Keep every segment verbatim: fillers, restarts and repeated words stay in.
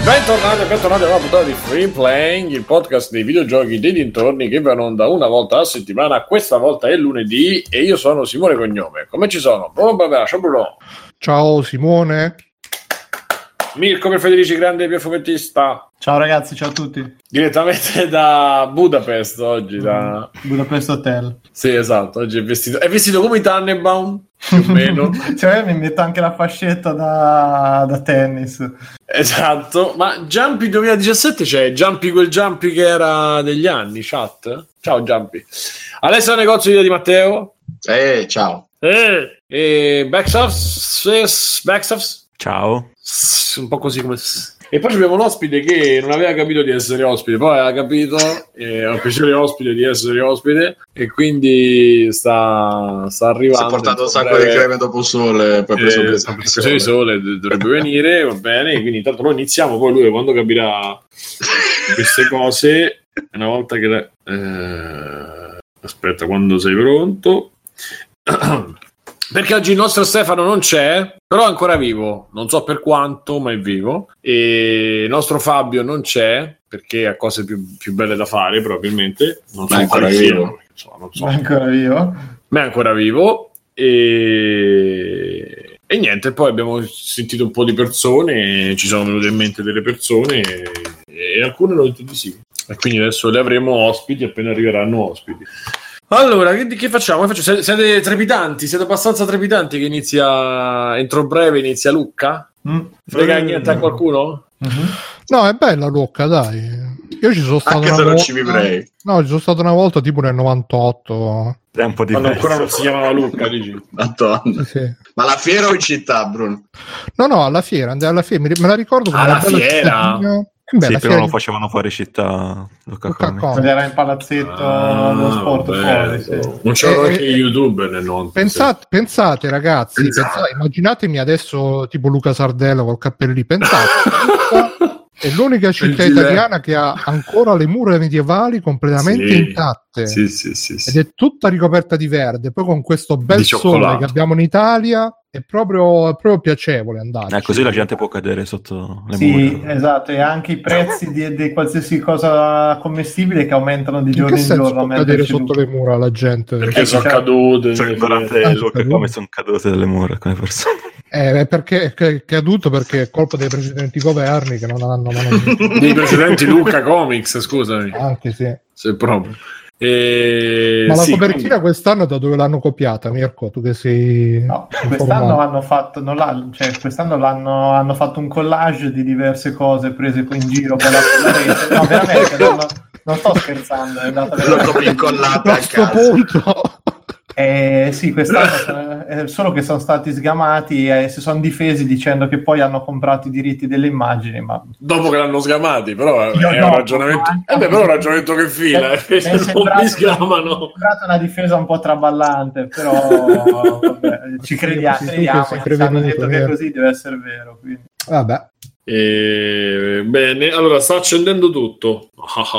Bentornati e bentornati a una puntata di Free Playing, il podcast dei videogiochi dei dintorni che va in onda una volta a settimana. Questa volta è lunedì e io sono Simone Cognome. Come ci sono? Ciao Simone. Mirko per Federici, grande più fumettista. Ciao ragazzi, ciao a tutti. Direttamente da Budapest oggi, da Budapest Hotel. Sì, esatto, oggi è vestito, è vestito come i Tannenbaum, più o meno. Cioè mi metto anche la fascetta da, da tennis. Esatto, ma Jumpy duemiladiciassette c'è, Jumpy quel Jumpy che era degli anni, chat. Ciao Jumpy. Alessio Negozio di Matteo. Eh, ciao. Eh, e Backsofts, Backsofts. Ciao. Un po' così come... E poi abbiamo un ospite che non aveva capito di essere ospite, poi aveva capito, e ha il piacere ospite di essere ospite, e quindi sta, sta arrivando. Si è portato un sacco di creme dopo sole, poi preso eh, preso di sole, dovrebbe venire, va bene, quindi intanto noi iniziamo, poi lui quando capirà queste cose, una volta che... Le... Eh, aspetta, quando sei pronto... Perché oggi il nostro Stefano non c'è, però è ancora vivo, non so per quanto, ma è vivo. E il nostro Fabio non c'è, perché ha cose più, più belle da fare, probabilmente. Non so, ma è ancora vivo. So, non so. Ma è ancora vivo. Ma è ancora vivo. E... e niente, poi abbiamo sentito un po' di persone, ci sono venute in mente delle persone, e, e alcune hanno detto di sì. E quindi adesso le avremo ospiti appena arriveranno ospiti. Allora, che, che facciamo? Siete, siete trepidanti? Siete abbastanza trepidanti che inizia entro breve inizia Lucca? Mm. Frega niente a qualcuno? Mm-hmm. No, è bella Lucca, dai. Io ci sono stato anche una se volta. Non ci vivrei. No, ci sono stato una volta tipo nel novantotto. È un po' diverso. Quando ancora non si chiamava Lucca, dici? Madonna. Sì, sì. Ma la fiera o in città, Bruno? No, no, alla fiera, andai alla fiera, me la ricordo come alla fiera. Beh, sì, prima lo facevano fuori città Luca Comics. Era in palazzetto ah, lo sport fuori, sì. Non c'erano eh, anche gli youtuber nel non pensate, pensate ragazzi pensate, immaginatemi adesso tipo Luca Sardello col cappello, pensate è l'unica città italiana che ha ancora le mura medievali completamente sì, intatte sì, sì, sì, sì. ed è tutta ricoperta di verde, poi con questo bel sole che abbiamo in Italia è proprio, è proprio piacevole andare. Eh, così la gente può cadere sotto le sì, mura. Esatto, e anche i prezzi di, di qualsiasi cosa commestibile che aumentano di giorno in, in giorno. Può cadere sotto le mura la gente? Perché sono cadute. Cioè, durante ah, Luca come sono cadute delle mura come persone. Eh, perché è caduto perché è colpa dei precedenti governi che non hanno mano... dei precedenti Luca Comics, scusami. Anche sì. Se proprio. E... Ma la sì, copertina quindi... quest'anno da dove l'hanno copiata, Mirko? Tu che sei no, quest'anno hanno fatto non l'hanno, cioè quest'anno l'hanno hanno fatto un collage di diverse cose prese in giro per la, la rete. No, veramente non, non sto scherzando, è andata veramente incollata a questo punto. Eh, sì, quest'anno eh, solo che sono stati sgamati e si sono difesi dicendo che poi hanno comprato i diritti delle immagini, ma dopo che l'hanno sgamati, però Io è no, un ragionamento no, eh beh, però è un ragionamento che fila, è, eh, è se non mi sgamano. È stata una difesa un po' traballante, però vabbè, ci crediamo, sì, crediamo sì, ci hanno detto che così deve essere vero, quindi. Vabbè. E... bene, allora sta accendendo tutto.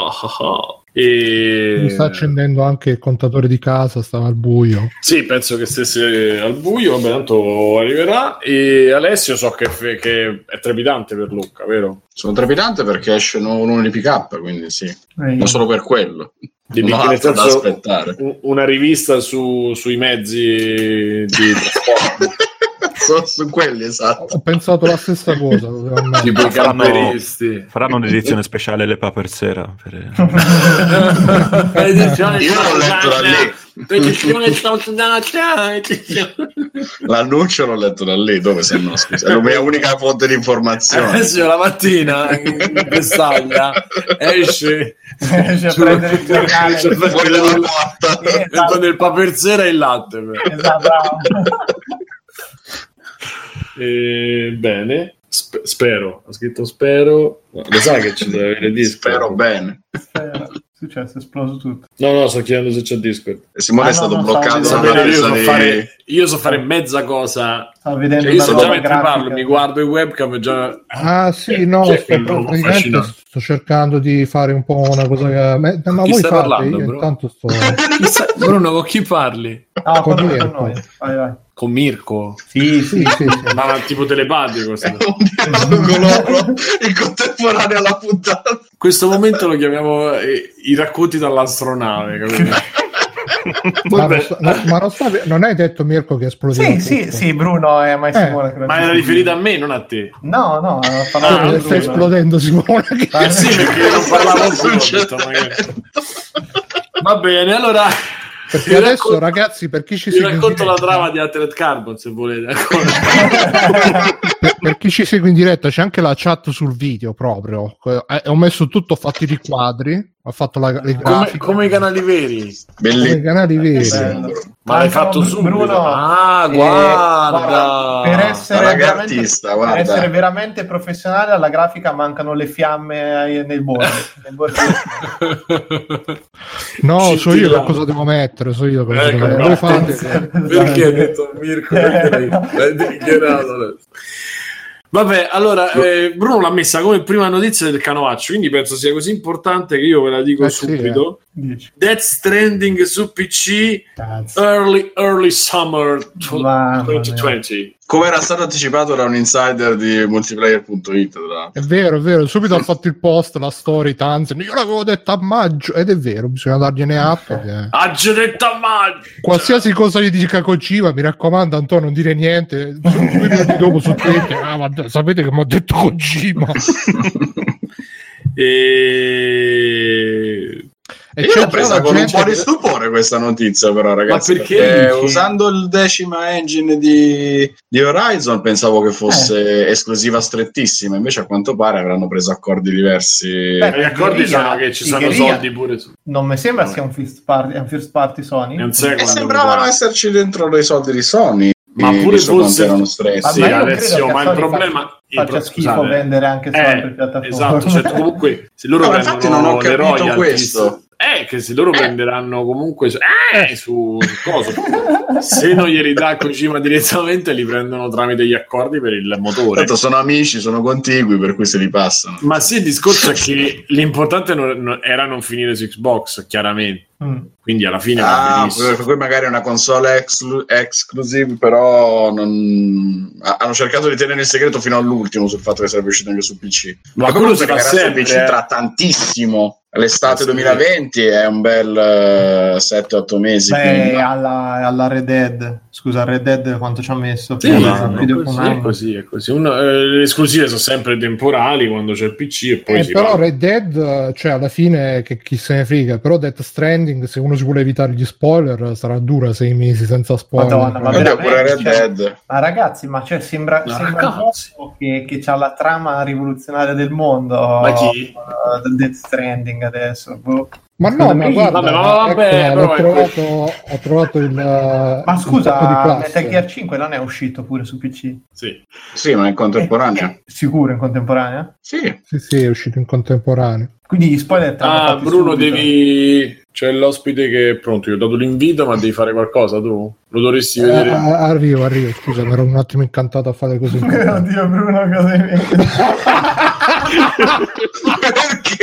E... Mi sta accendendo anche il contatore di casa, stava al buio. Sì, penso che stesse al buio, vabbè, tanto arriverà. E Alessio so che, fe- che è trepidante per Lucca, vero? Sono trepidante perché esce uno di P K, quindi sì, eh, non solo per quello. Di non nel senso, da aspettare. Una rivista su, sui mezzi di trasporto. Sono su quelli, esatto. Ho pensato la stessa cosa. Tipo i camperisti. Faranno un'edizione speciale le Paper Sera. Per... Io l'ho letto da lì. L'annuncio l'ho letto da lì, dove se no, scusa. È la mia unica fonte di informazione. Adesso la mattina in Vestaglia esce esce a prendere il giornale fuori dalla porta. Esatto. Nel Paper Sera e il latte. Esatto. Eh, bene, Sp- spero, ha scritto spero, no, lo sai che ci deve avere Discord. Spero bene. Spero. Successo, è esploso tutto. No, no, sto chiedendo se c'è Discord. E Simone ah, è stato no, bloccato. So io, so di... fare, io so fare mezza cosa. Stavo vedendo cioè, io so già mentre grafica. parlo, mi guardo il webcam e già... Ah sì, no, sto, praticamente sto cercando di fare un po' una cosa che... Ma, ma voi fate, parlando, io bro? intanto sto... Bruno, con chi parli? Ah, con con Mirko. noi. Vai, vai. con Mirko. Sì, sì, sì, sì. Ma tipo telepatico. È un dialogo con loro in contemporanea alla puntata. In questo momento lo chiamiamo eh, i racconti dall'astronave, capito? Ma, non, sta, no, ma non, sta, non hai detto Mirko che esplodeva? Sì, sì, sì, Bruno è mai Simone. Eh, ma era riferita a me, non a te. No, no, ah, ah, stai esplodendo, Simone. Eh sì, perché non parlavo più. Va bene, allora. Perché vi adesso, racconto, ragazzi, per chi ci vi segue, racconto la trama di Altered Carbon se volete. per, per chi ci segue in diretta, c'è anche la chat sul video proprio. Eh, ho messo tutto, ho fatto i riquadri, ho fatto la, le come, come i canali veri, bellissimo. Come i canali veri. Ma l'hai fatto subito? Bruno, ah, eh, guarda. guarda, per essere artista, guarda. Per essere veramente professionale, alla grafica mancano le fiamme nel bordo. Nel bordo. No, so io che cosa devo mettere, so io cosa ecco, devo no, fare. Perché hai detto Mirko? Perché l'hai dichiarato? Vabbè, allora eh, Bruno l'ha messa come prima notizia del canovaccio, quindi penso sia così importante che io ve la dico eh subito. Sì, eh. Death Stranding su P C early, early summer duemilaventi. Come era stato anticipato da un insider di multiplayer punto it. È vero, è vero, subito ha fatto il post, la story, Tanzen, io l'avevo detto a maggio, ed è vero, bisogna dargliene atto. Che... Ha già detto a maggio! Qualsiasi cosa gli dica Kojima, mi raccomando Antonio, non dire niente, due minuti dopo su Twitter, ah, ma sapete che mi ha detto Kojima? e... E io l'ho presa con un po' di stupore questa notizia, però, ragazzi. Ma perché? perché usando il decima engine di, di Horizon pensavo che fosse eh. esclusiva strettissima, invece a quanto pare avranno preso accordi diversi. Beh, gli accordi sono che ci sono soldi pure su. Non mi sembra sia un first party, un first party Sony. E sembravano esserci dentro dei soldi di Sony. Ma pure forse erano stretti. Sì, Alessio, ma il problema faccia, faccia schifo scusate. vendere anche su eh, altre piattaforme. Esatto, cioè, comunque se loro no, prendono infatti non ho capito questo. Eh, che se loro eh. prenderanno comunque eh, su cosa se non glieli dà Kojima direttamente li prendono tramite gli accordi per il motore. Tanto sono amici, sono contigui, per cui se li passano. Ma sì, il discorso è che l'importante non, non, era non finire su Xbox, chiaramente. Mm. Quindi alla fine ah, per cui magari è una console exclu- exclusive, però non... hanno cercato di tenere il segreto fino all'ultimo sul fatto che sarebbe uscito anche su P C. Ma, ma quello si fa sempre, su P C tra tantissimo. L'estate duemilaventi è un bel uh, sette otto mesi. Beh, alla, alla Red Dead, scusa, Red Dead quanto ci ha messo? Sì, no, no, no, così, è così, è così. Uno, eh, le esclusive sono sempre temporali quando c'è il P C e poi eh, si però va. Red Dead, cioè alla fine che chi se ne frega, però Death Stranding, se uno si vuole evitare gli spoiler, sarà dura sei mesi senza spoiler. Madonna, ma pure Red cioè, Dead. Ma ragazzi, ma cioè, sembra, no, sembra che, che c'ha la trama rivoluzionaria del mondo. Ma chi? Uh, Death Stranding adesso, boh. Ma no, ma guarda, vabbè, vabbè, ecco, ho, trovato, ho trovato il ma scusa, Metal Gear cinque non è uscito pure su P C? Sì, sì, ma è in contemporanea. Eh, sicuro in contemporanea? Sì. Sì, sì, è uscito in contemporanea. Quindi gli spoiler ah, Bruno, subito. Devi... C'è l'ospite che è pronto, io ho dato l'invito, ma devi fare qualcosa tu? Lo dovresti vedere? Eh, arrivo, arrivo, scusa, mi ero un attimo incantato a fare così. Oddio, Bruno, cosa hai messo? Perché?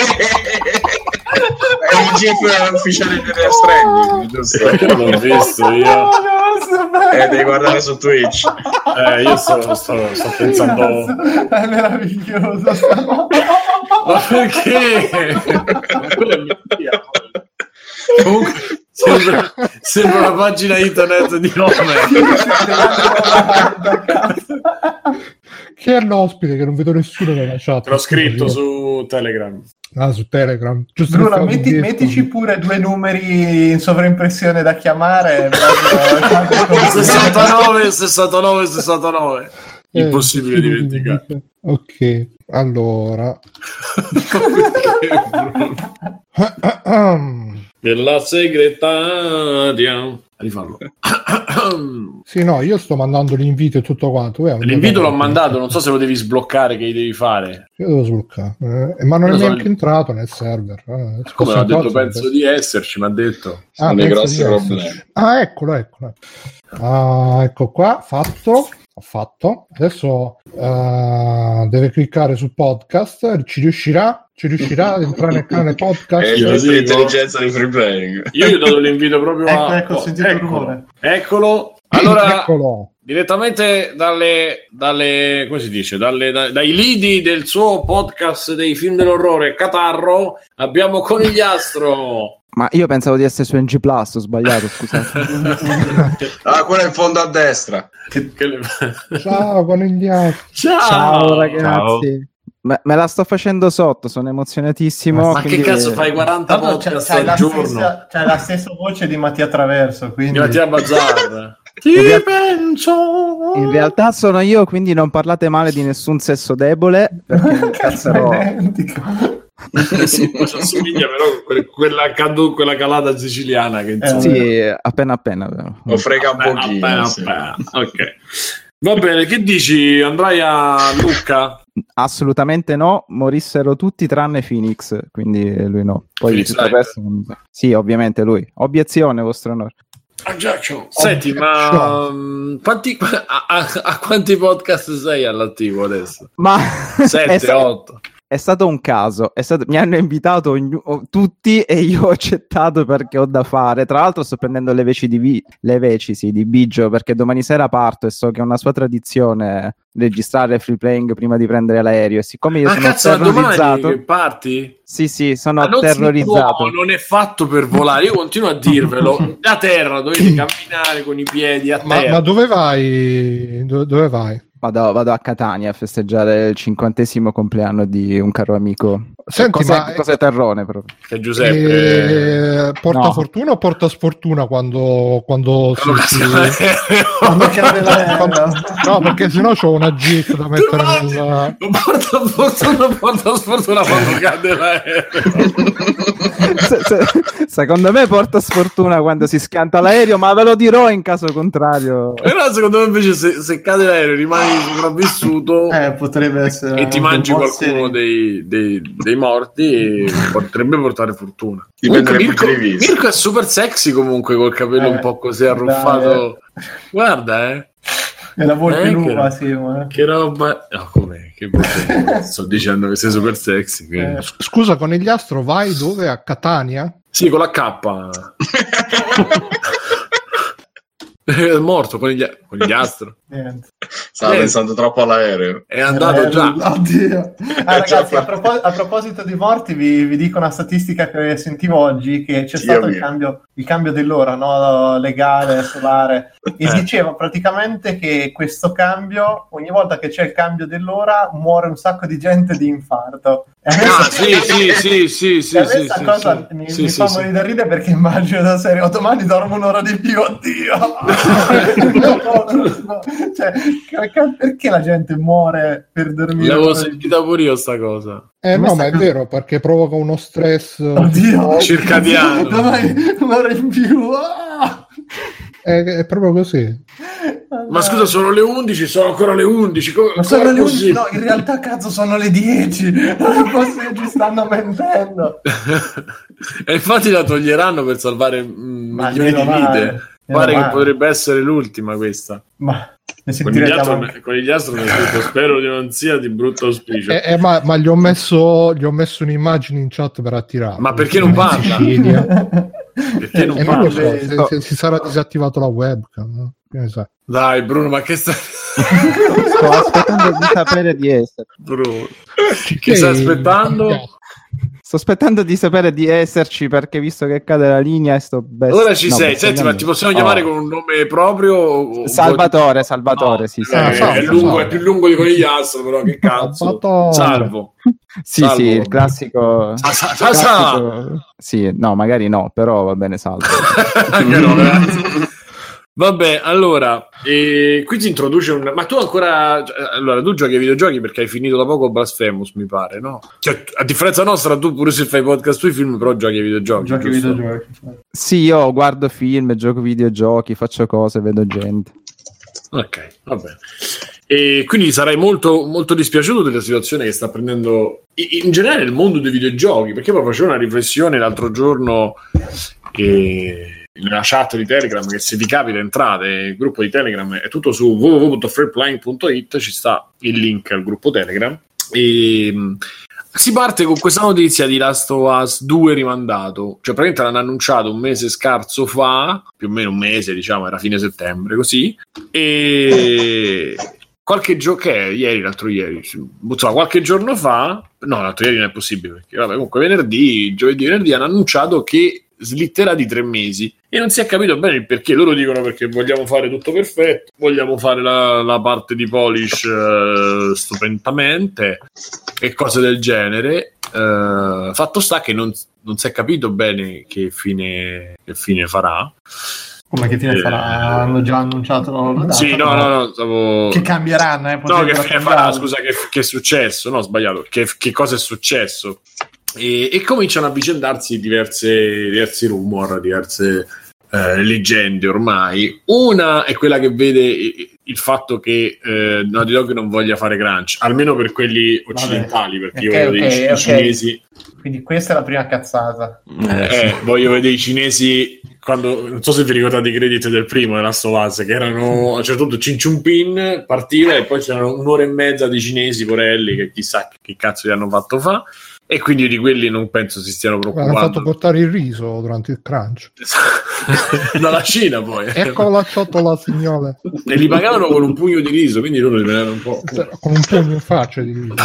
È un gif ufficiale di Death Stranding, giusto? L'ho visto io. Eh, devi guardare su Twitch. Eh, io sto, sto, sto pensando... È meraviglioso. Ma perché? Quello è mio figlio. Comunque sembra, sembra una pagina internet di nome. Chi è l'ospite che non vedo nessuno nella chat? L'ho scritto su Telegram. Ah, su Telegram. Giusto. Bruno, metti, mettici pure due numeri in sovraimpressione da chiamare. sessantanove, sessantanove, sessantanove. Impossibile eh, dimenticare. Ok, allora. Della segretaria. Rifarlo. Sì, no, io sto mandando l'invito e tutto quanto. Eh, l'invito l'ho mandato, non so se lo devi sbloccare, che devi fare. Io devo sbloccare, eh, ma non io è neanche so... entrato nel server. Eh, come l'ha detto, penso di esserci, mi ha detto. Ah, sono dei grossi problemi. Ah, eccolo, eccolo. Ah, ecco qua, fatto. Ho fatto. Adesso uh, deve cliccare su podcast. Ci riuscirà? Ci riuscirà ad entrare nel canale podcast? È l'intelligenza di free playing. Io gli ho dato l'invito proprio ecco, a... ecco, ho sentito il rumore. Eccolo. Allora, Eccolo. direttamente dalle, dalle come si dice, dalle, da, dai lidi del suo podcast dei film dell'orrore Catarro, abbiamo Conigliastro. Ma io pensavo di essere su N G Plus, ho sbagliato, scusate. Ah, quello è in fondo a destra. Che, che le... Ciao Conigliastro. Ciao, Ciao ragazzi. Me, me la sto facendo sotto, sono emozionatissimo. Ma quindi... che cazzo fai quaranta Tanto podcast c'è, c'è al la giorno? stessa, c'è la stessa voce di Mattia Traverso, quindi Di Mattia Bazzar. Ti In real- penso. In realtà sono io, quindi non parlate male di nessun sesso debole, perché mi cazzo incazzerò. è identico. Sì, poi ci assomiglia però que- quella, cadu- quella calata siciliana che insomma... Sì, appena appena. Però. Lo frega un Appena, pochino. appena, sì. appena. Ok. Va bene, che dici? Andrai a Lucca? Assolutamente no, morissero tutti tranne Phoenix, quindi lui no. Poi Phoenix tutto il Wright. resto non- Sì, ovviamente lui. Obiezione, vostro onore. Objection. Senti, ma um, quanti, a, a, a quanti podcast sei all'attivo adesso? Ma è, Sette, sta- otto. è stato un caso. È stato... Mi hanno invitato ognu- o- tutti e io ho accettato perché ho da fare. Tra l'altro sto prendendo le veci di, vi- le veci, sì, di Biggio, perché domani sera parto e so che è una sua tradizione registrare free playing prima di prendere l'aereo. E siccome io Ah, sono cazzo, ma terrorizzato, domani che parti? sì, sì, sono Ma non si terrorizzato. può, non è fatto per volare. Io continuo a dirvelo. Da terra dovete camminare con i piedi a Ma, terra. ma dove vai? Dove, dove vai? Vado, vado a Catania a festeggiare il cinquantesimo compleanno di un caro amico. Senti, cos'è, ma- cos'è terrone proprio? Che Giuseppe Eh, porta No. fortuna o porta sfortuna quando, quando si, Quando si- casca l'aereo. Quando cade l'aereo. quando- no, perché sennò c'ho una gif da mettere immagini? nel... Non porta fortuna, porta sfortuna quando cade l'aereo. Se- se- secondo me porta sfortuna quando si schianta l'aereo, ma ve lo dirò in caso contrario. Però secondo me invece se, se cade l'aereo rimani sopravvissuto Eh, potrebbe essere e ti un mangi buon qualcuno serie. dei, dei, dei morti e potrebbe portare fortuna. Dipende Comunque dai Mirko, punti di vista. Mirko è super sexy comunque col capello Eh, un po' così arruffato. Guarda, eh. È la volpe Eh, nuova, che- sì, ma... Che roba. No, come? Che bello. Sto dicendo che sei super sexy. che- Eh. Scusa, Conigliastro, vai dove? A Catania? Sì, con la K. È morto con gli, con gli astro. Niente. Stava Eh. pensando troppo all'aereo. È andato Eh, già. Oddio. Ah, È già ragazzi, a, fatto. propos- a proposito di morti, vi, vi dico una statistica che sentivo oggi: che c'è Dio stato il mio. cambio, il cambio dell'ora, no? Legale, solare. E Eh. diceva praticamente che questo cambio, ogni volta che c'è il cambio dell'ora, muore un sacco di gente di infarto. E a me Ah, sta- sì, sì, sì, sì, e sì, a me sì, sta sì, cosa sì. mi, Sì, mi sì, fa sì. morire da ridere, perché immagino da serie: "Oh, domani dormo un'ora di più, oddio". No, no, no. Cioè, ca- ca- perché la gente muore per dormire L'avevo un'ora di più? sentita pure io sta cosa. Eh Ma no, sta ma è cosa- vero, perché provoca uno stress. Oddio, Circadiano. Domani un'ora in più. Ah! È, è proprio così. Ma scusa, sono le undici, sono ancora le undici. Come, Ma sono come le è undici, possibile? no, in realtà cazzo sono le dieci. Non è possibile, ci stanno mentendo. E infatti la toglieranno per salvare mm, Ma milioni di meno male, vite. meno Pare che male. potrebbe essere l'ultima questa. Ma ne Con gli sentiremo astro, anche. con gli astro mi ha detto, spero di non sia di brutto auspicio. Eh, eh, ma, ma gli ho messo gli ho messo un'immagine in chat per attirare. Ma perché non parla? Perché non E non lo so, parla? se, se si sarà disattivato la webcam, no? Che ne sai? Dai Bruno, ma che stai... Sto aspettando di sapere di essere. Bruno, che stai aspettando? Sto aspettando di sapere di esserci, perché visto che cade la linea e sto best... Ora ci no, sei, best- senti, ma ti possiamo chiamare Oh. con un nome proprio? o- Salvatore, Salvatore, No, sì, eh, sì. Ah, è, salvo, lungo, salvo. è più lungo di Conigliastro, però che cazzo. Salvatore. Salvo. Sì, Salvo. sì, il classico... Sa, sa, sa, classico- Sì, no, magari no, però va bene, salvo. Anche no, grazie. Vabbè, allora, e qui ti introduce un... Ma tu ancora... Allora, tu giochi ai videogiochi perché hai finito da poco Blasphemous, mi pare, no? Cioè, a differenza nostra, tu pure se fai podcast sui film, però giochi ai videogiochi. Giochi giusto? videogiochi. Sì, io guardo film, gioco videogiochi, faccio cose, vedo gente. Ok, va bene. E quindi sarai molto, molto dispiaciuto della situazione che sta prendendo i- in generale il mondo dei videogiochi, perché poi facevo una riflessione l'altro giorno eh, nella chat di Telegram, che se vi capita entrate, il gruppo di Telegram è tutto su w w w punto freeplaying punto it, ci sta il link al gruppo Telegram, e mh, si parte con questa notizia di Last of Us due rimandato, cioè praticamente l'hanno annunciato un mese scarso fa, più o meno un mese, diciamo, era fine settembre, così, e qualche giorno, che è ieri, l'altro ieri, insomma, qualche giorno fa, no, l'altro ieri non è possibile, perché vabbè, comunque venerdì, giovedì, venerdì hanno annunciato che slitterà di tre mesi e non si è capito bene il perché. Loro dicono perché vogliamo fare tutto perfetto, vogliamo fare la, la parte di polish uh, stupendamente e cose del genere. Uh, fatto sta che non, non si è capito bene che fine, che fine farà. Come che fine eh, farà? Hanno già annunciato la data, sì, no, no, no, stavo... che cambieranno, eh, no, che fine farà, scusa, che, che è successo? No, ho sbagliato, che, che cosa è successo? E, e cominciano a avvicendarsi diverse, diversi rumor, diverse eh, leggende ormai. Una è quella che vede il fatto che eh, Naughty Dog non voglia fare crunch, almeno per quelli occidentali. Vabbè. Perché okay, io vedo okay, i, okay. i cinesi. Quindi questa è la prima cazzata. Eh, eh, voglio vedere i cinesi quando, non so se vi ricordate i credit del primo della Last of Us, che erano a un certo punto Cin Ciun Pin partiva e poi c'erano un'ora e mezza di cinesi porelli che chissà che cazzo gli hanno fatto fa. E quindi di quelli non penso si stiano preoccupando. Hanno fatto portare il riso durante il crunch dalla Cina, poi ecco la ciotola, signore, e li pagavano con un pugno di riso, quindi loro li prendevano un po' con un pugno in faccia di riso.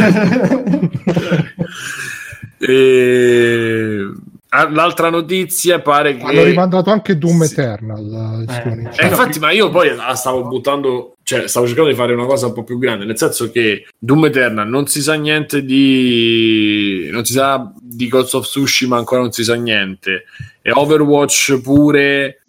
E... l'altra notizia pare che hanno rimandato anche Doom Eternal, eh, eh, infatti, ma io poi stavo buttando, cioè stavo cercando di fare una cosa un po' più grande, nel senso che Doom Eternal non si sa niente di non si sa di Ghost of Tsushima, ancora non si sa niente, e Overwatch pure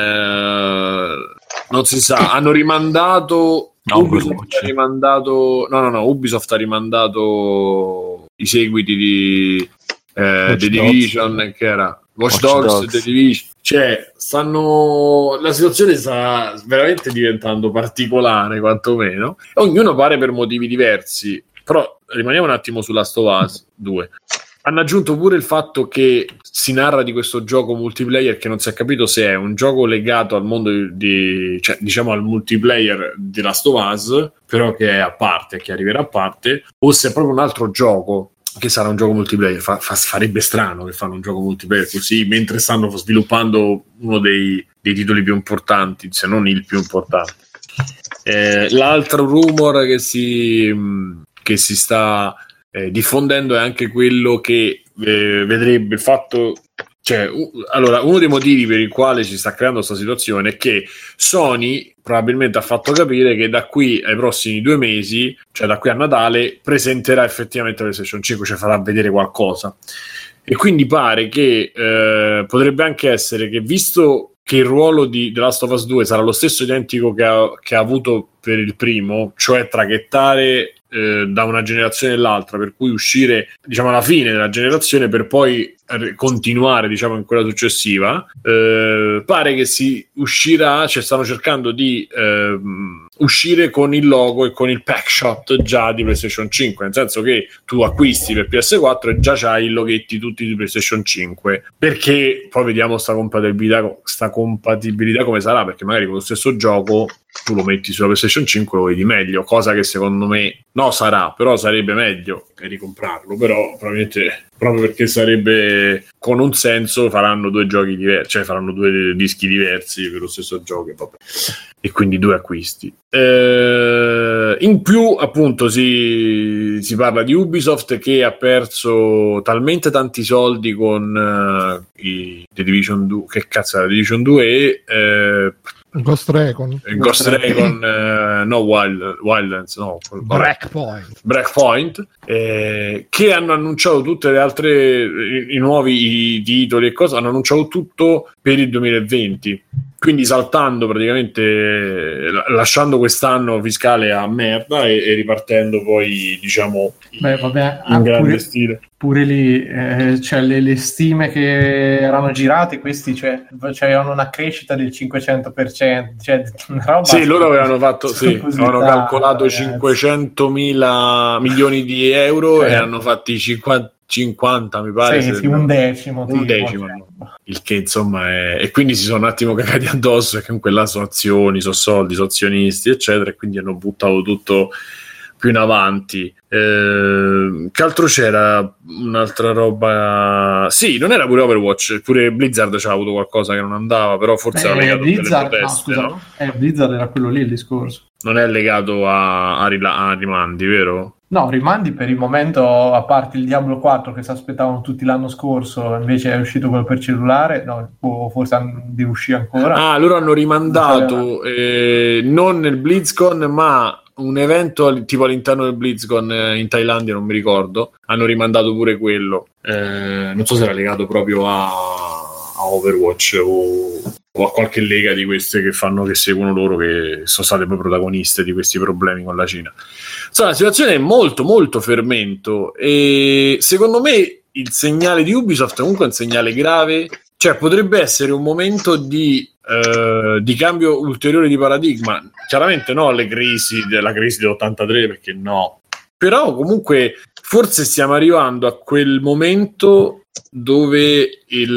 eh, non si sa. Hanno rimandato no, Ubisoft ha rimandato no no no Ubisoft ha rimandato i seguiti di Eh, The Division, Dogs. Che era Watch, Watch Dogs, Dogs. The Division, cioè stanno, la situazione sta veramente diventando particolare, quantomeno. Ognuno pare per motivi diversi, però rimaniamo un attimo su Last of Us due. Hanno aggiunto pure il fatto che si narra di questo gioco multiplayer che non si è capito se è un gioco legato al mondo di, cioè diciamo al multiplayer di Last of Us, però che è a parte, che arriverà a parte, o se è proprio un altro gioco che sarà un gioco multiplayer. Fa, fa, farebbe strano che fanno un gioco multiplayer così mentre stanno sviluppando uno dei, dei titoli più importanti, se non il più importante. Eh, l'altro rumor che si, che si sta eh, diffondendo è anche quello che eh, vedrebbe il fatto, cioè, uh, allora, uno dei motivi per il quale si sta creando questa situazione è che Sony probabilmente ha fatto capire che da qui ai prossimi due mesi, cioè da qui a Natale, presenterà effettivamente PlayStation cinque, cioè farà vedere qualcosa. E quindi pare che eh, potrebbe anche essere che, visto che il ruolo di The Last of Us due sarà lo stesso identico che ha, che ha avuto per il primo, cioè traghettare eh, da una generazione all'altra, per cui uscire diciamo alla fine della generazione per poi continuare diciamo in quella successiva, eh, pare che si uscirà, cioè stanno cercando di eh, uscire con il logo e con il pack shot già di PlayStation cinque, nel senso che tu acquisti per P S quattro e già c'hai i loghetti tutti di PlayStation cinque, perché poi vediamo sta compatibilità, sta compatibilità come sarà, perché magari con lo stesso gioco tu lo metti sulla PlayStation cinque e lo vedi meglio, cosa che secondo me no sarà, però sarebbe meglio che ricomprarlo, però probabilmente proprio perché sarebbe con un senso faranno due giochi diversi, cioè faranno due dischi diversi per lo stesso gioco, e, vabbè. E quindi due acquisti. Eh, in più appunto si, si parla di Ubisoft che ha perso talmente tanti soldi con uh, i The Division due, che cazzo era The Division due e eh, Ghost Recon Ghost Recon eh, no Wild, Wildlands no Breakpoint Breakpoint eh, che hanno annunciato tutte le altre i, i nuovi i titoli e cose, hanno annunciato tutto per il duemilaventi, quindi saltando praticamente, lasciando quest'anno fiscale a merda e, e ripartendo poi diciamo Beh, vabbè, in grande pure, stile pure lì eh, cioè le, le stime che erano girate, questi cioè, cioè avevano una crescita del cinquecento per cento, cioè una roba sì, loro avevano fatto sì, avevano calcolato cinquecentomila milioni di euro cioè, e hanno fatti cinquanta cinquanta mi pare, sì, sì, un decimo un tipo, decimo cioè. No. Il che insomma è, e quindi si sono un attimo cagati addosso, perché comunque là sono azioni, sono soldi, sono azionisti eccetera, e quindi hanno buttato tutto più in avanti. Eh, che altro c'era? Un'altra roba, sì, non era pure Overwatch, pure Blizzard c'ha avuto qualcosa che non andava, però forse Beh, era legato Blizzard, a delle proteste, no, scusa, no? Eh, Blizzard era quello lì il discorso. Non è legato a, a, rila- a rimandi, vero? No, rimandi per il momento, a parte il Diablo quattro che si aspettavano tutti l'anno scorso, invece è uscito quello per cellulare, no, o forse deve uscire ancora. Ah, loro hanno rimandato eh, non nel BlizzCon, ma un evento tipo all'interno del BlizzCon eh, in Thailandia, non mi ricordo, hanno rimandato pure quello. Eh, non so se era legato proprio a, a Overwatch o, o a qualche lega di queste che fanno, che seguono loro, che sono state poi protagoniste di questi problemi con la Cina. Insomma, la situazione è molto molto fermento e secondo me il segnale di Ubisoft comunque è un segnale grave, cioè potrebbe essere un momento di, eh, di cambio ulteriore di paradigma. Chiaramente no alle crisi della crisi dell'ottantatré, perché no, però comunque forse stiamo arrivando a quel momento dove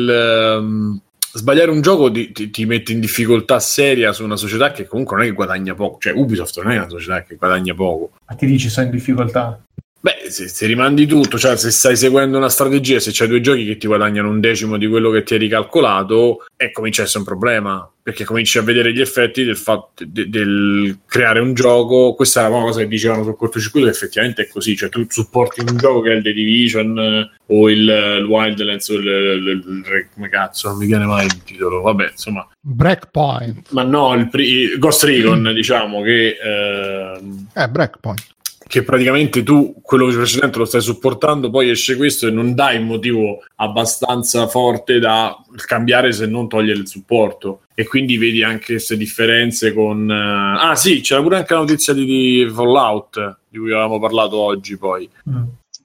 il um, sbagliare un gioco ti, ti, ti mette in difficoltà seria su una società che comunque non è che guadagna poco, cioè Ubisoft non è una società che guadagna poco. Ma ti dici sono in difficoltà? Beh, se, se rimandi tutto, cioè se stai seguendo una strategia, se c'hai due giochi che ti guadagnano un decimo di quello che ti hai ricalcolato, e comincia a essere un problema, perché cominci a vedere gli effetti del fatto de, del creare un gioco. Questa è una cosa che dicevano sul cortocircuito, che effettivamente è così, cioè tu supporti un gioco che è il The Division eh, o il, il Wildlands o il, il, il, come cazzo, non mi viene mai il titolo, vabbè, insomma Breakpoint, ma no, il, il Ghost Recon, diciamo che eh, eh Breakpoint, che praticamente tu quello precedente lo stai supportando, poi esce questo e non dai un motivo abbastanza forte da cambiare se non togliere il supporto, e quindi vedi anche queste differenze con uh... ah sì, c'era pure anche la notizia di, di Fallout di cui avevamo parlato oggi poi mm.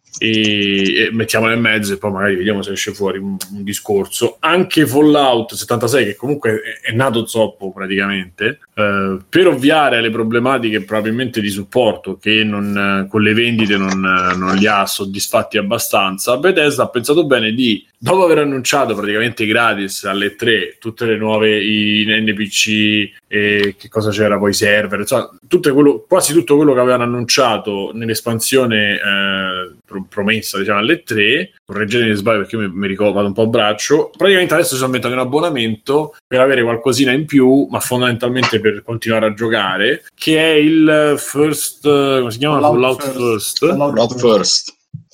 e, e mettiamola in mezzo e poi magari vediamo se esce fuori un, un discorso. Anche Fallout settantasei, che comunque è, è nato zoppo praticamente, eh, per ovviare alle problematiche probabilmente di supporto che non, con le vendite non, non li ha soddisfatti abbastanza, Bethesda ha pensato bene di, dopo aver annunciato praticamente gratis alle tre tutte le nuove i N P C e che cosa c'era poi, server, insomma, tutto quello, quasi tutto quello che avevano annunciato nell'espansione eh, pro- promessa diciamo alle tre, correggetemi se sbaglio perché io mi, mi ricordo, vado un po' a braccio, praticamente adesso si sono inventati un abbonamento per avere qualcosina in più, ma fondamentalmente per continuare a giocare, che è il First, come si chiama? Fallout First, Fallout First.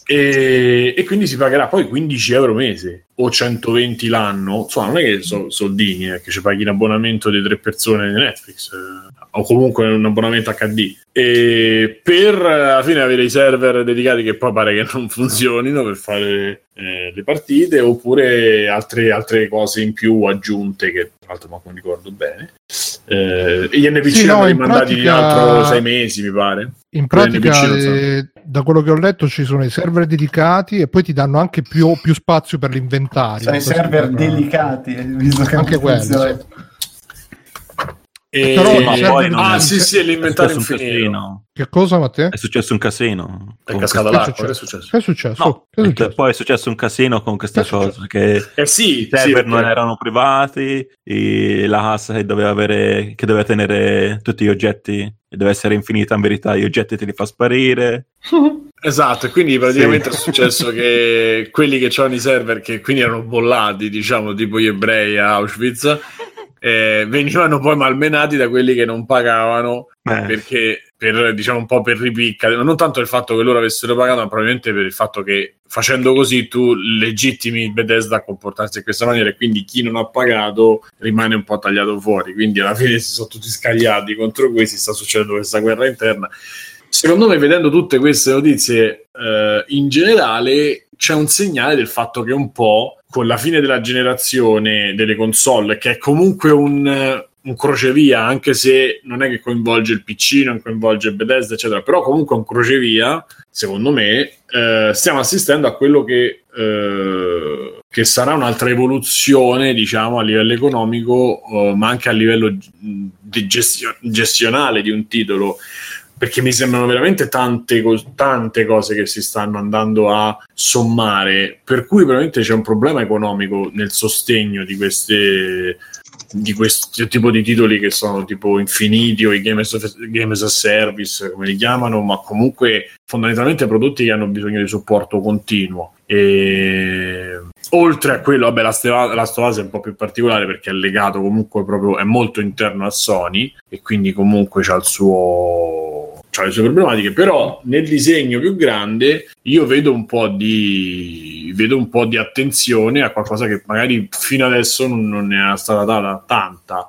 E, e quindi si pagherà poi quindici euro mese o centoventi l'anno, insomma non è che so, soldini eh, che ci paghi un abbonamento di tre persone di Netflix eh, o comunque un abbonamento acca di, e per alla fine avere i server dedicati che poi pare che non funzionino per fare eh, le partite, oppure altre, altre cose in più aggiunte che tra l'altro non mi ricordo bene. Eh, e gli N P C sì, hanno no, rimandati di altro sei mesi mi pare. In pratica eh, da quello che ho letto ci sono i server dedicati e poi ti danno anche più, più spazio per l'inventario. Sono i server delicati, visto che anche quello. E... Però ma poi non ah è... sì sì, l'inventario infinito. Che cosa, Matteo? È successo un casino. È cascata l'acqua, che è successo? Che è successo? No, che è successo? Poi è successo un casino con questa cosa, che eh sì, i server sì, non okay. erano privati, e la cassa che doveva avere, che doveva tenere tutti gli oggetti e deve essere infinita, in verità gli oggetti te li fa sparire. Esatto, e quindi praticamente sì. È successo che quelli che c'erano i server, che quindi erano bollati, diciamo tipo gli ebrei a Auschwitz, eh, venivano poi malmenati da quelli che non pagavano, eh. perché per, diciamo, un po' per ripicca, non tanto il fatto che loro avessero pagato, ma probabilmente per il fatto che facendo così tu legittimi Bethesda a comportarsi in questa maniera, e quindi chi non ha pagato rimane un po' tagliato fuori, quindi alla fine si sono tutti scagliati contro questi, sta succedendo questa guerra interna. Secondo me, vedendo tutte queste notizie eh, in generale, c'è un segnale del fatto che un po' con la fine della generazione delle console, che è comunque un, un crocevia, anche se non è che coinvolge il P C, non coinvolge Bethesda eccetera, però comunque un crocevia, secondo me eh, stiamo assistendo a quello che eh, che sarà un'altra evoluzione, diciamo, a livello economico, eh, ma anche a livello di gestio- gestionale di un titolo, perché mi sembrano veramente tante, tante cose che si stanno andando a sommare, per cui probabilmente c'è un problema economico nel sostegno di queste di questo tipo di titoli che sono tipo infiniti o i game as, game as a service, come li chiamano, ma comunque fondamentalmente prodotti che hanno bisogno di supporto continuo. E oltre a quello, vabbè, la Last of Us è un po' più particolare perché è legato comunque proprio, è molto interno a Sony e quindi comunque c'ha il suo, c'ha le sue problematiche, però nel disegno più grande io vedo un po' di vedo un po' di attenzione a qualcosa che magari fino adesso non, non ne era stata data tanta.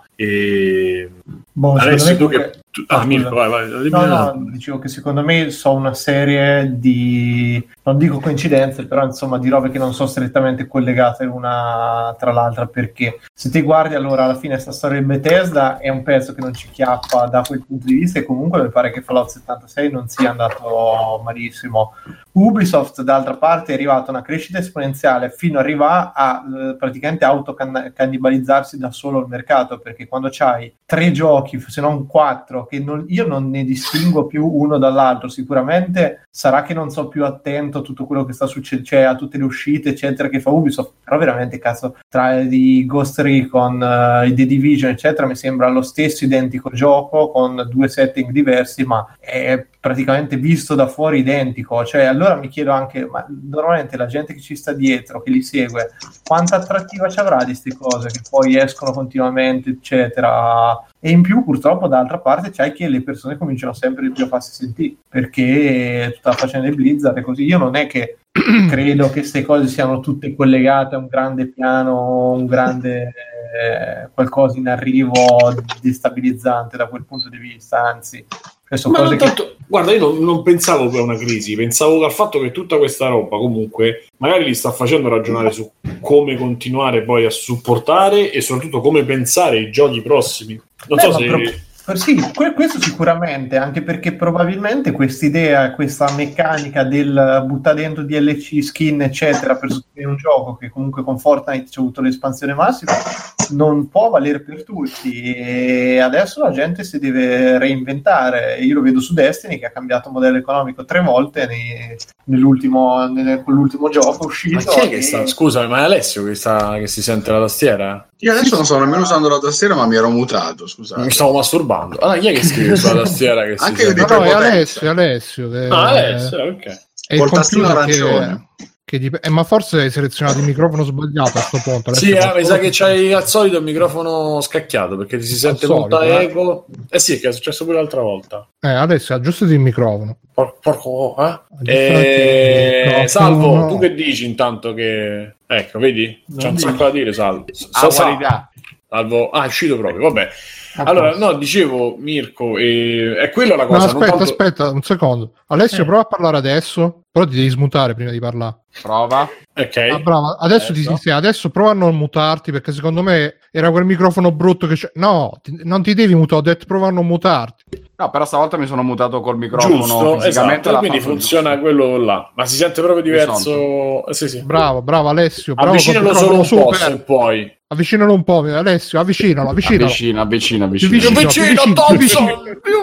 E boh, adesso tu che... che tu... ah, Mirko, vai, vai, no, no, dicevo che secondo me so una serie di, non dico coincidenze, però insomma di robe che non sono strettamente collegate una tra l'altra, perché se ti guardi allora alla fine sta storia di Bethesda è un pezzo che non ci chiappa da quel punto di vista e comunque mi pare che Fallout settantasei non sia andato malissimo. Ubisoft d'altra parte è arrivata a una crescita esponenziale fino ad arrivare a eh, praticamente autocannibalizzarsi da solo il mercato, perché quando c'hai tre giochi, se non quattro, che non, io non ne distingo più uno dall'altro, sicuramente sarà che non so più attento a tutto quello che sta succedendo, cioè a tutte le uscite eccetera che fa Ubisoft, però veramente cazzo, tra di Ghost Recon, uh, The Division eccetera mi sembra lo stesso identico gioco con due setting diversi, ma è praticamente visto da fuori identico. Cioè allora mi chiedo anche, ma normalmente la gente che ci sta dietro, che li segue, quanta attrattiva ci avrà di queste cose che poi escono continuamente eccetera. E in più purtroppo d'altra parte c'hai che le persone cominciano sempre di più a farsi sentire, perché tutta la faccenda di Blizzard è così. Io non è che credo che queste cose siano tutte collegate a un grande piano, un grande eh, qualcosa in arrivo destabilizzante da quel punto di vista, anzi sono cose tanto, che... guarda, io non, non pensavo a una crisi, pensavo al fatto che tutta questa roba comunque magari li sta facendo ragionare su come continuare poi a supportare e soprattutto come pensare i giochi prossimi. Non Beh, so se pro... Sì, questo sicuramente, anche perché probabilmente quest'idea, questa meccanica del buttare dentro D L C, skin eccetera per sostenere un gioco che comunque con Fortnite c'è avuto l'espansione massima non può valere per tutti e adesso la gente si deve reinventare. Io lo vedo su Destiny che ha cambiato modello economico tre volte nei, nell'ultimo, nel, con l'ultimo gioco uscito. Ma chi è che e... sta? Scusa, ma è Alessio che, sta, che si sente la tastiera? Io adesso non sto nemmeno usando la tastiera, ma mi ero mutato, scusate. Mi stavo masturbando. Allora, chi è che scrive sulla tastiera? Che Anche si io di no, no, è Alessio, Alessio. Che... Ah, Alessio, ok. È col il tastino computer arancione. Che... Che dip- eh, ma forse hai selezionato il microfono sbagliato a sto punto. Sì, eh, mi sa che c'hai al solito il microfono scacchiato perché ti si sente molta solito, eco. Eh. eh sì, che è successo pure l'altra volta. Eh, adesso aggiustati il microfono. Por- porco, eh? Eh, E... no, Salvo, no. tu che dici intanto che... Ecco, vedi? C'è un sacco da dire, Salvo. Ah, qualità. Salvo... Ah, è uscito proprio, vabbè. Allora, no, dicevo, Mirko, eh, è quella la cosa. No, aspetta, non tanto... aspetta, un secondo. Alessio, Eh. prova a parlare adesso, però ti devi smutare prima di parlare. Prova. Ok. Ah, bravo. Adesso, Adesso? ti, sì, adesso prova a non mutarti, perché secondo me era quel microfono brutto che c'è. No, ti- non ti devi mutare, ho detto prova a non mutarti. No, però stavolta mi sono mutato col microfono Giusto, fisicamente. esatto, l'ha quindi fatto funziona giusto. quello là, ma si sente proprio Mi diverso. Eh, sì, sì. Bravo, bravo Alessio. Bravo, Avvicinalo col solo un microfono po' super. se puoi. Avvicinalo un po', Alessio, avvicinalo, avvicinalo. Avvicina, avvicina, Più avvicina. vicino, Più vicino, più Thompson! vicino. Più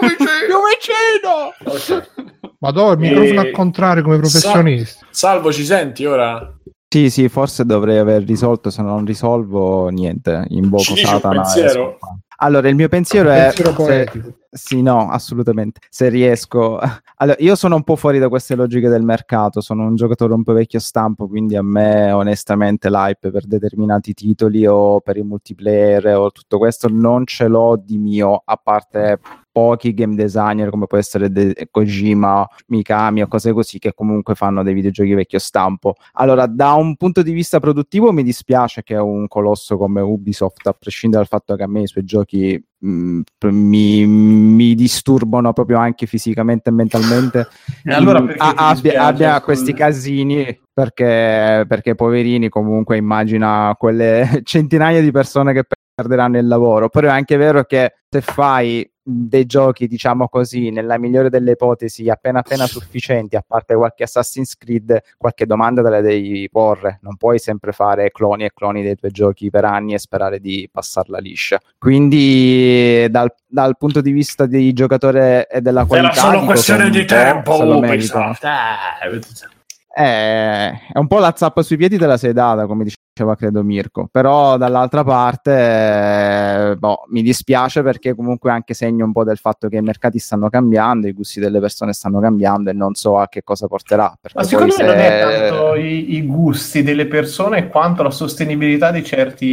vicino! Più vicino! Ok. Ma dove il microfono E- al contrario come professionisti? Sa- Salvo, ci senti ora? Sì, sì, forse dovrei aver risolto, se non risolvo niente, invoco Ci dici un Satana. e pensiero? esco. Allora, il mio pensiero è... Pensiero se- poetico. Sì, no, assolutamente. Se riesco... Allora, io sono un po' fuori da queste logiche del mercato, sono un giocatore un po' vecchio stampo, quindi a me onestamente l'hype per determinati titoli o per i multiplayer o tutto questo non ce l'ho di mio, a parte pochi game designer come può essere De- Kojima, Mikami o cose così che comunque fanno dei videogiochi vecchio stampo. Allora, da un punto di vista produttivo mi dispiace che un colosso come Ubisoft, a prescindere dal fatto che a me i suoi giochi mh, mi, mi disturbano proprio anche fisicamente e mentalmente, E allora mh, perché a- ti abbia, dispiace? abbia Scusa. questi casini perché, perché poverini comunque immagina quelle centinaia di persone che perderanno il lavoro. Però è anche vero che se fai dei giochi, diciamo così, nella migliore delle ipotesi appena appena sufficienti, a parte qualche Assassin's Creed, qualche domanda te la devi porre. Non puoi sempre fare cloni e cloni dei tuoi giochi per anni e sperare di passarla liscia. Quindi dal, dal punto di vista di giocatore e della qualità, Era solo dico questione che un di po' tempo, se lo meritano. Ubisoft. Eh, è, è un po' la zappa sui piedi te la sei data, come diceva credo Mirko, però dall'altra parte eh, boh, mi dispiace perché comunque anche segno un po' del fatto che i mercati stanno cambiando, i gusti delle persone stanno cambiando e non so a che cosa porterà. Ma secondo me se... non è tanto i, i gusti delle persone quanto la sostenibilità di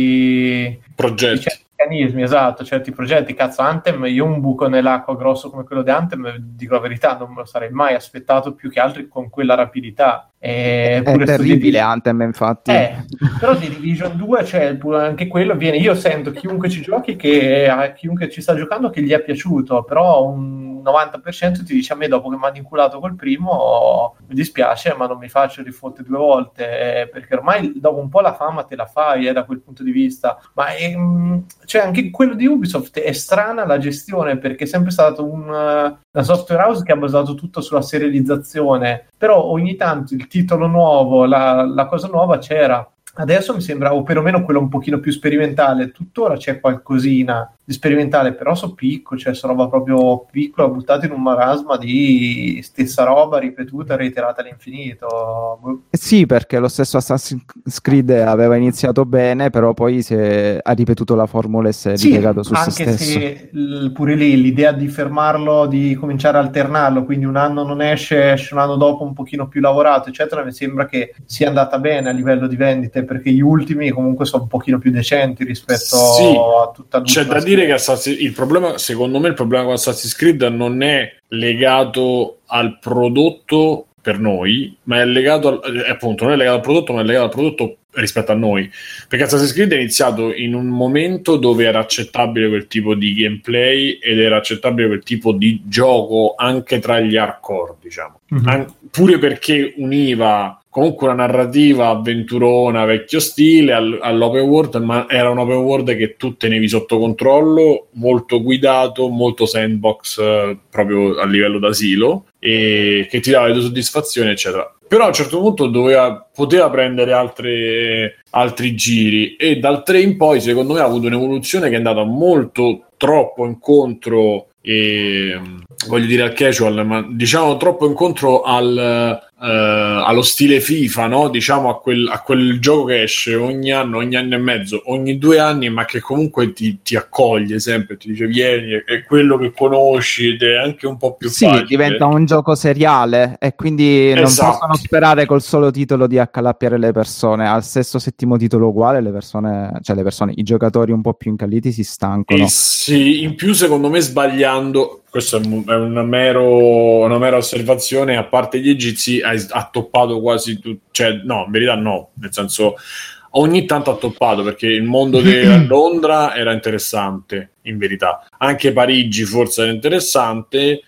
certi progetti. Di certi meccanismi, esatto, certi progetti. Cazzo, Anthem, io un buco nell'acqua grosso come quello di Anthem, dico la verità, non me lo sarei mai aspettato più che altri con quella rapidità. È terribile Anthem, infatti. Eh, però di Division due, cioè, anche quello viene, io sento chiunque ci giochi, che a chiunque ci sta giocando che gli è piaciuto, però un novanta per cento ti dice: a me dopo che mi hanno inculato col primo mi dispiace, ma non mi faccio rifotte due volte, eh, perché ormai dopo un po' la fama te la fai, eh, da quel punto di vista. Ma è, cioè anche quello di Ubisoft è strana la gestione, perché è sempre stato un, una software house che ha basato tutto sulla serializzazione, però ogni tanto il titolo nuovo, la, la cosa nuova c'era. Adesso mi sembra, o perlomeno quello un pochino più sperimentale, tuttora c'è qualcosina di sperimentale, però so picco, cioè so roba proprio piccola, buttata in un marasma di stessa roba ripetuta, reiterata all'infinito. Sì, perché lo stesso Assassin's Creed aveva iniziato bene, però poi si è, ha ripetuto la formula e si è sì, ripiegato su se stesso. Anche se l- pure lì l'idea di fermarlo, di cominciare a alternarlo, quindi un anno non esce, esce un anno dopo un pochino più lavorato, eccetera, mi sembra che sia andata bene a livello di vendite, perché gli ultimi comunque sono un pochino più decenti rispetto sì, a tutta l'ultima. C'è da dire che Assassin's, il problema, secondo me il problema con Assassin's Creed non è legato al prodotto per noi, ma è legato al, appunto non è legato al prodotto, ma è legato al prodotto rispetto a noi, perché Assassin's Creed è iniziato in un momento dove era accettabile quel tipo di gameplay ed era accettabile quel tipo di gioco anche tra gli hardcore, diciamo, mm-hmm. An- pure perché univa comunque una narrativa avventurona, vecchio stile, all- all'open world, ma era un open world che tu tenevi sotto controllo, molto guidato, molto sandbox, eh, proprio a livello d'asilo, e che ti dava le tue soddisfazioni, eccetera. Però a un certo punto doveva, poteva prendere altre, altri giri, e dal tre in poi secondo me ha avuto un'evoluzione che è andata molto troppo incontro, e, voglio dire al casual, ma diciamo troppo incontro al, uh, allo stile FIFA, no? Diciamo a quel, a quel gioco che esce ogni anno, ogni anno e mezzo, ogni due anni, ma che comunque ti, ti accoglie sempre, ti dice vieni, è quello che conosci ed è anche un po' più sì, facile. Diventa un gioco seriale e quindi esatto. Non possono sperare col solo titolo di accalappiare le persone. Al sesto settimo titolo uguale le persone, cioè le persone, i giocatori un po' più incalliti si stancano. E sì, in più secondo me sbagliando, questo è un mero, una mera osservazione, a parte gli egizi ha, ha toppato quasi tutto, cioè no, in verità no, nel senso ogni tanto ha toppato, perché il mondo di Londra era interessante, in verità anche Parigi forse era interessante,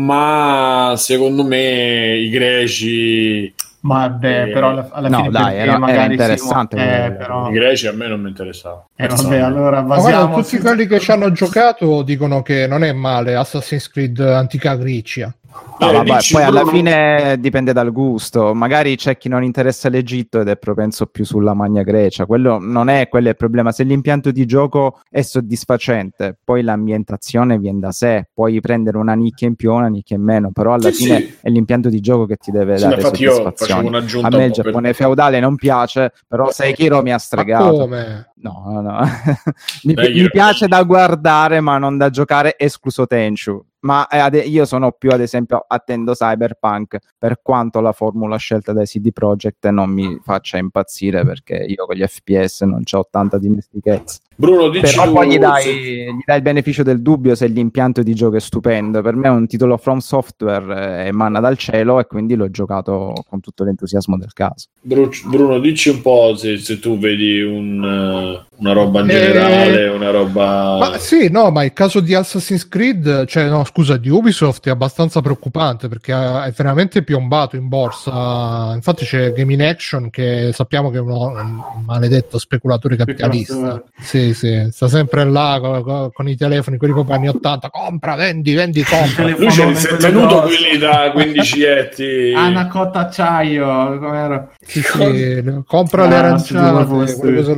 ma secondo me i greci, ma beh, eh, però alla, alla no, fine dai, era, magari era interessante. Si, eh, però... i greci a me non mi interessava. Eh, vabbè, allora ma guarda, tutti quelli che ci hanno giocato dicono che non è male Assassin's Creed Antica Grecia. No, eh, vabbè, dici, poi alla no, fine dipende dal gusto, magari c'è chi non interessa l'Egitto ed è propenso più sulla Magna Grecia, quello non è quello è il problema. Se l'impianto di gioco è soddisfacente, poi l'ambientazione viene da sé, puoi prendere una nicchia in più, una nicchia in meno, però alla sì, fine sì. è l'impianto di gioco che ti deve sì, dare soddisfazione. A me il Giappone per... feudale non piace, però Sekiro mi ha stregato. Ma come? No, no, no. mi, Beh, mi piace da guardare ma non da giocare, escluso Tenchu. Ma ad- io sono più, ad esempio, attendo Cyberpunk, per quanto la formula scelta dai C D Projekt non mi faccia impazzire, perché io con gli F P S non c'ho tanta dimestichezza. Bruno, dici però tu, poi gli dai, se... gli dai il beneficio del dubbio se l'impianto di gioco è stupendo. Per me è un titolo From Software, eh, manna dal cielo, e quindi l'ho giocato con tutto l'entusiasmo del caso. Bruno, dici un po' se, se tu vedi un, uh, una roba in generale, eh... una roba... Ma sì, no, ma il caso di Assassin's Creed, cioè no, scusa, di Ubisoft è abbastanza preoccupante, perché è veramente piombato in borsa. Infatti c'è Game in Action, che sappiamo che è uno, un maledetto speculatore capitalista. Sì, sì, sta sempre là con, con, con i telefoni, quelli proprio anni ottanta, compra, vendi, vendi, compra. Lui c'è tenuto quelli da quindici etti. Ah, una cotta acciaio, com'era? Sì, sì, compra ah, le aranciate, quelle cose là.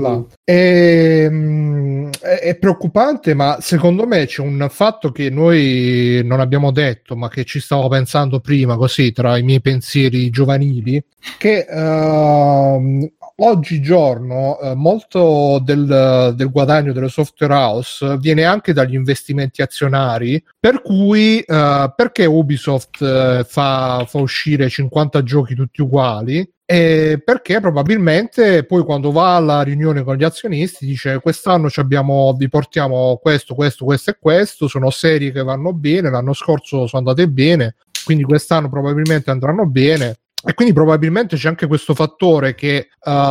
È, è preoccupante, ma secondo me c'è un fatto che noi non abbiamo detto, ma che ci stavo pensando prima, così tra i miei pensieri giovanili, che uh, oggigiorno uh, molto del, del guadagno delle software house viene anche dagli investimenti azionari, per cui uh, perché Ubisoft uh, fa, fa uscire cinquanta giochi tutti uguali? Eh, perché probabilmente poi quando va alla riunione con gli azionisti dice quest'anno ci abbiamo, vi portiamo questo, questo, questo e questo, sono serie che vanno bene, l'anno scorso sono andate bene, quindi quest'anno probabilmente andranno bene. E quindi probabilmente c'è anche questo fattore che,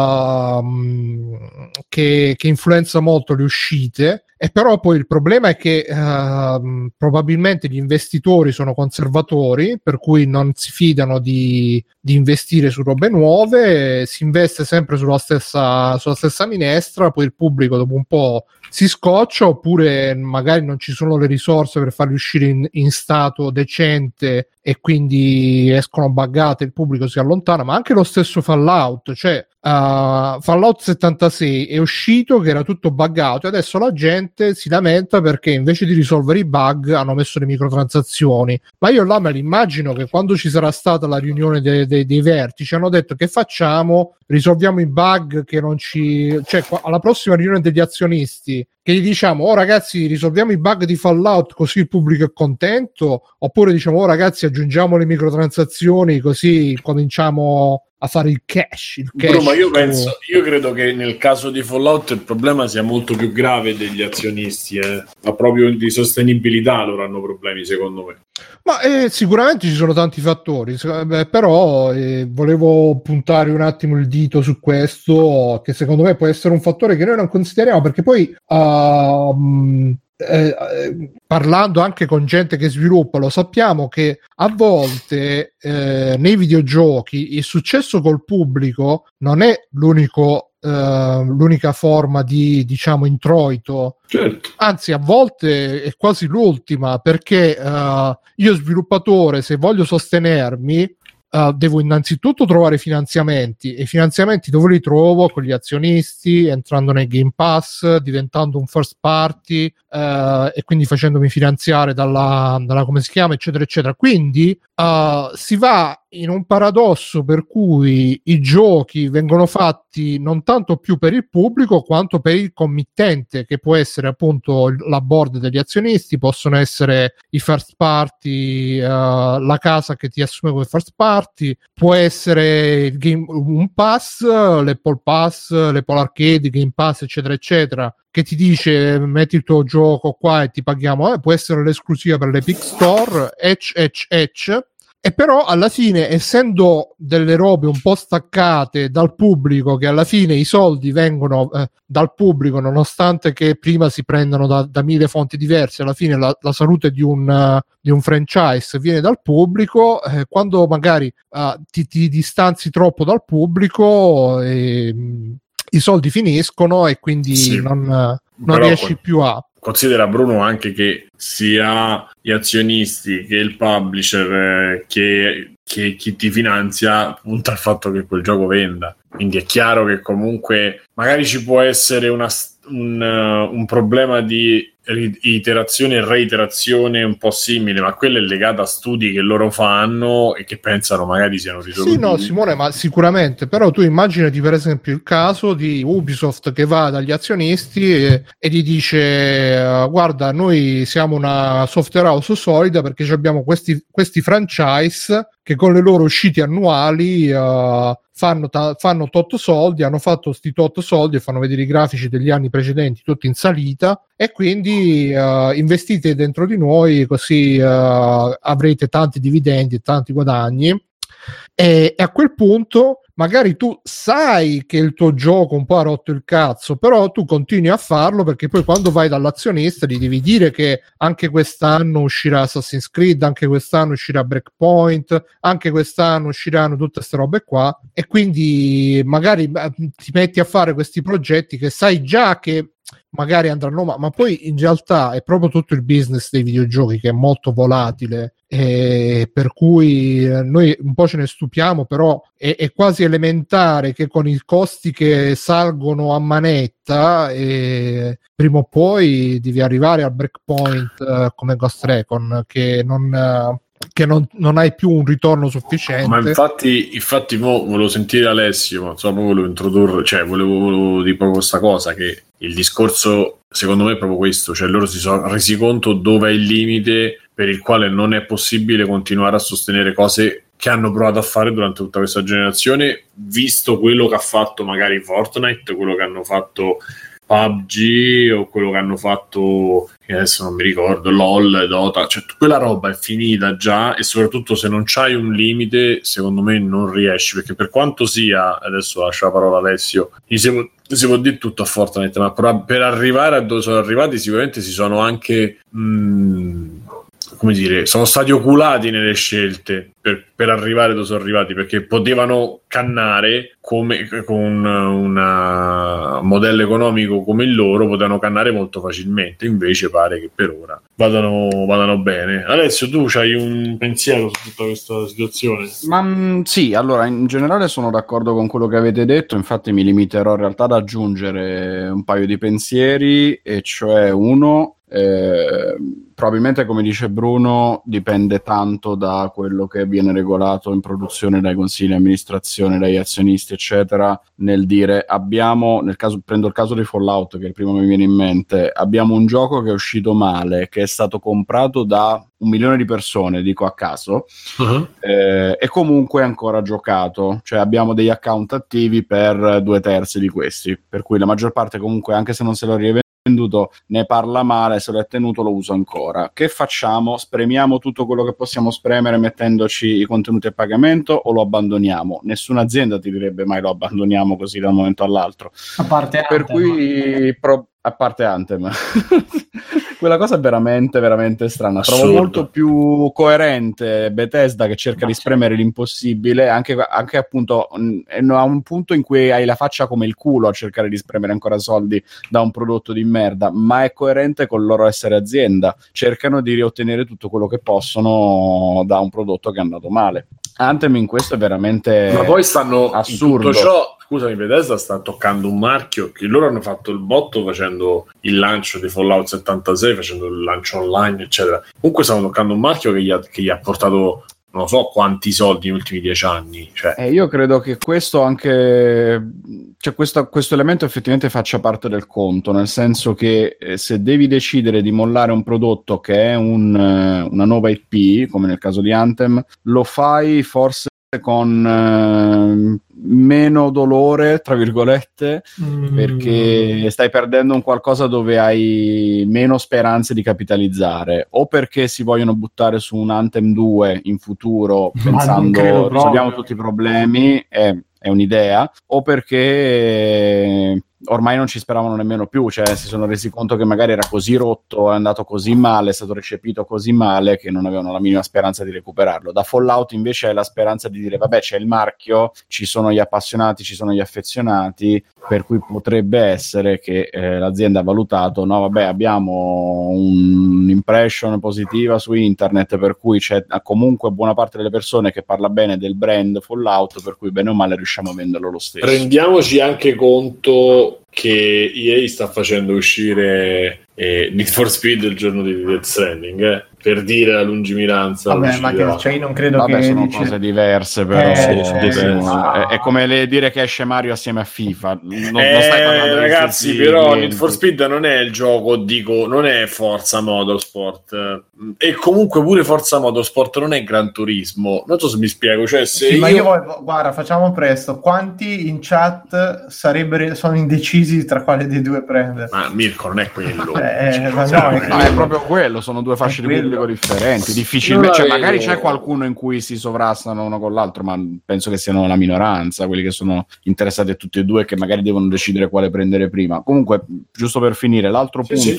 uh, che, che influenza molto le uscite. E però poi il problema è che uh, probabilmente gli investitori sono conservatori, per cui non si fidano di, di investire su robe nuove, si investe sempre sulla stessa, sulla stessa minestra, poi il pubblico dopo un po' si scoccia, oppure magari non ci sono le risorse per farli uscire in, in stato decente e quindi escono buggate, il pubblico si allontana. Ma anche lo stesso Fallout, cioè uh, Fallout settantasei è uscito che era tutto buggato e adesso la gente si lamenta perché invece di risolvere i bug hanno messo le microtransazioni. Ma io là me l'immagino che quando ci sarà stata la riunione dei, dei, dei vertici hanno detto: che facciamo? Risolviamo i bug che non ci... cioè alla prossima riunione degli azionisti che gli diciamo: oh ragazzi, risolviamo i bug di Fallout così il pubblico è contento, oppure diciamo: oh ragazzi, aggiungiamo le microtransazioni così cominciamo a fare il cash, il cash. Bro, ma io penso, io credo che nel caso di Fallout il problema sia molto più grave degli azionisti, eh. Ma proprio di sostenibilità loro hanno problemi, secondo me. Ma eh, sicuramente ci sono tanti fattori, eh, però eh, volevo puntare un attimo il dito su questo, che secondo me può essere un fattore che noi non consideriamo, perché poi uh, eh, eh, parlando anche con gente che sviluppa, lo sappiamo che a volte eh, nei videogiochi il successo col pubblico non è l'unico Uh, l'unica forma di, diciamo, introito. Certo. Anzi, a volte è quasi l'ultima, perché uh, io sviluppatore, se voglio sostenermi, Uh, devo innanzitutto trovare finanziamenti, e i finanziamenti dove li trovo? Con gli azionisti, entrando nel Game Pass, diventando un first party uh, e quindi facendomi finanziare dalla, dalla come si chiama, eccetera eccetera. Quindi uh, si va in un paradosso per cui i giochi vengono fatti non tanto più per il pubblico quanto per il committente, che può essere appunto la board degli azionisti, possono essere i first party, uh, la casa che ti assume come first party, può essere il game, un pass, l'Apple Pass, l'Apple Arcade, Game Pass, eccetera eccetera, che ti dice metti il tuo gioco qua e ti paghiamo, eh, può essere l'esclusiva per l'Epic Store, etch etch etch. E però alla fine, essendo delle robe un po' staccate dal pubblico, che alla fine i soldi vengono eh, dal pubblico, nonostante che prima si prendano da, da mille fonti diverse, alla fine la, la salute di un, uh, di un franchise viene dal pubblico, eh, quando magari uh, ti, ti distanzi troppo dal pubblico eh, i soldi finiscono e quindi sì, non, non riesci più a... Considera, Bruno, anche che sia gli azionisti che il publisher eh, che, che chi ti finanzia punta al fatto che quel gioco venda. Quindi è chiaro che comunque magari ci può essere una, un, uh, un problema di iterazione e reiterazione un po' simile, ma quella è legata a studi che loro fanno e che pensano magari siano risolutivi. Sì, no, Simone, ma sicuramente. Però tu immaginati per esempio il caso di Ubisoft che va dagli azionisti e, e gli dice uh, guarda, noi siamo una software house solida perché abbiamo questi, questi franchise che con le loro uscite annuali uh, fanno, ta- fanno tot soldi, hanno fatto sti tot soldi e fanno vedere i grafici degli anni precedenti tutti in salita, e quindi uh, investite dentro di noi così uh, avrete tanti dividendi e tanti guadagni. E, e a quel punto magari tu sai che il tuo gioco un po' ha rotto il cazzo, però tu continui a farlo perché poi quando vai dall'azionista gli devi dire che anche quest'anno uscirà Assassin's Creed, anche quest'anno uscirà Breakpoint, anche quest'anno usciranno tutte queste robe qua, e quindi magari beh, ti metti a fare questi progetti che sai già che magari andranno ma, ma poi in realtà è proprio tutto il business dei videogiochi che è molto volatile, e per cui noi un po' ce ne stupiamo, però è, è quasi elementare che con i costi che salgono a manetta e prima o poi devi arrivare al breakpoint uh, come Ghost Recon che non uh, che non, non hai più un ritorno sufficiente. Ma infatti, infatti mo volevo sentire Alessio, ma insomma volevo introdurre, cioè volevo, volevo dire proprio questa cosa, che il discorso secondo me è proprio questo, cioè loro si sono resi conto dove è il limite per il quale non è possibile continuare a sostenere cose che hanno provato a fare durante tutta questa generazione, visto quello che ha fatto magari Fortnite, quello che hanno fatto P U B G o quello che hanno fatto, che adesso non mi ricordo, LOL, Dota, cioè quella roba è finita già, e soprattutto se non c'hai un limite secondo me non riesci, perché per quanto sia, adesso lascio la parola a Alessio, gli si può, si può dire tutto a Fortnite, ma per, per arrivare a dove sono arrivati sicuramente si sono anche mh, come dire, sono stati oculati nelle scelte per, per arrivare dove sono arrivati, perché potevano cannare come, con un modello economico come il loro, potevano cannare molto facilmente, invece pare che per ora vadano, vadano bene. Alessio, tu c'hai un pensiero su tutta questa situazione? Ma mh, sì, allora in generale sono d'accordo con quello che avete detto, infatti mi limiterò in realtà ad aggiungere un paio di pensieri, e cioè uno, Eh, probabilmente come dice Bruno dipende tanto da quello che viene regolato in produzione dai consigli di amministrazione, dagli azionisti eccetera, nel dire abbiamo, nel caso, prendo il caso di Fallout che è il primo che mi viene in mente, abbiamo un gioco che è uscito male, che è stato comprato da un milione di persone, dico a caso, uh-huh. eh, e comunque è ancora giocato, cioè abbiamo degli account attivi per due terzi di questi, per cui la maggior parte comunque, anche se non se lo rivendono venduto, ne parla male, se lo è tenuto lo uso ancora. Che facciamo? Spremiamo tutto quello che possiamo spremere mettendoci i contenuti a pagamento o lo abbandoniamo? Nessuna azienda ti direbbe mai lo abbandoniamo così da un momento all'altro, a parte per Anthem. Cui pro- a parte Anthem quella cosa è veramente veramente strana. Assurdo. Trovo molto più coerente Bethesda che cerca di spremere l'impossibile, anche, anche appunto mh, a un punto in cui hai la faccia come il culo a cercare di spremere ancora soldi da un prodotto di merda, ma è coerente con il loro essere azienda, cercano di riottenere tutto quello che possono da un prodotto che è andato male. Anthem in questo è veramente ma poi stanno assurdo. In tutto ciò, scusami, Bethesda sta toccando un marchio che loro hanno fatto il botto facendo il lancio di Fallout settantasei, facendo il lancio online eccetera, comunque stanno toccando un marchio che gli ha, che gli ha portato non so quanti soldi negli ultimi dieci anni, cioè. Eh, io credo che questo anche, cioè questo, questo elemento effettivamente faccia parte del conto, nel senso che eh, se devi decidere di mollare un prodotto che è un, eh, una nuova I P, come nel caso di Anthem, lo fai forse con eh, meno dolore, tra virgolette, mm. perché stai perdendo un qualcosa dove hai meno speranze di capitalizzare, o perché si vogliono buttare su un Anthem due in futuro pensando risolviamo tutti i problemi, è, è un'idea, o perché ormai non ci speravano nemmeno più, cioè si sono resi conto che magari era così rotto, è andato così male, è stato recepito così male che non avevano la minima speranza di recuperarlo. Da Fallout invece hai la speranza di dire vabbè, c'è il marchio, ci sono gli appassionati, ci sono gli affezionati, per cui potrebbe essere che eh, l'azienda ha valutato, no vabbè, abbiamo un'impression positiva su internet, per cui c'è comunque buona parte delle persone che parla bene del brand Fallout, per cui bene o male riusciamo a venderlo lo stesso. Rendiamoci anche conto che E A sta facendo uscire eh, Need for Speed il giorno di Death Stranding, eh, per dire la lungimiranza. Vabbè, ma che, cioè io non credo Vabbè, che sono dice... cose diverse, però eh, sì, eh, sì, eh, è, è come le, dire che esce Mario assieme a FIFA. Non, eh, non stai parlando ragazzi, di però clienti. Need for Speed non è il gioco, dico, non è Forza Motorsport, e comunque pure Forza Motorsport non è Gran Turismo. Non so se mi spiego, cioè se sì, io... ma io voglio, guarda, facciamo presto. Quanti in chat sarebbero sono indecisi tra quale dei due prendere? Ma Mirko non è quello. Eh, ma cioè, no, è, No, è proprio quello, sono due fasce È di pubblico quello. differenti, difficilmente, cioè vedo. magari c'è qualcuno in cui si sovrastano uno con l'altro, ma penso che siano la minoranza, quelli che sono interessati a tutti e due, che magari devono decidere quale prendere prima. Comunque, giusto per finire, l'altro Sì, punto sì.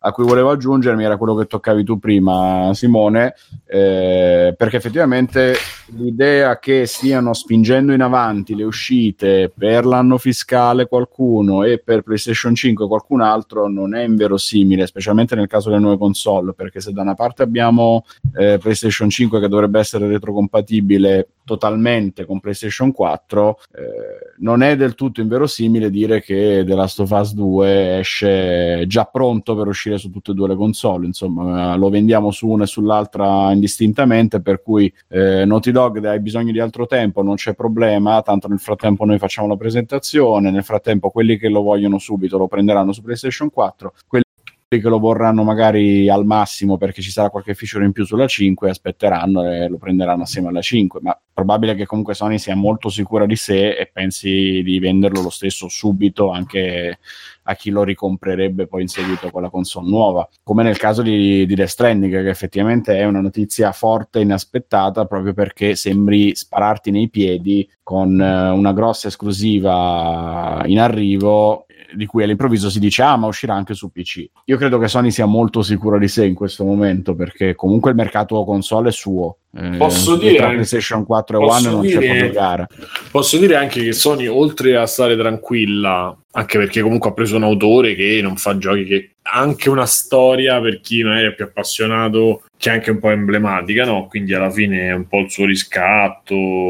a cui volevo aggiungermi era quello che toccavi tu prima, Simone, eh, perché effettivamente l'idea che stiano spingendo in avanti le uscite per l'anno fiscale qualcuno e per PlayStation cinque qualcun altro non è inverosimile, specialmente nel caso delle nuove console, perché se da una parte abbiamo eh, PlayStation cinque che dovrebbe essere retrocompatibile totalmente con PlayStation quattro, eh, non è del tutto inverosimile dire che The Last of Us due esce già pronto per uscire su tutte e due le console, insomma lo vendiamo su una e sull'altra indistintamente, per cui eh, Naughty Dog, hai bisogno di altro tempo, non c'è problema, tanto nel frattempo noi facciamo la presentazione, nel frattempo quelli che lo vogliono subito lo prenderanno su PlayStation quattro, quelli che lo vorranno magari al massimo perché ci sarà qualche feature in più sulla cinque aspetteranno e lo prenderanno assieme alla cinque, ma probabile che comunque Sony sia molto sicura di sé e pensi di venderlo lo stesso subito anche a chi lo ricomprerebbe poi in seguito con la console nuova, come nel caso di, di Death Stranding, che effettivamente è una notizia forte e inaspettata proprio perché sembri spararti nei piedi con eh, una grossa esclusiva in arrivo di cui all'improvviso si dice ah ma uscirà anche su P C. Io credo che Sony sia molto sicura di sé in questo momento, perché comunque il mercato console è suo. Eh, posso dire tra PlayStation quattro e One non dire, c'è proprio gara. Posso dire anche che Sony, oltre a stare tranquilla, anche perché comunque ha preso un autore che non fa giochi, che ha anche una storia per chi magari è più appassionato, che è anche un po' emblematica, no? Quindi alla fine è un po' il suo riscatto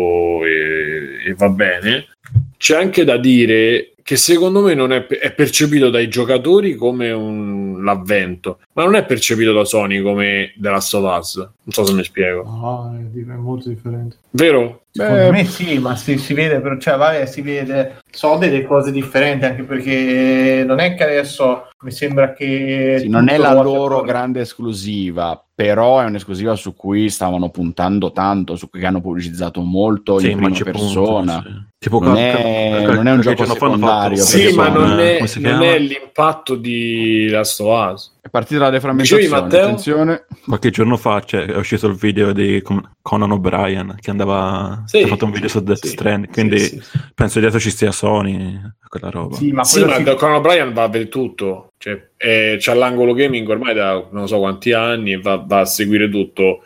e, e va bene. C'è anche da dire che secondo me non è, è percepito dai giocatori come un l'avvento, ma non è percepito da Sony come The Last of Us. Non so se mi spiego. No, è molto differente. Vero? Secondo me sì, ma si, si vede, però, cioè, vabbè, si vede, so delle cose differenti, anche perché non è che adesso mi sembra che sì, non è la loro grande esclusiva, però è un'esclusiva su cui stavano puntando tanto, su cui hanno pubblicizzato molto sì, in prima persona. Punto, sì. Tipo non, cal- è, cal- cal- non è un gioco secondario. Sì, ma non è, non è l'impatto di Last of Us. È partita la deframmentazione, attenzione. Qualche giorno fa cioè, è uscito il video di Conan O'Brien che andava sì, ha fatto un video su Death sì, Stranding, quindi sì, sì. penso dietro ci stia Sony quella roba. Sì, ma, sì, ma si... Conan O'Brien va per tutto, cioè, eh, c'ha l'angolo gaming ormai da non so quanti anni e va, va a seguire tutto.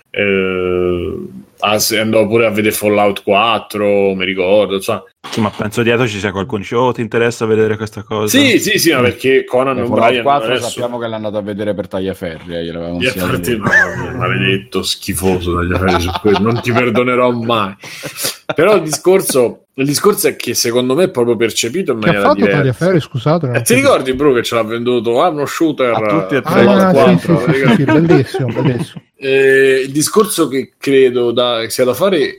Eh, andò pure a vedere Fallout quattro, mi ricordo, insomma. Sì, ma penso dietro ci sia qualcuno dice oh ti interessa vedere questa cosa? Sì, sì, sì, ma perché Conan e O'Brien quattro adesso... sappiamo che l'hanno andato a vedere per Tagliaferri, eh, gliel'avevamo no, maledetto schifoso Tagliaferri su questo, non ti perdonerò mai. Però il discorso il discorso è che secondo me è proprio percepito in maniera diversa. Che ha fatto Tagliaferri, scusate? Eh, ti ricordi bro che ce l'ha venduto ah, uno shooter a tutti e tre ah, quattro, sì, sì, sì, sì, bellissimo, bellissimo. Eh, il discorso che credo da, sia da fare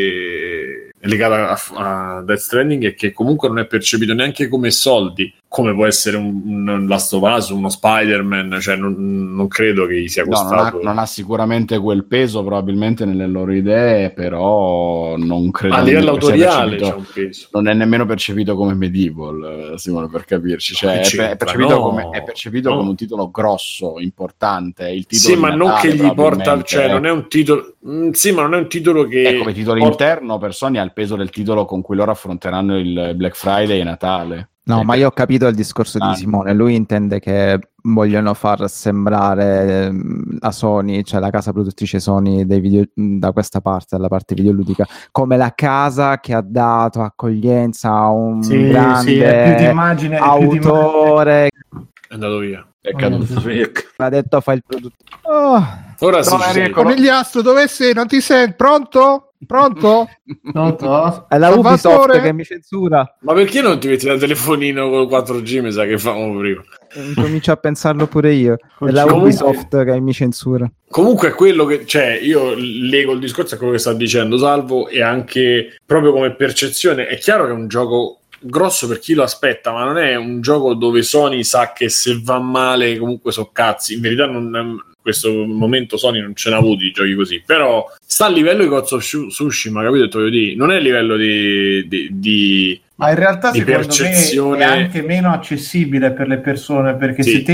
è, è legato a, a Death Stranding è che comunque non è percepito neanche come soldi, come può essere un, un Last of Us, uno Spider-Man, cioè non, non credo che gli sia costato. No, non, ha, non ha sicuramente quel peso probabilmente nelle loro idee, però non credo a livello autoriale c'è un peso. Non è nemmeno percepito come Medieval, Simone, per capirci, cioè è, è percepito, no. come, è percepito no. come un titolo grosso, importante, il titolo sì, ma Natale, non che gli porta, cioè non è un titolo mm, sì, ma non è un titolo che è come titolo porta... interno per Sony ha il peso del titolo con cui loro affronteranno il Black Friday e Natale. No, ma io ho capito il discorso ah. di Simone. Lui intende che vogliono far sembrare la Sony, cioè la casa produttrice Sony dei video, da questa parte, dalla parte videoludica, come la casa che ha dato accoglienza a un sì, grande sì, è più d'immagine, autore. È andato via. È caduto via. Ha detto fa il prodotto. Oh. Ora sì, no, Conigliastro, dove sei? Non ti senti? Pronto? Pronto? Pronto? È la Ubisoft che mi censura. Ma perché non ti metti da telefonino con quattro G? Mi sa che famo prima. Comincio a pensarlo pure io. È la Ubisoft che mi censura. Comunque è quello che, cioè, io lego il discorso a quello che sta dicendo Salvo, e anche proprio come percezione. È chiaro che è un gioco grosso per chi lo aspetta, ma non è un gioco dove Sony sa che se va male comunque so cazzi. In verità non in questo momento Sony non ce n'ha avuti di giochi così, però sta a livello di Ghost of Tsushima, capito? Detto di, non è a livello di, di, di ma in realtà di secondo percezione... me è anche meno accessibile per le persone, perché sì. se te me,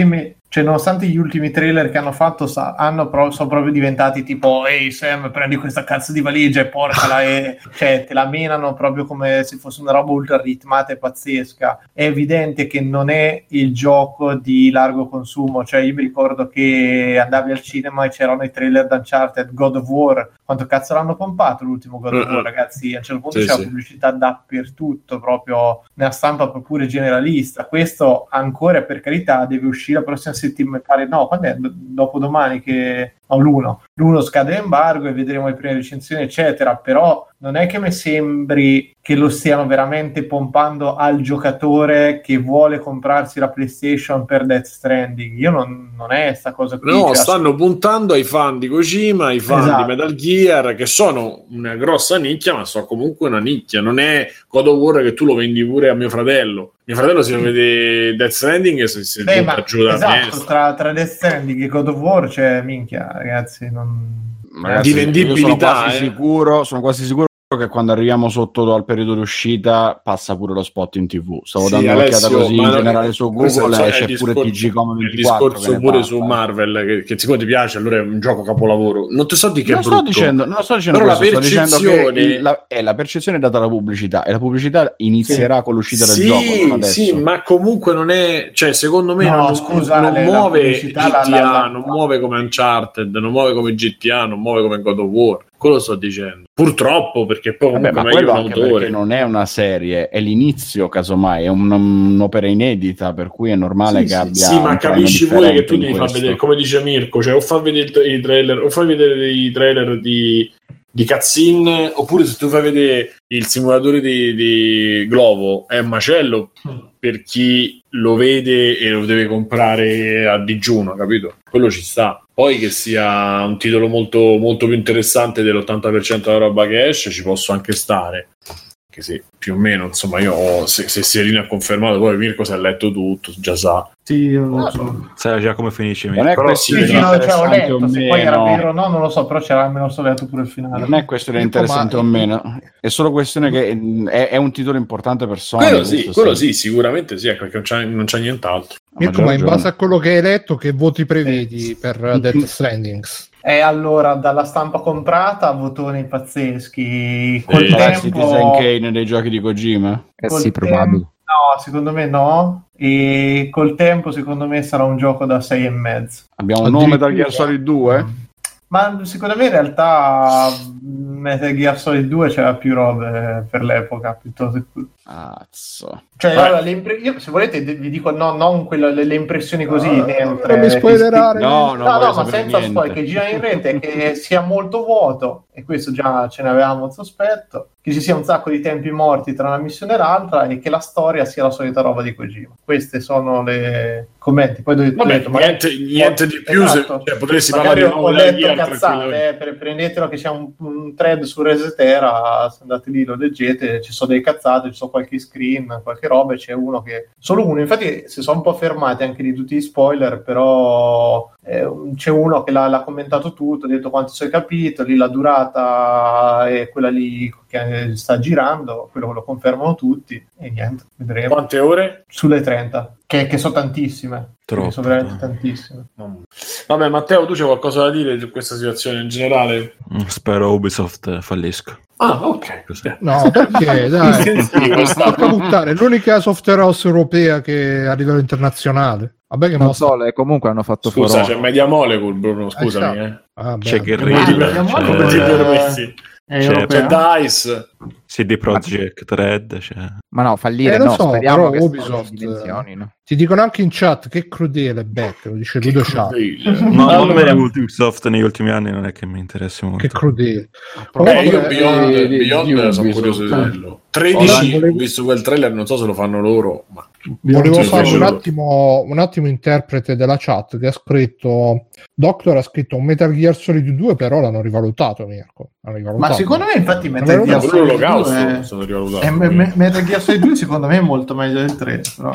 Cioè, nonostante gli ultimi trailer che hanno fatto sa- hanno pro- sono proprio diventati tipo ehi Sam, prendi questa cazzo di valigia e portala e cioè te la menano proprio come se fosse una roba ultra ritmata e pazzesca. È evidente che non è il gioco di largo consumo. Cioè, io mi ricordo che andavi al cinema e c'erano i trailer da Uncharted, God of War. Quanto cazzo l'hanno pompato l'ultimo God of War, ragazzi? A un certo punto Sì, c'è sì. la pubblicità dappertutto, proprio nella stampa pure generalista. Questo ancora, per carità, deve uscire la prossima settimana, pare no, quando è? D- dopodomani che no, l'uno l'uno scade l'embargo e vedremo le prime recensioni eccetera, però non è che mi sembri che lo stiano veramente pompando al giocatore che vuole comprarsi la PlayStation per Death Stranding. Io non, non è sta cosa qui, No, cioè, stanno puntando ai fan di Kojima, ai fan Esatto. di Metal Gear, che sono una grossa nicchia, ma sono comunque una nicchia. Non è God of War che tu lo vendi pure a mio fratello. Mio fratello si vede Death Stranding e si, si Beh, butta ma giù da esatto, testa. tra, tra Death Stranding e God of War c'è minchia, ragazzi, non... Ragazzi, Di vendibilità, io sono quasi eh. sicuro, sono quasi sicuro che quando arriviamo sotto al periodo di uscita passa pure lo spot in tv. Stavo Sì, dando un'occhiata Alessio, così ma in no- generale su questo Google è e c'è il pure discorso- T G Com il ventiquattro discorso che ne pure parla. su Marvel che, che siccome ti piace allora è un gioco capolavoro. Non ti so di che Non è sto brutto, dicendo, non sto dicendo però questo, la sto dicendo percezione che il- la, è la percezione data dalla pubblicità e la pubblicità inizierà con l'uscita del sì, gioco, non adesso. sì, ma comunque non è, cioè secondo me No, non, scusa, non Ale, la muove pubblicità, G T A, la- la- la- non muove come Uncharted, non muove come G T A, non muove come God of War. Quello sto dicendo. Purtroppo, perché poi Vabbè, comunque ma meglio quello un anche autore. perché non è una serie, è l'inizio, casomai, è un- un'opera inedita, per cui è normale Sì, che sì, abbia. sì, ma un capisci treno pure che differente tu in devi far questo. vedere, come dice Mirko, cioè o far vedere i trailer, o fai vedere i trailer di, di cutscene, oppure se tu fai vedere il simulatore di, di Glovo, è un macello per chi lo vede e lo deve comprare a digiuno, capito? Quello ci sta. Poi che sia un titolo molto, molto più interessante dell'ottanta per cento della roba che esce, ci posso anche stare. Che sì, più o meno, insomma, io ho, se, se Serino ha confermato, poi Mirko si è letto tutto, già sa. Sì, io lo so. Sai già come finisce. Non è Però questione Sì, di sì, no, cioè, ho interessante letto, o se poi era meno. vero o no, non lo so, però c'era almeno so letto pure il finale. Non è questione di Ecco, interessante ma- o meno, è solo questione che mh, è, è un titolo importante per Sony. Quello sì, questo quello sì, sicuramente sì, ecco, perché non c'è, non c'è nient'altro. Ha Mirko, maggior ma in ragione. base a quello che hai letto, che voti prevedi per Death Stranding? E allora, dalla stampa comprata, votoni pazzeschi. Col Sì. Sarà tempo... Citizen Kane dei giochi di Kojima? Eh col sì, tempo- probabile. No, secondo me no. E col tempo, secondo me, sarà un gioco da sei e mezzo. Abbiamo un nome Metal Gear Addirittura. Solid due? Ma secondo me in realtà Metal Gear Solid due c'era più robe per l'epoca piuttosto che... Cazzo. Cioè, Beh. allora, le impre- io se volete de- vi dico no, non quello, le, le impressioni così neutre. Non mi spoilerare. No, non No, no, voglio ma sapere senza niente. spoiler, che gira in rete è che sia molto vuoto, e questo già ce ne avevamo il sospetto, che ci sia un sacco di tempi morti tra una missione e l'altra e che la storia sia la solita roba di Kojima. Queste sono le commenti. Poi ho detto, ho Vabbè, detto, magari- niente, niente di più, se- Esatto. cioè, potresti Magari parlare di ho nuovo letto Gear cazzate, tranquillamente. eh, per- prendetelo che c'è un, un thread su Resetera, se andate lì lo leggete, ci sono dei cazzate, ci sono qualche screen, qualche roba, e c'è uno che... Solo uno, infatti si sono un po' fermati anche di tutti gli spoiler, però eh, c'è uno che l'ha, l'ha commentato tutto, ha detto quanti suoi capitoli, la durata è quella lì che sta girando, quello lo confermano tutti, e niente, vedremo. Quante ore? Sulle trenta, che, che sono tantissime. Troppo, sono veramente troppo. tantissime. Vabbè, Matteo, tu c'è qualcosa da dire su questa situazione in generale? Mm, Spero Ubisoft fallisca. Ah, ok. Così. No, perché? Dai, Sì, questa- porca puttana, è l'unica software house europea che a livello internazionale. Vabbè che Non mostra- so, le- comunque hanno fatto Scusa, furore. c'è Media Molecule, Bruno, scusami. Eh. Ah, beh. C'è Come Guerrilla, ti, Media come Molecule, ti eh, permessi? È C'è- europea? C'è Dice. C D Projekt Red, cioè... Ma no, fallire Eh, lo no, so, speriamo però che Ubisoft, Ubisoft dimensionino. Ti dicono anche in chat che crudele Beck, lo dice Ludo Chat. No, Allora- a me Ubisoft negli ultimi anni non è che mi interessi molto. Che crudele. Beh, io Comunque, Beyond, eh, di- Beyond di sono Ubisoft. curioso di vederlo. tredici, Volevo- ho visto quel trailer, non so se lo fanno loro, ma Volevo Sì, fare sì, un sì. attimo, un attimo interprete della chat che ha scritto Doctor ha scritto un Metal Gear Solid due, però l'hanno rivalutato, Mirko. L'hanno rivalutato. Ma secondo me infatti Metal Allora, Gear no, quello Solid l'olocausto due è stato rivalutato. è- me- me- Metal Gear Solid due secondo me è molto meglio del tre, però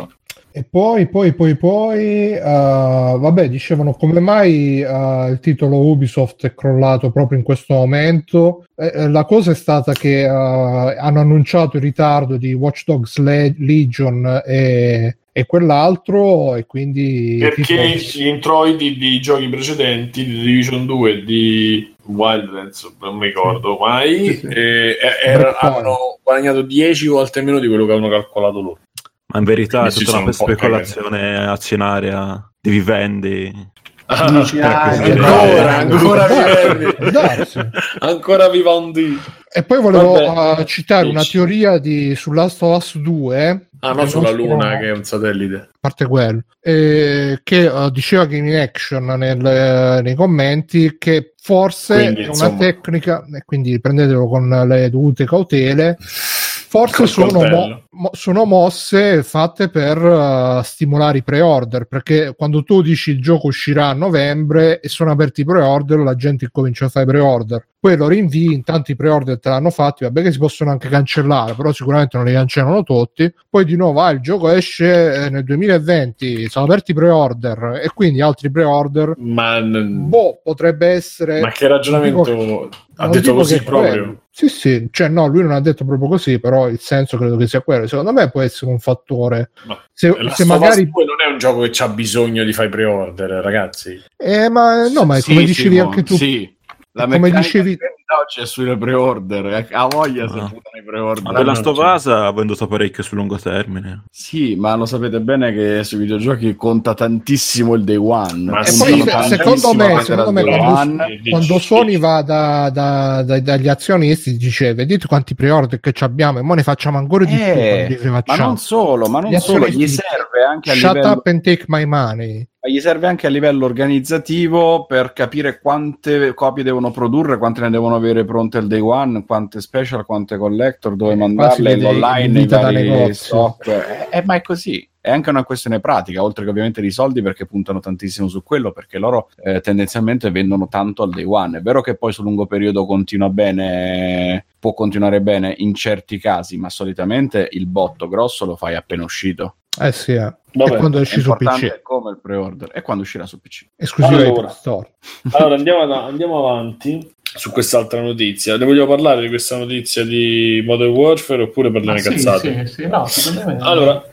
E poi, poi, poi, poi, uh, vabbè, dicevano come mai uh, il titolo Ubisoft è crollato proprio in questo momento. Eh, la cosa è stata che uh, hanno annunciato il ritardo di Watch Dogs Le- Legion e, e quell'altro, e quindi... Perché tipo... gli introiti di giochi precedenti, di Division due e di Wildlands, non mi ricordo mai, Sì, sì. Eh, era, hanno guadagnato dieci volte meno di quello che avevano calcolato loro. Ma in verità è Quindi tutta si una sono un po' speculazione azionaria di vivendi. Dici, ah, Perché- ancora, ancora vivendi. Può darsi. Ancora vivendi. E poi volevo Vabbè, uh, citare una dici. teoria di, su Last of Us due. Ah, no, del sulla nostro- Luna, che è un satellite. A parte quello, eh, che uh, diceva che in action nel, eh, nei commenti che forse Quindi, è una insomma. tecnica, e quindi prendetelo con le dovute cautele, forse Col sono, coltello. mo- mo- sono mosse fatte per uh, stimolare i pre-order, perché quando tu dici il gioco uscirà a novembre e sono aperti i pre-order, la gente comincia a fare i pre-order, poi lo rinvii, intanto i pre-order te l'hanno fatti, vabbè che si possono anche cancellare, però sicuramente non li cancellano tutti, poi di nuovo ah, il gioco esce eh, nel duemilaventi, sono aperti i pre-order e quindi altri pre-order, Ma, boh, potrebbe essere... ma che ragionamento non dico- ha non detto dico così che è proprio? quello. Sì, sì, cioè no, lui non ha detto proprio così, però il senso credo che sia quello. Secondo me può essere un fattore. Ma Se, Last se of Us magari... due non è un gioco che c'ha bisogno di fare i pre-order, ragazzi. Eh, ma no, ma è come Sì, dicevi Simo, anche tu. Sì. La Come meccanica dicevi- di vendita oggi è sulle pre-order. A voglia si Ah. buttano i pre-order. Ma The Last of cioè. Us ha venduto parecchio sul lungo termine. Sì, ma lo sapete bene che sui videogiochi conta tantissimo il day one. Ma E sì, poi ma se- secondo me, tantissimo secondo al me day quando, one. Dici- quando Sony va da, da- da- dagli azionisti dice vedete quanti pre-order che ci abbiamo e mo ne facciamo ancora di più Eh, quando li ma facciamo. non solo, ma non Gli solo, gli azionisti serve anche a shut livello up and take my money. ma gli serve anche a livello organizzativo per capire quante copie devono produrre, quante ne devono avere pronte al day one, quante special, quante collector, dove Eh, mandarle, qua si vede online, il i vita da vari negozio. stock. Eh, eh, ma è così. È anche una questione pratica, oltre che ovviamente di soldi, perché puntano tantissimo su quello, perché loro eh, tendenzialmente vendono tanto al day one. È vero che poi sul lungo periodo continua bene, può continuare bene in certi casi, ma solitamente il botto grosso lo fai appena uscito. Eh sì, eh. Vabbè, e quando È esci su P importante C, come il pre-order e quando uscirà su P C. esclusiva Allora. di Play Store. Allora andiamo, ad- andiamo avanti su quest'altra notizia. Ne vogliamo parlare di questa notizia di Modern Warfare oppure per Ma le sì, cazzate? sì, sì, no, secondo me... Allora,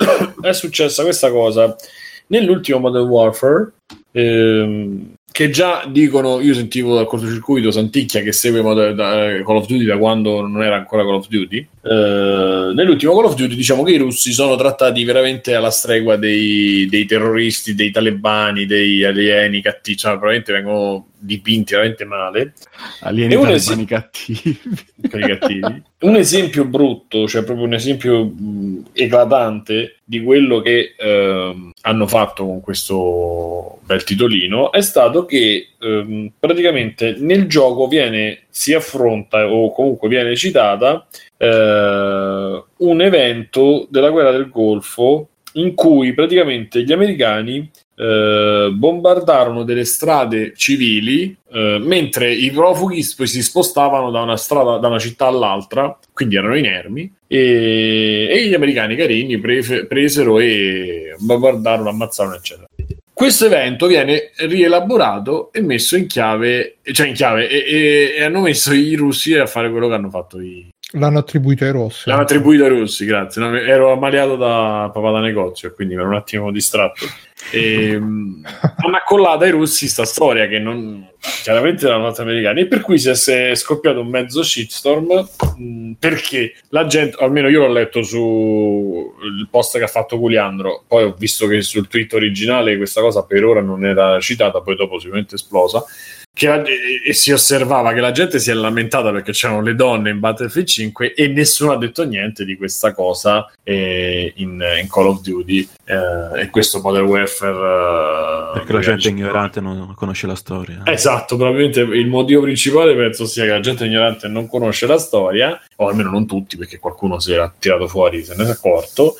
è successa questa cosa nell'ultimo Modern Warfare, ehm, che già dicono, io sentivo dal cortocircuito Santicchia che segue Modern, da, Call of Duty da quando non era ancora Call of Duty. Eh, nell'ultimo Call of Duty diciamo che i russi sono trattati veramente alla stregua dei, dei terroristi, dei talebani, degli alieni cattivi, cioè probabilmente vengono dipinti veramente male. Alieni E uno talebani esi- cattivi. per i cattivi. Un esempio brutto, cioè proprio un esempio mh, eclatante di quello che ehm, hanno fatto con questo bel titolino è stato che ehm, praticamente nel gioco viene si affronta o comunque viene citata eh, un evento della guerra del Golfo in cui praticamente gli americani eh, bombardarono delle strade civili eh, mentre i profughi poi si spostavano da una strada, da una città all'altra, quindi erano inermi, e, e gli americani carini pre- presero e bombardarono, ammazzarono, eccetera. Questo evento viene rielaborato e messo in chiave, cioè in chiave, e, e, e hanno messo i russi a fare quello che hanno fatto i. L'hanno attribuito ai rossi. L'hanno attribuito ai russi, grazie. No, ero ammaliato da papà da negozio, quindi mi ero un attimo distratto. E, um, hanno accollato ai russi sta storia che non chiaramente erano altri americani, e per cui si è, si è scoppiato un mezzo shitstorm mh, perché la gente, almeno io l'ho letto su il post che ha fatto Culiandro, poi ho visto che sul tweet originale questa cosa per ora non era citata, poi dopo sicuramente esplosa. Che la, e, e si osservava che la gente si è lamentata perché c'erano le donne in Battlefield cinque e nessuno ha detto niente di questa cosa eh, in, in Call of Duty eh, e questo Modern Warfare eh, Perché la gente ignorante non conosce la storia. esatto, probabilmente il motivo principale penso sia che la gente ignorante non conosce la storia, o almeno non tutti, perché qualcuno si era tirato fuori, se ne è accorto.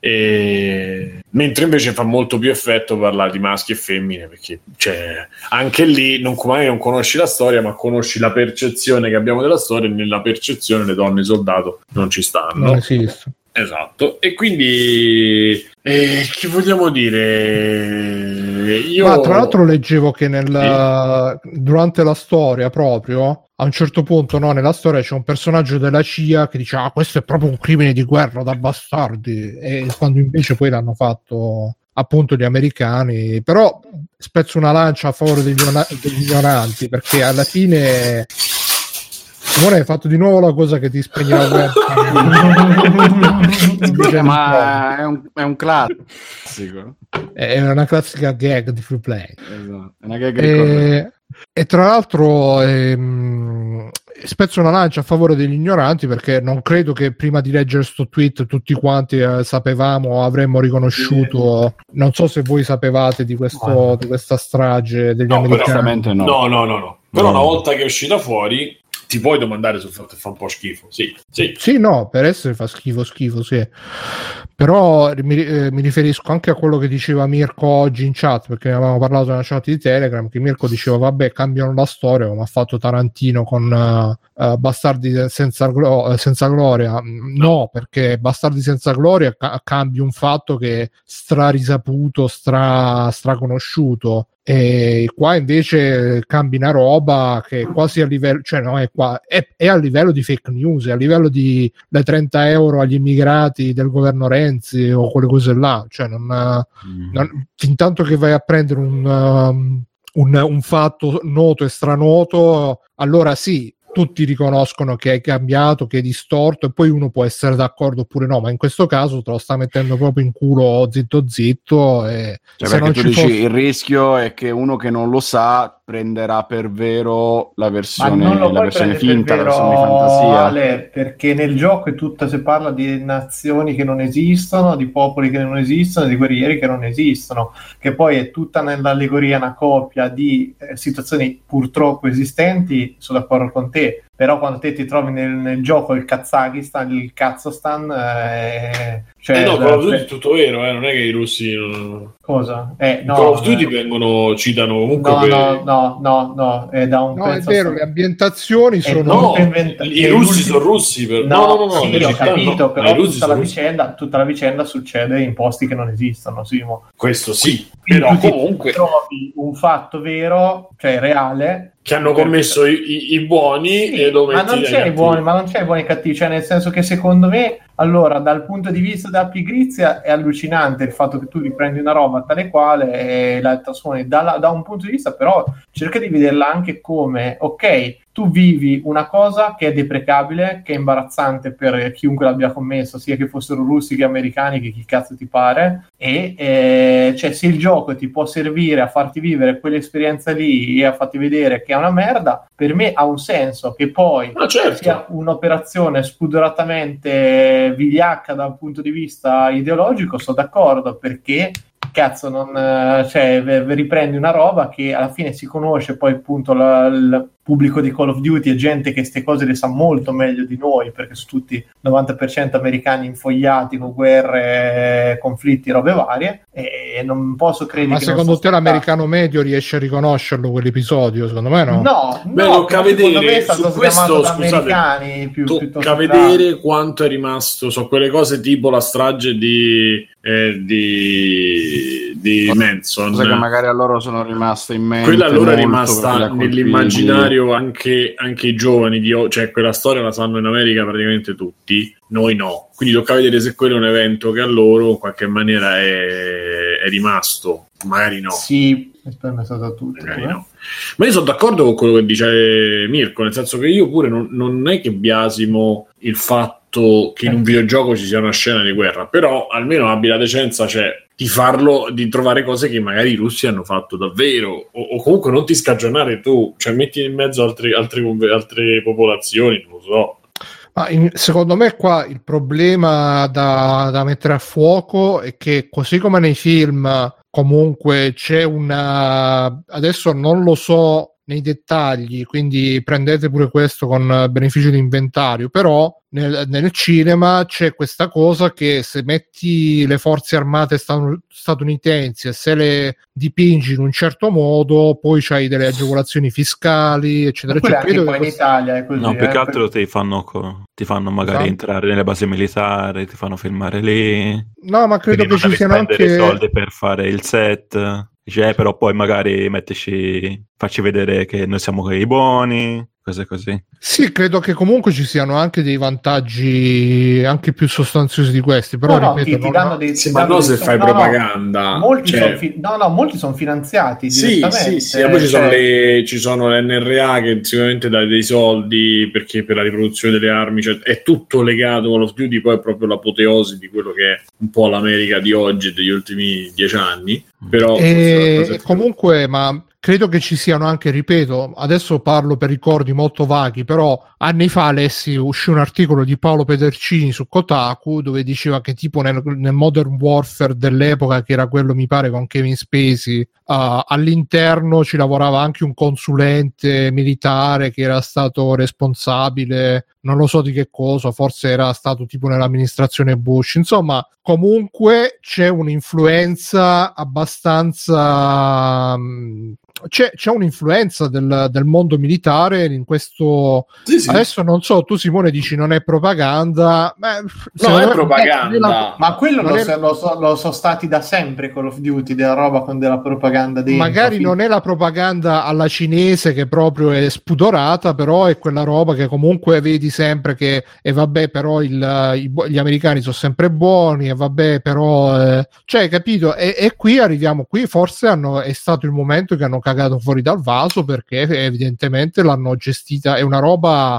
E... mentre invece fa molto più effetto parlare di maschi e femmine, perché cioè, anche lì non, magari non conosci la storia, ma conosci la percezione che abbiamo della storia, e nella percezione le donne soldato non ci stanno. Non esiste. Esatto, e quindi E che vogliamo dire? Io... Ma tra l'altro leggevo che nel, Sì. durante la storia proprio, a un certo punto, no, nella storia c'è un personaggio della C I A che dice ah, questo è proprio un crimine di guerra da bastardi, e quando invece poi l'hanno fatto appunto gli americani. Però spezzo una lancia a favore degli, ona- degli ignoranti, perché alla fine Simone, hai fatto di nuovo la cosa che ti spegne la webcam. Ma è un, è un classico. È una classica gag di Free Play. Esatto. È una gag E, e tra l'altro ehm, spezzo una lancia a favore degli ignoranti, perché non credo che prima di leggere sto tweet tutti quanti eh, sapevamo, avremmo riconosciuto, non so se voi sapevate di, questo, di questa strage degli No, americani. no. No, no, no, no. Però No. una volta che è uscita fuori ti puoi domandare sul fatto che fa un po' schifo. Sì, sì. Sì, no, per essere fa schifo, schifo, sì. Però mi, eh, mi riferisco anche a quello che diceva Mirko oggi in chat, perché ne avevamo parlato nella chat di Telegram, che Mirko diceva, vabbè, cambiano la storia, come ha fatto Tarantino con uh, uh, Bastardi senza, glo- senza gloria. No, perché Bastardi senza gloria ca- cambi un fatto che è strarisaputo, stra, straconosciuto. E qua invece cambi una roba che è quasi a livello, cioè no, è, qua, è, è a livello di fake news, è a livello di le trenta euro agli immigrati del governo Renzi o quelle cose là, cioè non, Mm. non fin tanto che vai a prendere un, um, un, un fatto noto e stranoto, allora sì, tutti riconoscono che hai cambiato, che è distorto, e poi uno può essere d'accordo oppure no, ma in questo caso te lo sta mettendo proprio in culo zitto zitto. E Cioè, se perché non tu ci dici fosse... il rischio è che uno che non lo sa prenderà per vero la Ma versione, non lo la puoi versione prendere finta, per la vero, versione di fantasia. Ale, perché nel gioco è tutta, si parla di nazioni che non esistono, di popoli che non esistono, di guerrieri che non esistono, che poi è tutta nell'allegoria una coppia di eh, situazioni purtroppo esistenti. Sono d'accordo con te, però quando te ti trovi nel, nel gioco il Kazakistan, il Kazakhstan, eh, cioè, Eh no, Call of Duty eh, è tutto vero, eh, non è che i russi non... cosa? Eh, In no, Call of Duty eh, vengono, citano comunque no, per... no, no, no, no, è da un No, è pezzo vero, le ambientazioni è sono... tutto No, inventa- i è russi l'ultimo- sono russi per... No, no, no, no, no, sì, le ho città capito, no, ma però i russi tutta la, sono russi. vicenda, tutta la vicenda succede in posti che non esistono, Simo. Questo sì, Quindi però tu ti comunque trovi un fatto vero, cioè reale, che hanno commesso i, i, i buoni sì, e lo ma metti non dai c'è i cattivi. buoni, ma non c'è i buoni e cattivi, cioè nel senso che secondo me, allora, dal punto di vista della pigrizia è allucinante il fatto che tu riprendi una roba tale quale e la trasformi da, da un punto di vista, però cerca di vederla anche come, ok, tu vivi una cosa che è deprecabile, che è imbarazzante per chiunque l'abbia commesso, sia che fossero russi che americani, che chi cazzo ti pare, e eh, cioè se il gioco ti può servire a farti vivere quell'esperienza lì e a farti vedere che è una merda, per me ha un senso. Che poi Ma certo. sia un'operazione spudoratamente vigliacca da un punto di vista ideologico, sono d'accordo, perché cazzo non cioè riprendi una roba che alla fine si conosce, poi appunto la, il pubblico di Call of Duty è gente che queste cose le sa molto meglio di noi, perché sono tutti novanta per cento americani infogliati con guerre, conflitti, robe varie, e non posso credere. Ma che secondo non te l'americano medio riesce a riconoscerlo quell'episodio? Secondo me no. No, Beh, no, tocca secondo me è vedere stato su questo, sgamato da scusate, americani più, tocca piuttosto che vedere da... quanto è rimasto, so quelle cose tipo la strage di eh, di, di Manson, Cosa che magari a loro sono rimaste in mente, quella allora è molto rimasta perché li ha colpiti. nell'immaginario anche, anche i giovani di, o- cioè quella storia la sanno in America praticamente tutti, noi no, quindi tocca vedere se quello è un evento che a loro in qualche maniera è, è rimasto, magari no. Sì, per me è stato tutto. Magari eh. no. Ma io sono d'accordo con quello che dice Mirko, nel senso che io pure non, non è che biasimo il fatto che in un videogioco ci sia una scena di guerra, però almeno abbi la decenza, cioè, di farlo, di trovare cose che magari i russi hanno fatto davvero, o, o comunque non ti scagionare tu, cioè metti in mezzo altre, altre, altre popolazioni, non lo so. Ma in, secondo me qua il problema da, da mettere a fuoco è che, così come nei film comunque c'è una, adesso non lo so nei dettagli, quindi prendete pure questo con beneficio di inventario, però nel, nel cinema c'è questa cosa che se metti le forze armate stan- statunitensi e se le dipingi in un certo modo, poi c'hai delle agevolazioni fiscali, eccetera, Oppure eccetera. anche poi in questo... Italia è così, No, più eh, che altro per... ti fanno, co- ti fanno magari Esatto. entrare nelle basi militari, ti fanno filmare lì. No, ma credo Quindi che non ci devi siano spendere anche soldi per fare il set. Dice, eh, però poi magari mettici, facci vedere che noi siamo quelli buoni, cose così. sì, credo che comunque ci siano anche dei vantaggi anche più sostanziosi di questi, però no, no, ripeto, ti, ti non- danno dei, Sì, ti ma danno no, dei- se fai no, no, propaganda, molti cioè- son fi- no, no, molti sono finanziati Sì, direttamente. sì, sì, e poi ci sono, cioè- le, ci sono l'N R A che sicuramente dà dei soldi perché per la riproduzione delle armi, cioè, è tutto legato. Call of Duty poi è proprio l'apoteosi di quello che è un po' l'America di oggi e degli ultimi dieci anni, però e, forse- e comunque, ma credo che ci siano anche, ripeto, adesso parlo per ricordi molto vaghi, però anni fa lessi, uscì un articolo di Paolo Pedercini su Kotaku dove diceva che tipo nel, nel Modern Warfare dell'epoca, che era quello mi pare con Kevin Spacey, uh, all'interno ci lavorava anche un consulente militare che era stato responsabile, non lo so di che cosa, forse era stato tipo nell'amministrazione Bush, insomma comunque c'è un'influenza abbastanza mh, c'è, c'è un'influenza del, del mondo militare in questo. Sì, sì. Adesso non so, tu Simone dici non è propaganda, ma No, secondo è me- propaganda. la- Ma quello non lo, è- so- lo, so- lo sono stati da sempre Call of Duty, della roba con della propaganda dentro. magari Fin- non è la propaganda alla cinese che proprio è spudorata, però è quella roba che comunque vedi sempre che e vabbè però il, i bu- gli americani sono sempre buoni e vabbè però eh, cioè capito e, e qui arriviamo qui forse hanno, è stato il momento che hanno cagato fuori dal vaso perché evidentemente l'hanno gestita, è una roba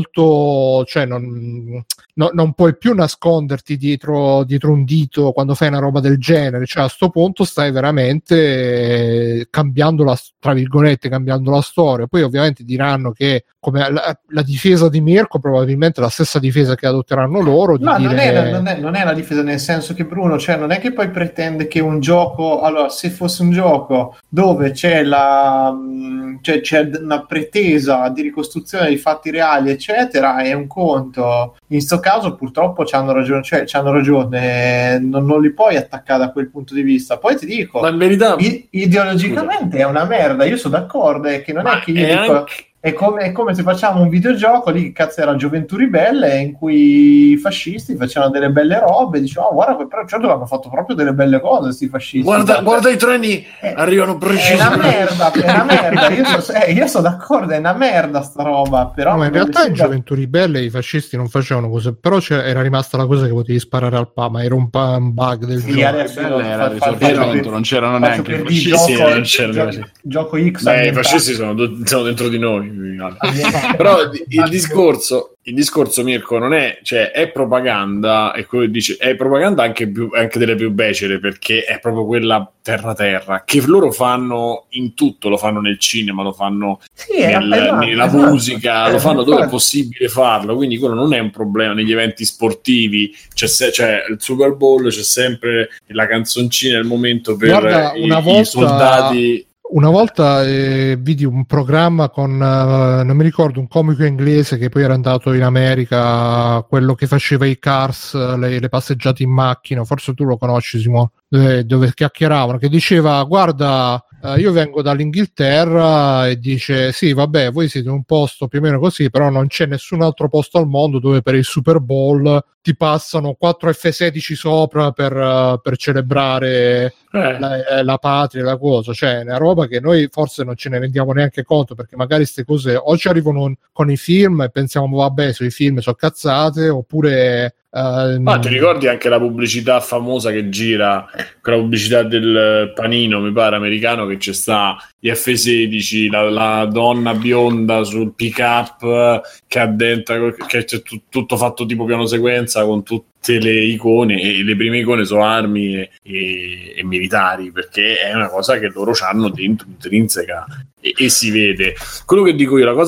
molto, cioè non, no- non puoi più nasconderti dietro, dietro un dito quando fai una roba del genere, cioè a sto punto stai veramente eh, cambiando la, tra virgolette, cambiando la storia. Poi ovviamente diranno che come la, la difesa di Mirko probabilmente è la stessa difesa che adotteranno loro, di No, non, dire... è, non, è, non è la difesa nel senso che Bruno, cioè non è che poi pretende che un gioco, allora se fosse un gioco dove c'è la mh, cioè, c'è una pretesa di ricostruzione dei fatti reali eccetera, è un conto. In sto caso purtroppo c'hanno ragione, cioè c'hanno ragione, non, non li puoi attaccare da quel punto di vista. Poi ti dico, Ma in verità i- ideologicamente è una merda, io sono d'accordo, è che non Ma è che io è dico anche- è come, è come se facciamo un videogioco lì che cazzo era Gioventù Ribelle in cui i fascisti facevano delle belle robe, dicevano oh, guarda che però certo hanno fatto proprio delle belle cose sti fascisti. guarda, guarda i treni Eh, arrivano è precisi. una merda, è una merda, io, so, eh, io sono d'accordo, è una merda sta roba, però No, ma in non mi realtà in sembra- Gioventù Ribelle i fascisti non facevano cose, però c'era- era rimasta la cosa che potevi sparare al pa, ma era un, pa- un bug del Sì, gioco. adesso Bella io era il fa- fa- risorgimento, faccio per- non c'erano faccio neanche per i dire, fascisti, gioco, non c'erano, gio- sì. gioco X Beh, i ambientato- fascisti sono, sono dentro di noi. ambientato- Però il, il discorso, il discorso, Mirko, non è, cioè, è propaganda, e quello che dice, è propaganda anche, più, anche delle più becere, perché è proprio quella terra terra, che loro fanno in tutto, lo fanno nel cinema, lo fanno Sì, è nel- esatto, nella esatto. musica, Eh, lo fanno dove è infatti. possibile farlo, quindi quello non è un problema. Negli eventi sportivi c'è, se- c'è il Super Bowl, c'è sempre la canzoncina, il momento per Guarda, i, una i volta- soldati. Una volta eh, vidi un programma con, eh, non mi ricordo, un comico inglese che poi era andato in America, quello che faceva i cars, le, le passeggiate in macchina, forse tu lo conosci Simone, dove, dove chiacchieravano, che diceva guarda eh, io vengo dall'Inghilterra e dice sì vabbè voi siete un posto più o meno così, però non c'è nessun altro posto al mondo dove per il Super Bowl ti passano quattro effe sedici sopra per, eh, per celebrare Eh. la, eh, la patria, la cosa, cioè è una roba che noi forse non ce ne rendiamo neanche conto, perché magari queste cose o ci arrivano con i film e pensiamo vabbè sui film sono cazzate, oppure ehm, Ma ti ricordi anche la pubblicità famosa che gira, quella pubblicità del panino, mi pare, americano, che c'è sta gli effe sedici, la, la donna bionda sul pick up che ha dentro, che c'è tu- tutto fatto tipo piano sequenza con tutte le icone, e le prime icone sono armi e, e, e militari, perché è una cosa che loro hanno dentro intrinseca e, e si vede. Quello che dico io, la cosa che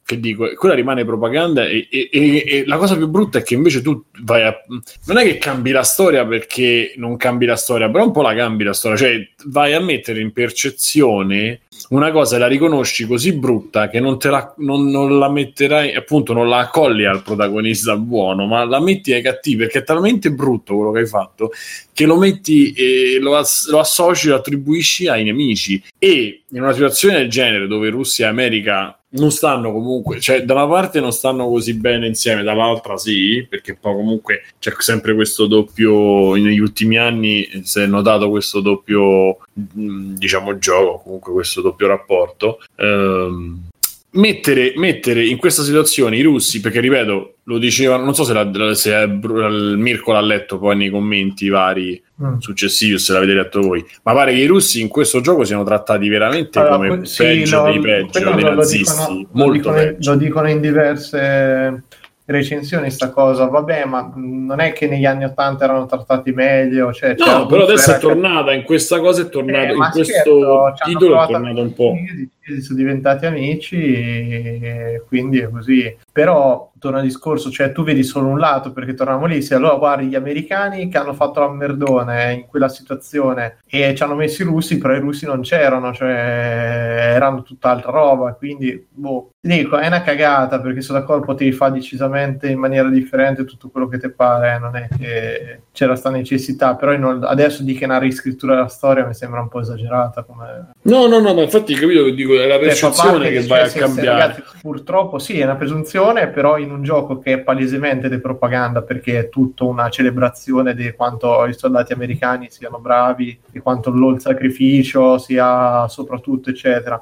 che dico, quella rimane propaganda e, e, e, e la cosa più brutta è che invece tu vai a, non è che cambi la storia perché non cambi la storia, però un po' la cambi la storia, cioè vai a mettere in percezione una cosa e la riconosci così brutta che non te la, non, non la metterai, appunto non la accolli al protagonista buono, ma la metti ai cattivi, perché è talmente brutto quello che hai fatto che lo metti e lo, ass- lo associ, lo attribuisci ai nemici. E in una situazione del genere dove Russia e America non stanno comunque, cioè da una parte non stanno così bene insieme, dall'altra sì, perché poi comunque c'è sempre questo doppio, negli ultimi anni si è notato questo doppio, diciamo, gioco, comunque questo doppio rapporto. ehm Mettere, mettere in questa situazione i russi, perché ripeto, lo dicevano, non so se, la, se il Mirko l'ha letto poi nei commenti vari mm. successivi o se l'avete letto voi, ma pare che i russi in questo gioco siano trattati veramente allora, come sì, peggio lo, dei peggio, dei lo, nazisti, lo dicono, molto lo dicono, peggio. Lo dicono in diverse recensioni sta cosa, vabbè, ma non è che negli anni ottanta erano trattati meglio, cioè, no, però adesso è tornata, in questa cosa è tornato, eh, in questo scherzo, titolo è tornato un po'. Sono diventati amici e quindi è così. Però torna al discorso, cioè tu vedi solo un lato, perché torniamo lì, se allora guardi gli americani che hanno fatto la merdone in quella situazione e ci hanno messo i russi, però i russi non c'erano, cioè erano tutt'altra roba, quindi boh, ti dico, è una cagata, perché se da d'accordo potevi fare decisamente in maniera differente tutto quello che ti pare, non è che c'era sta necessità, però non, adesso di che una riscrittura della storia mi sembra un po' esagerata come... no no no ma infatti capito che dico, è la percezione che vai cioè, a cambiare. Ragazzi, purtroppo sì, è una presunzione, però in un gioco che è palesemente di propaganda, perché è tutta una celebrazione di quanto i soldati americani siano bravi, di quanto il sacrificio sia soprattutto eccetera,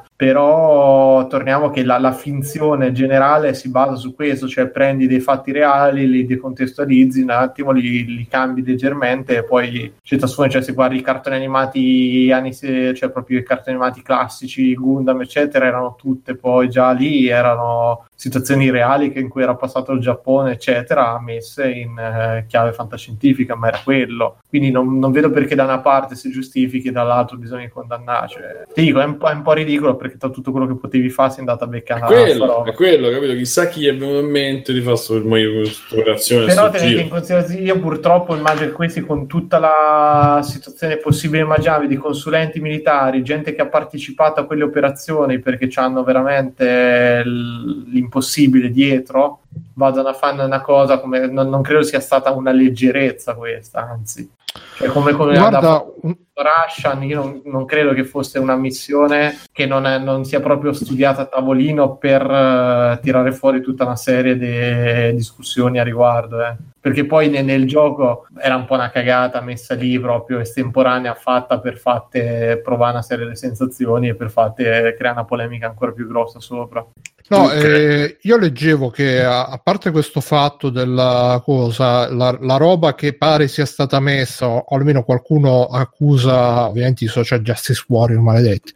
però torniamo che la, la finzione generale si basa su questo, cioè prendi dei fatti reali, li decontestualizzi un attimo, li, li cambi leggermente e poi citazione, cioè se guardi i cartoni animati anni, cioè proprio i cartoni animati classici, Gundam eccetera, erano tutte poi già lì, erano situazioni reali che in cui era passato il Giappone eccetera, messe in eh, chiave fantascienzifica, ma era quello, quindi non, non vedo perché da una parte si giustifichi e dall'altro bisogna condannare, cioè, ti dico, è un, po', è un po' ridicolo perché da tutto quello che potevi fare sei andato a beccare è quello, è quello, capito? Chissà chi è venuto in mente di fare questa operazione, però tenete in considerazione, io purtroppo immagino che questi con tutta la situazione possibile e immaginabile di consulenti militari, gente che ha partecipato a quelle operazioni perché hanno veramente l'impossibile dietro, vadano a fare una cosa come non, non credo sia stata una leggerezza questa, anzi, cioè come, come guarda un... Russian, io non, non credo che fosse una missione che non, è, non sia proprio studiata a tavolino per uh, tirare fuori tutta una serie di discussioni a riguardo, eh. Perché poi nel, nel gioco era un po' una cagata messa lì proprio estemporanea, fatta per fatte provare una serie di sensazioni e per fatte creare una polemica ancora più grossa sopra. No, eh, io leggevo che a, a parte questo fatto della cosa, la, la roba che pare sia stata messa, o almeno qualcuno accusa, ovviamente i social justice warrior maledetti,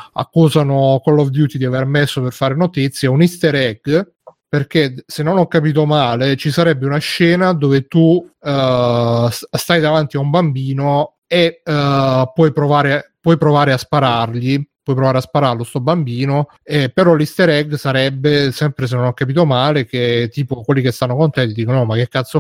accusano Call of Duty di aver messo per fare notizie un easter egg, perché se non ho capito male ci sarebbe una scena dove tu uh, stai davanti a un bambino e uh, puoi provare, puoi provare a sparargli, puoi provare a spararlo sto bambino, eh, però l'easter egg sarebbe, sempre se non ho capito male, che tipo quelli che stanno con te ti dicono no, ma che cazzo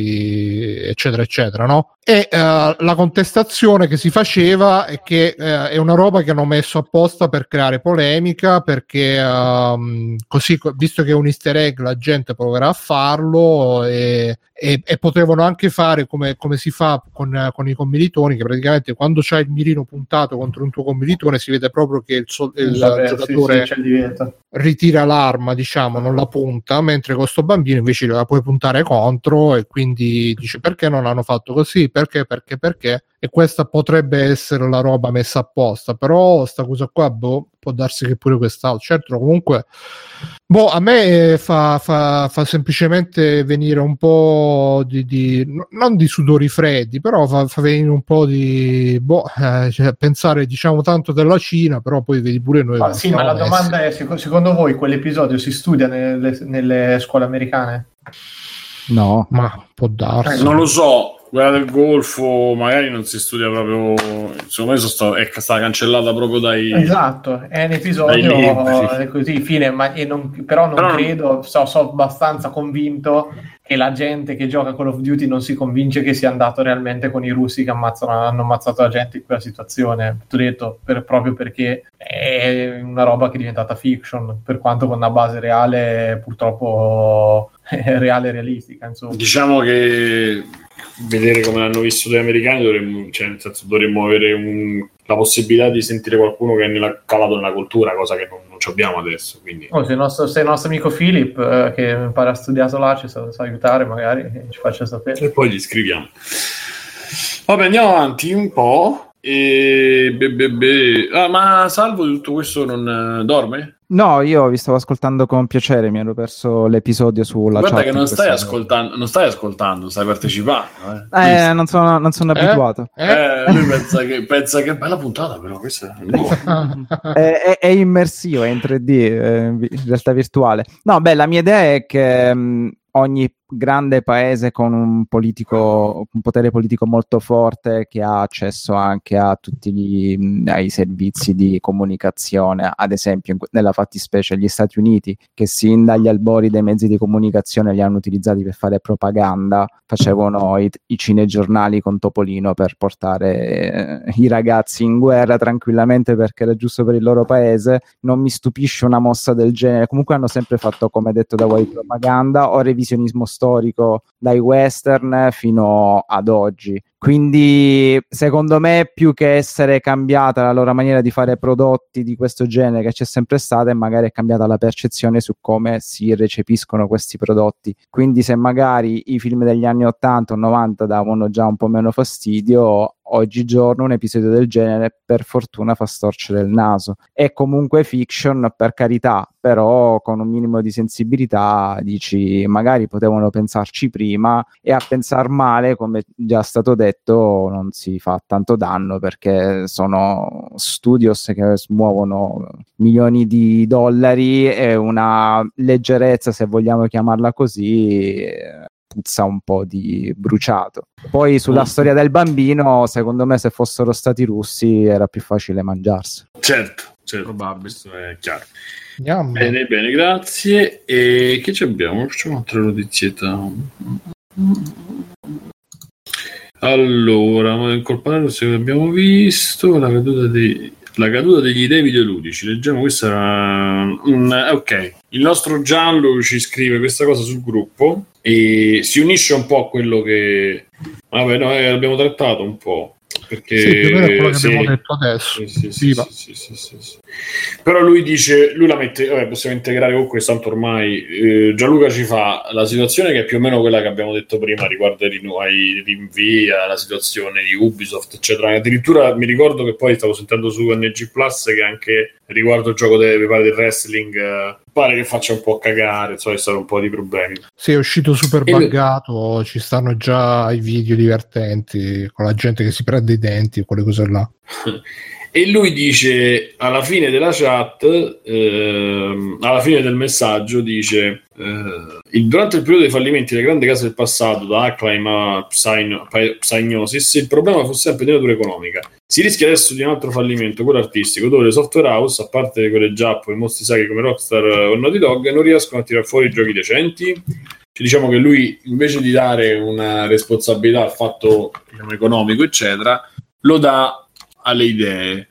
fai, eccetera eccetera, no? E uh, la contestazione che si faceva è che uh, è una roba che hanno messo apposta per creare polemica, perché uh, così, visto che è un easter egg, la gente proverà a farlo e, e, e potevano anche fare come, come si fa con, con i commilitoni, che praticamente quando c'hai il mirino puntato contro un tuo commilitone si vede proprio che il, so- il Vabbè, giocatore sì, sì, ritira l'arma, diciamo, non la punta, mentre con sto bambino invece la puoi puntare contro, e quindi dice perché non hanno fatto così, perché, perché, perché, e questa potrebbe essere la roba messa apposta, però sta cosa qua, boh, può darsi che pure quest'altro, certo, comunque boh, a me fa, fa, fa semplicemente venire un po' di, di non di sudori freddi, però fa, fa venire un po' di boh, eh, cioè, pensare diciamo tanto della Cina, però poi vedi pure noi. Ah, sì, ma la domanda è, secondo voi quell'episodio si studia nelle, nelle scuole americane? No, ma può darsi. Eh, non lo so, quella del Golfo magari non si studia proprio, secondo me sono stato, è stata cancellata proprio dai esatto, è un episodio è così fine, ma e non, però non però credo so, so abbastanza convinto che la gente che gioca Call of Duty non si convince che sia andato realmente con i russi che ammazzano, hanno ammazzato la gente in quella situazione. Ti ho detto per, proprio perché è una roba che è diventata fiction, per quanto con una base reale purtroppo è reale e realistica, insomma. Diciamo che vedere come l'hanno vissuto gli americani dovremmo, cioè nel senso, dovremmo avere un, la possibilità di sentire qualcuno che è nella, calato nella cultura, cosa che non, non abbiamo adesso, quindi. Oh, se, il nostro, se il nostro amico Philip eh, che mi pare ha studiato là ci sa, sa aiutare, magari ci faccia sapere e poi gli scriviamo. Vabbè, andiamo avanti un po'. E be, be, be. Ah, ma Salvo di tutto questo non uh, dorme? No, io vi stavo ascoltando con piacere, mi ero perso l'episodio sulla Guarda chat. Che non stai ascoltando, non stai ascoltando, stai partecipando. Eh, eh non sono, non sono eh? abituato. Eh, eh lui pensa che, pensa che bella puntata, però questa è, è, è immersivo, è in tre D, è in realtà virtuale. No, beh, la mia idea è che mh, ogni grande paese con un politico, un potere politico molto forte che ha accesso anche a tutti gli, ai servizi di comunicazione, ad esempio nella fattispecie gli Stati Uniti, che sin dagli albori dei mezzi di comunicazione li hanno utilizzati per fare propaganda, facevano i, i cinegiornali con Topolino per portare eh, i ragazzi in guerra tranquillamente perché era giusto per il loro paese. Non mi stupisce una mossa del genere, comunque hanno sempre fatto, come detto da voi, propaganda o revisionismo storico storico dai western fino ad oggi. Quindi secondo me, più che essere cambiata la loro maniera di fare prodotti di questo genere, che c'è sempre stata, e magari è cambiata la percezione su come si recepiscono questi prodotti. Quindi se magari i film degli anni ottanta o novanta davano già un po' meno fastidio, oggigiorno un episodio del genere per fortuna fa storcere il naso. È comunque fiction, per carità, però con un minimo di sensibilità dici magari potevano pensarci prima, e a pensar male, come già stato detto, non si fa tanto danno perché sono studios che smuovono milioni di dollari e una leggerezza, se vogliamo chiamarla così, puzza un po' di bruciato. Poi sulla storia del bambino, secondo me se fossero stati russi era più facile mangiarsi. Certo, certo. Probabile, questo è chiaro. Andiamo. Bene, bene, grazie. E che ci abbiamo? Facciamo un'altra notizietta. Allora, in colpare se abbiamo visto la caduta dei la caduta degli dei videoludici. Leggiamo questa un, ok. Il nostro Gianlu ci scrive questa cosa sul gruppo e si unisce un po' a quello che vabbè, no, eh, abbiamo trattato un po'. Perché sì, più o meno è quello che sì, abbiamo detto adesso. Sì, sì, sì, sì, sì, sì, sì, sì. Però lui dice, lui la mette, vabbè, possiamo integrare con questo, tanto ormai eh, Gianluca ci fa la situazione che è più o meno quella che abbiamo detto prima riguardo ai, ai rinvii, alla situazione di Ubisoft, eccetera. Addirittura mi ricordo che poi stavo sentendo su N G Plus che anche riguardo il gioco de, pare del wrestling eh, pare che faccia un po' cagare, insomma, ci sono un po' di problemi. Sì, è uscito super buggato, e... ci stanno già i video divertenti con la gente che si prende i denti e quelle cose là. E lui dice alla fine della chat, ehm, alla fine del messaggio dice eh, il, durante il periodo dei fallimenti delle grandi case del passato, da Acclaim a Psygno, Psygnosis, il problema fu sempre di natura economica. Si rischia adesso di un altro fallimento, quello artistico, dove le software house, a parte quelle giappo e mostri sacri come Rockstar o Naughty Dog, non riescono a tirare fuori giochi decenti. Cioè, diciamo che lui, invece di dare una responsabilità al fatto, diciamo, economico, eccetera, lo dà alle idee.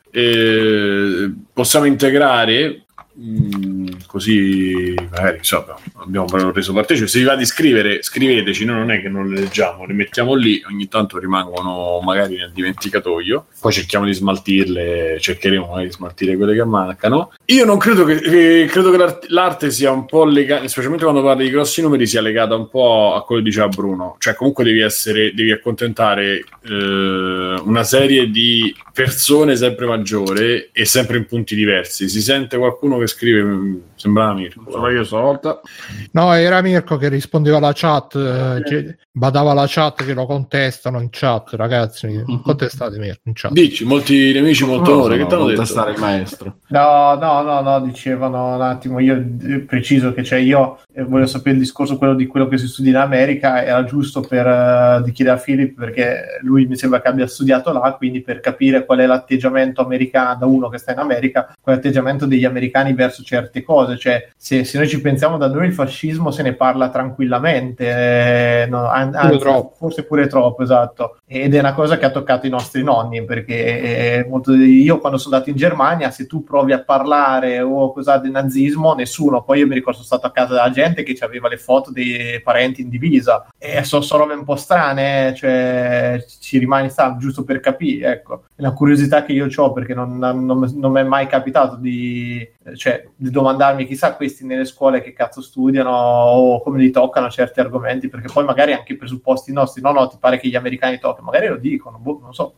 Eh, possiamo integrare mh, così magari insomma, abbiamo preso partecipe. Se vi va di scrivere, scriveteci, noi non è che non le leggiamo, le mettiamo lì, ogni tanto rimangono magari nel dimenticatoio, poi cerchiamo di smaltirle, cercheremo magari di smaltire quelle che mancano. Io non credo che, che credo che l'arte, l'arte sia un po' legata, specialmente quando parli di grossi numeri, sia legata un po' a quello che diceva Bruno, cioè comunque devi essere, devi accontentare eh, una serie di persone sempre maggiore e sempre in punti diversi. Si sente qualcuno che scrive, sembrava Mirko, so io stavolta. No, era Mirko che rispondeva alla chat, eh, badava la chat che lo contestano in chat, ragazzi, mm-hmm. Contestate Mirko in chat. Dici, molti nemici, molto onore, che t'hanno detto? Contestare il maestro. No, no, No, no, no, dicevano un attimo, io preciso che cioè io eh, voglio sapere il discorso quello di quello che si studia in America, era giusto per uh, di chiedere a Philip perché lui mi sembra che abbia studiato là, quindi per capire qual è l'atteggiamento americano da uno che sta in America, qual è l'atteggiamento degli americani verso certe cose, cioè se, se noi ci pensiamo da noi il fascismo se ne parla tranquillamente, eh, no, an- anzi, troppo. forse pure troppo, esatto, ed è una cosa che ha toccato i nostri nonni, perché è molto, io quando sono andato in Germania, se tu provi a parlare o cosa del nazismo, nessuno, poi io mi ricordo sono stato a casa della gente che aveva le foto dei parenti in divisa e sono so robe un po' strane, eh? Cioè ci rimane sta giusto per capire, ecco, è una curiosità che io ho perché non, non, non mi è mai capitato di, cioè, di domandarmi chissà questi nelle scuole che cazzo studiano o come li toccano certi argomenti, perché poi magari anche i presupposti nostri, no no ti pare che gli americani toccano, magari lo dicono, boh, non so.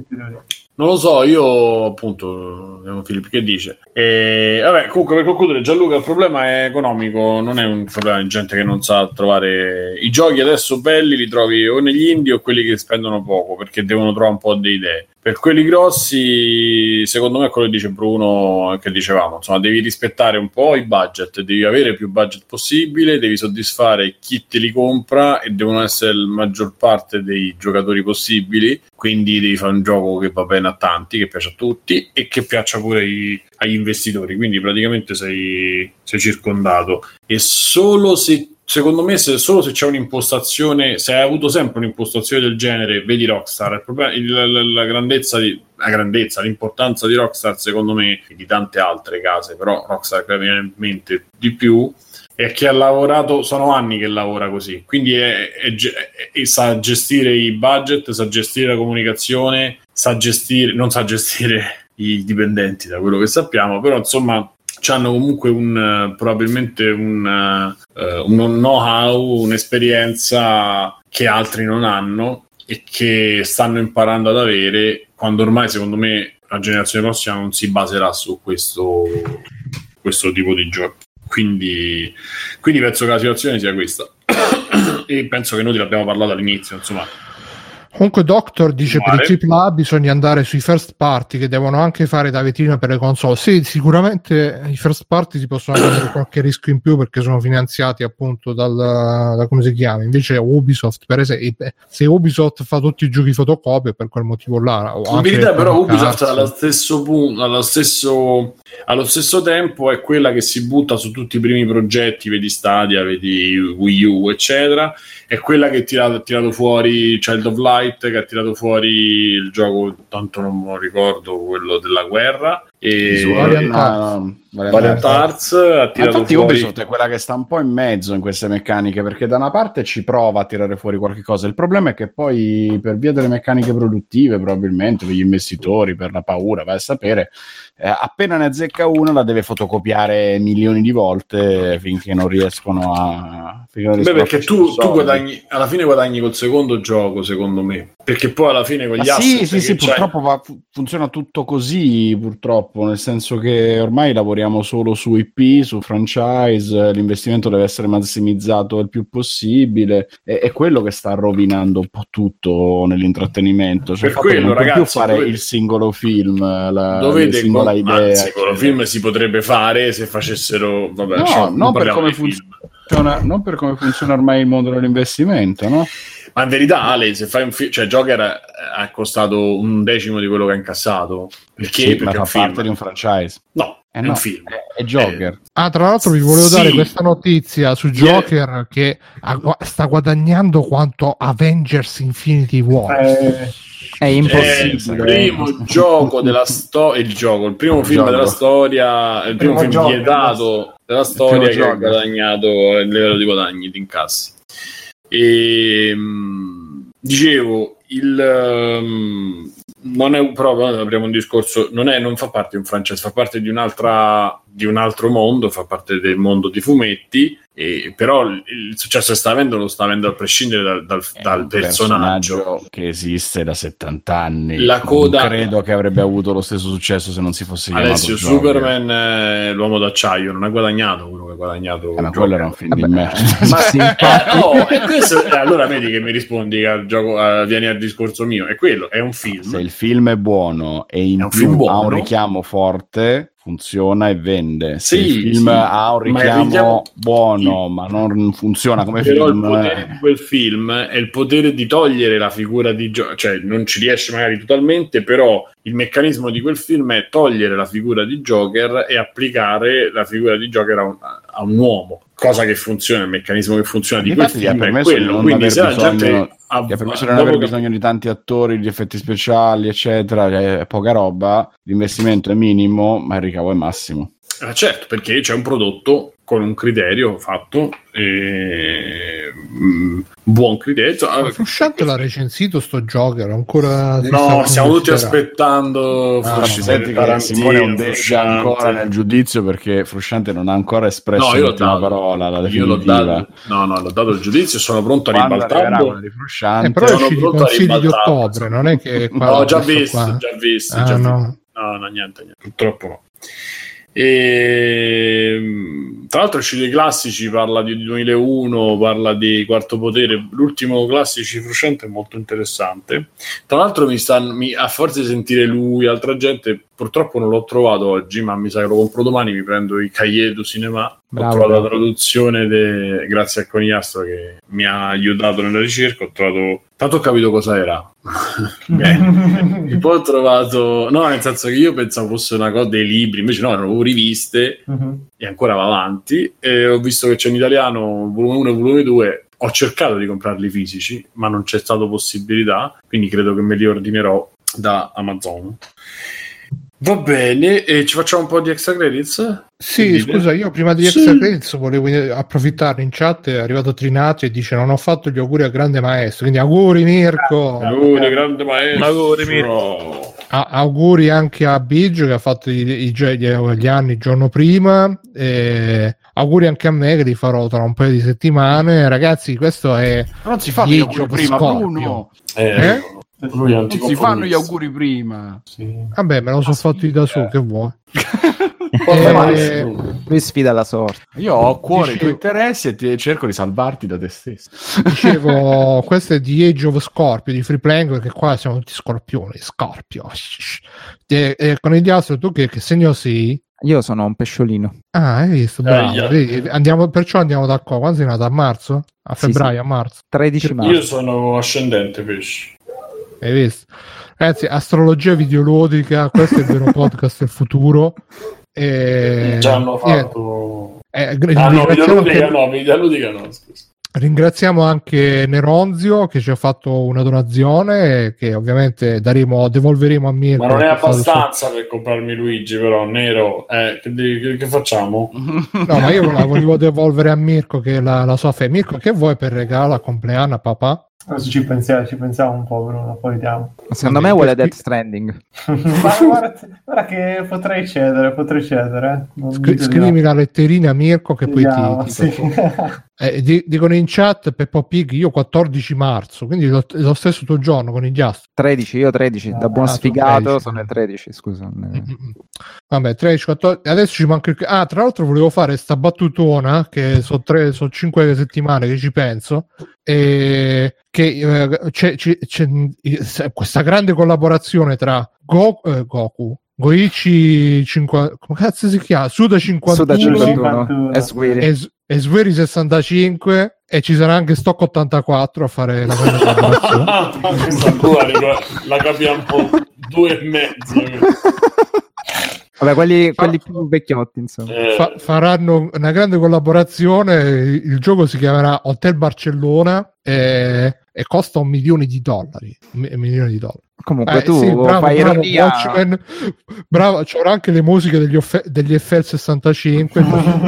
Non lo so, io appunto, vediamo Filippo che dice. E, vabbè, comunque per concludere, Gianluca, il problema è economico, non è un problema di gente che non sa trovare i giochi adesso belli, li trovi o negli indie o quelli che spendono poco, perché devono trovare un po' di idee. Per quelli grossi, secondo me è quello che dice Bruno, che dicevamo, insomma, devi rispettare un po' i budget, devi avere più budget possibile, devi soddisfare chi te li compra e devono essere la maggior parte dei giocatori possibili, quindi devi fare un gioco che va bene a tanti, che piace a tutti e che piaccia pure ai, agli investitori, quindi praticamente sei, sei circondato. E solo se secondo me se, solo se c'è un'impostazione, se hai avuto sempre un'impostazione del genere, vedi Rockstar, il problema, il, la, la grandezza di, la grandezza, l'importanza di Rockstar secondo me e di tante altre case, però Rockstar che mi viene in mente di più è che ha lavorato, sono anni che lavora così, quindi è, è, è, è, sa gestire i budget, sa gestire la comunicazione, sa gestire, non sa gestire i dipendenti da quello che sappiamo, però insomma hanno comunque un uh, probabilmente un, uh, un know-how, un'esperienza che altri non hanno e che stanno imparando ad avere, quando ormai secondo me la generazione prossima non si baserà su questo, questo tipo di giochi. Quindi, quindi penso che la situazione sia questa e penso che noi l'abbiamo parlato all'inizio, insomma. Comunque Doctor dice Mare. per i tripla A bisogna andare sui first party che devono anche fare da vetrina per le console. Sì, sicuramente i first party si possono avere qualche rischio in più perché sono finanziati appunto dal, da come si chiama, invece Ubisoft per esempio, se Ubisoft fa tutti i giochi fotocopie per quel motivo là. In verità però Ubisoft allo stesso punto, allo stesso, allo stesso tempo è quella che si butta su tutti i primi progetti, vedi Stadia, vedi Wii U eccetera, è quella che ha tirato, tirato fuori Child of Light, che ha tirato fuori il gioco, tanto non me lo ricordo, quello della guerra, e Valiant no, no, Valiant Arts ha tirato infatti fuori. Ubisoft è quella che sta un po' in mezzo in queste meccaniche, perché da una parte ci prova a tirare fuori qualche cosa, il problema è che poi per via delle meccaniche produttive, probabilmente per gli investitori, per la paura, vai a sapere, eh, appena ne azzecca una la deve fotocopiare milioni di volte finché non riescono a finché non Beh, riescono perché a tu, tu guadagni alla fine guadagni col secondo gioco, secondo me, perché poi alla fine con gli Ma asset sì, sì, sì, c'hai... purtroppo va, fu- funziona tutto così, purtroppo, nel senso che ormai lavoriamo solo su I P, su franchise, l'investimento deve essere massimizzato il più possibile, e è quello che sta rovinando un po' tutto nell'intrattenimento, cioè Per il fatto che quello, non puoi più ragazzi, fare dovete- il singolo film, la, la dovete singola con... idea. Anzi, quello eccetera. film si potrebbe fare se facessero vabbè, No, cioè, non, per parliamo come di film. funziona, non per come funziona ormai il mondo dell'investimento, no? Ma in verità, Ale, se fai un film, cioè Joker ha costato un decimo di quello che ha incassato. Perché? Sì, Perché ma è fa un film. parte di un franchise. No, Eh è no, un film. È, è Joker. Ah, tra l'altro vi volevo Sì. dare questa notizia su Joker che ha- sta guadagnando quanto Avengers Infinity War. Eh, È È il impossibile. primo gioco della storia, il gioco, il primo Il film gioco. della storia, il primo, Primo film Joker, vietato della storia primo che ha Joker. guadagnato il livello di guadagni, di incassi. E mh, dicevo, il um, non è proprio, apriamo un discorso, non è, non fa parte di un franchise, fa parte di un'altra, di un altro mondo, fa parte del mondo di fumetti, e, però il, il successo che sta avendo lo sta avendo a prescindere dal, dal, È dal un personaggio. che esiste da settanta anni. La coda- Non credo che avrebbe avuto lo stesso successo se non si fosse chiamato Alessio, Joker. Superman, eh, l'uomo d'acciaio, non ha guadagnato quello che ha guadagnato. Eh, ma Joker. quello era un film di Vabbè. merda. Ma Sì, eh, infatti. oh, e questo, eh, allora vedi che mi rispondi che al gioco, eh, vieni al discorso mio, è quello, è un film. Se il film è buono e in È un più film buono. ha un richiamo forte, funziona e vende. Se Sì, il film sì, ha un ma il richiamo richiamo- buono, ma non funziona come Però film. il potere di quel film è il potere di togliere la figura di Joker, cioè non ci riesce magari totalmente, però il meccanismo di quel film è togliere la figura di Joker e applicare la figura di Joker a un, a un uomo, cosa che funziona, il meccanismo che funziona di quel Infatti gli ha film è permesso di quello, non quindi aver se la bisogno, gente ha, gli ha permesso di non dopo aver che- bisogno di tanti attori, di effetti speciali, eccetera, è poca roba, l'investimento è minimo, ma il ricavo è massimo. Ah, certo, perché c'è un prodotto con un criterio fatto, e... mm, buon criterio. Ma Frusciante l'ha recensito sto Joker, ancora si No, sta stiamo tutti considerando. aspettando. Ah, Frusci- senti che Tarantino, Simone è un déjà Frusciante. ancora nel giudizio perché Frusciante non ha ancora espresso No, io l'ho l'ultima dato. parola, la Io l'ho definitiva. dato. No, no, l'ho dato il giudizio. Sono pronto a Quando arriverà ribaltarlo. quella di Frusciante, Eh, però sono esci di pronto a consigli di ribaltarlo. ottobre, non è che qua, No, ho già questo visto, qua. già visto, Ah, già no. visto. No, no, niente, niente, purtroppo no. E, tra l'altro, uscito i classici, parla di duemilauno, parla di Quarto Potere. L'ultimo classici Frusciante è molto interessante. Tra l'altro, mi sta, mi, a forza di sentire lui, altra gente, purtroppo non l'ho trovato oggi, ma mi sa che lo compro domani. Mi prendo i Cahiers du Cinema. Bravo, Ho trovato bravo. la traduzione de... grazie a Conigliastro che mi ha aiutato nella ricerca. Ho trovato, tanto ho capito cosa era. Beh, e poi ho trovato, no, nel senso che io pensavo fosse una cosa dei libri, invece no, erano riviste Mhm. e ancora va avanti. E ho visto che c'è in italiano volume uno e volume due. Ho cercato di comprarli fisici, ma non c'è stata possibilità, quindi credo che me li ordinerò da Amazon. Va bene, e ci facciamo un po' di extra credits? Sì, Che dite? scusa, io prima di Sì. extra credits volevo approfittare in chat, è arrivato Trinati e dice non ho fatto gli auguri al grande maestro, quindi auguri Mirko. Auguri, grande maestro. Auguri, A- auguri anche a Biggio che ha fatto i, i- gli, gli anni il giorno prima, e auguri anche a me che li farò tra un paio di settimane. Ragazzi, questo è non si fanno gli Age auguri of prima, Scorpio. Bruno. Eh, Eh? lui è Non si fanno gli anticompromesso. auguri prima. Sì. Vabbè, me lo sono fatti da su, che vuoi? Come Eh, mai? Lui sfida la sorte. Io ho a cuore i tuoi Dicevo- interessi e ti- cerco di salvarti da te stesso. Dicevo, questo è di Age of Scorpio di Free Playing, perché qua siamo tutti scorpioni. Scorpio. E, e con il diastro, tu che, che segno sei? Io sono un pesciolino. Ah, hai visto? Bravo. Aia. Vedi, andiamo, perciò andiamo da qua. Quando sei nato? A marzo? A Sì, febbraio, a marzo? tredici Io marzo. sono ascendente pesce. Hai visto? Ragazzi, astrologia videoludica, questo è il vero podcast del futuro. E... Già hanno niente. fatto. Eh, gr- Ah no, ringraziamo, videoludica anche, no, videoludica no, scusa. ringraziamo anche Neronzio che ci ha fatto una donazione che ovviamente daremo, devolveremo a Mirko. Ma non è che fa il suo- abbastanza per comprarmi Luigi, però, nero. Eh, che, che- che facciamo? No, ma io la volevo devolvere a Mirko che è la, la sua fe. Mirko, che vuoi per regalo a compleanno a papà? Adesso ci pensiamo, ci pensiamo un po', Bruno, poi vediamo. Secondo Vabbè, me vuole per- Death Stranding. Ma guarda, guarda che potrei cedere, potrei cedere. eh. Non Scri- dite di scrivimi no. la letterina a Mirko che poi Vediamo, ti, ti sì. faccio- Eh, di- dicono in chat Peppo Pig io quattordici marzo, quindi lo, lo stesso tuo giorno con i Giastro. tredici, io tredici. Da Ah, buon tu sfigato tredici. sono le tredici, scusa. Vabbè, tredici, quattordici, adesso ci manca il... Ah, tra l'altro volevo fare sta battutona che sono tre, sono cinque settimane che ci penso, e che eh, c'è, c'è- c'è questa grande collaborazione tra Go- eh, Goku, Goichi cinquanta, come cazzo si chiama? Suda Suda cinquantuno cinquantuno cinquantuno. e Squiri. e, S- e Sveri sessantacinque, e ci sarà anche Stock ottantaquattro a fare la grande collaborazione. Questa tua la, la capiamo un po' due e mezzo. Vabbè, quelli, quelli più vecchiotti, insomma. Eh, Fa- faranno una grande collaborazione. Il gioco si chiamerà Hotel Barcellona e, e costa un milione di dollari. Un milione di dollari. Comunque Eh, tu sì, bravo, fai bravo, ironia. Watchmen. Bravo, c'era anche le musiche degli, Off- degli F L sessantacinque.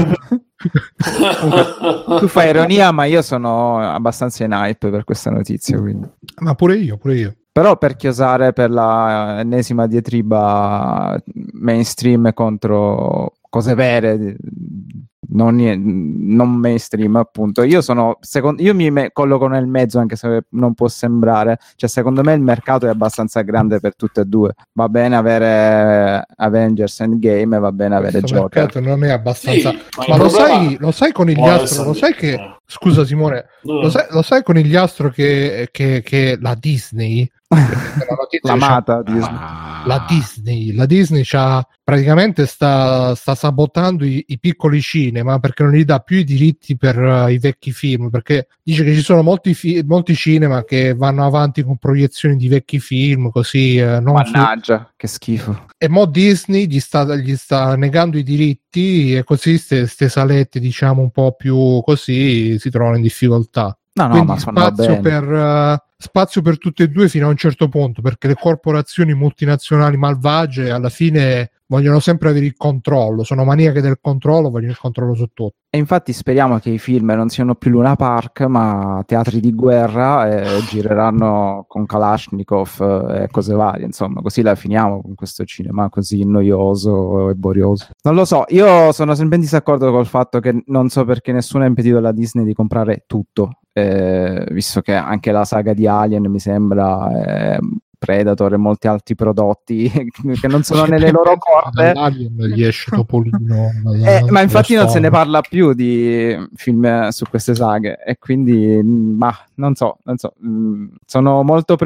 Tu fai ironia, ma io sono abbastanza in hype per questa notizia, quindi. Ma pure io, pure io. Però per chiosare per la ennesima diatriba mainstream contro cose vere, non, non mainstream, appunto. Io sono secondo, io mi me- colloco nel mezzo, anche se non può sembrare. Cioè, secondo me il mercato è abbastanza grande per tutte e due. Va bene avere Avengers Endgame e va bene avere Questo Joker. mercato non è abbastanza. Sì, ma ma il lo problema- sai, lo sai con il Buona Astro, lo sai che Alessandro. scusa Simone, No. lo sai, lo sai con il Astro che, che, che la Disney L'amata Disney. Ah. La Disney, la Disney c'ha, praticamente sta, sta sabotando i, i piccoli cinema perché non gli dà più i diritti per uh, i vecchi film, perché dice che ci sono molti, fi- molti cinema che vanno avanti con proiezioni di vecchi film così uh, non mannaggia su... che schifo, e mo Disney gli sta, gli sta negando i diritti e così ste salette diciamo un po' più così si trovano in difficoltà. No, no, quindi ma spazio per, uh, spazio per tutte e due fino a un certo punto, perché le corporazioni multinazionali malvagie alla fine vogliono sempre avere il controllo, sono maniache del controllo, vogliono il controllo su tutto. E infatti speriamo che i film non siano più Luna Park ma teatri di guerra e gireranno con Kalashnikov e cose varie, insomma, così la finiamo con questo cinema così noioso e borioso. Non lo so, io sono sempre in disaccordo col fatto che non so perché nessuno ha impedito alla Disney di comprare tutto, eh, visto che anche la saga di Alien mi sembra... Eh, Predator e molti altri prodotti che non sono nelle loro corde. Gli esce Topolino, eh, ma infatti non se ne parla più di film su queste saghe e quindi ma non so, non so sono molto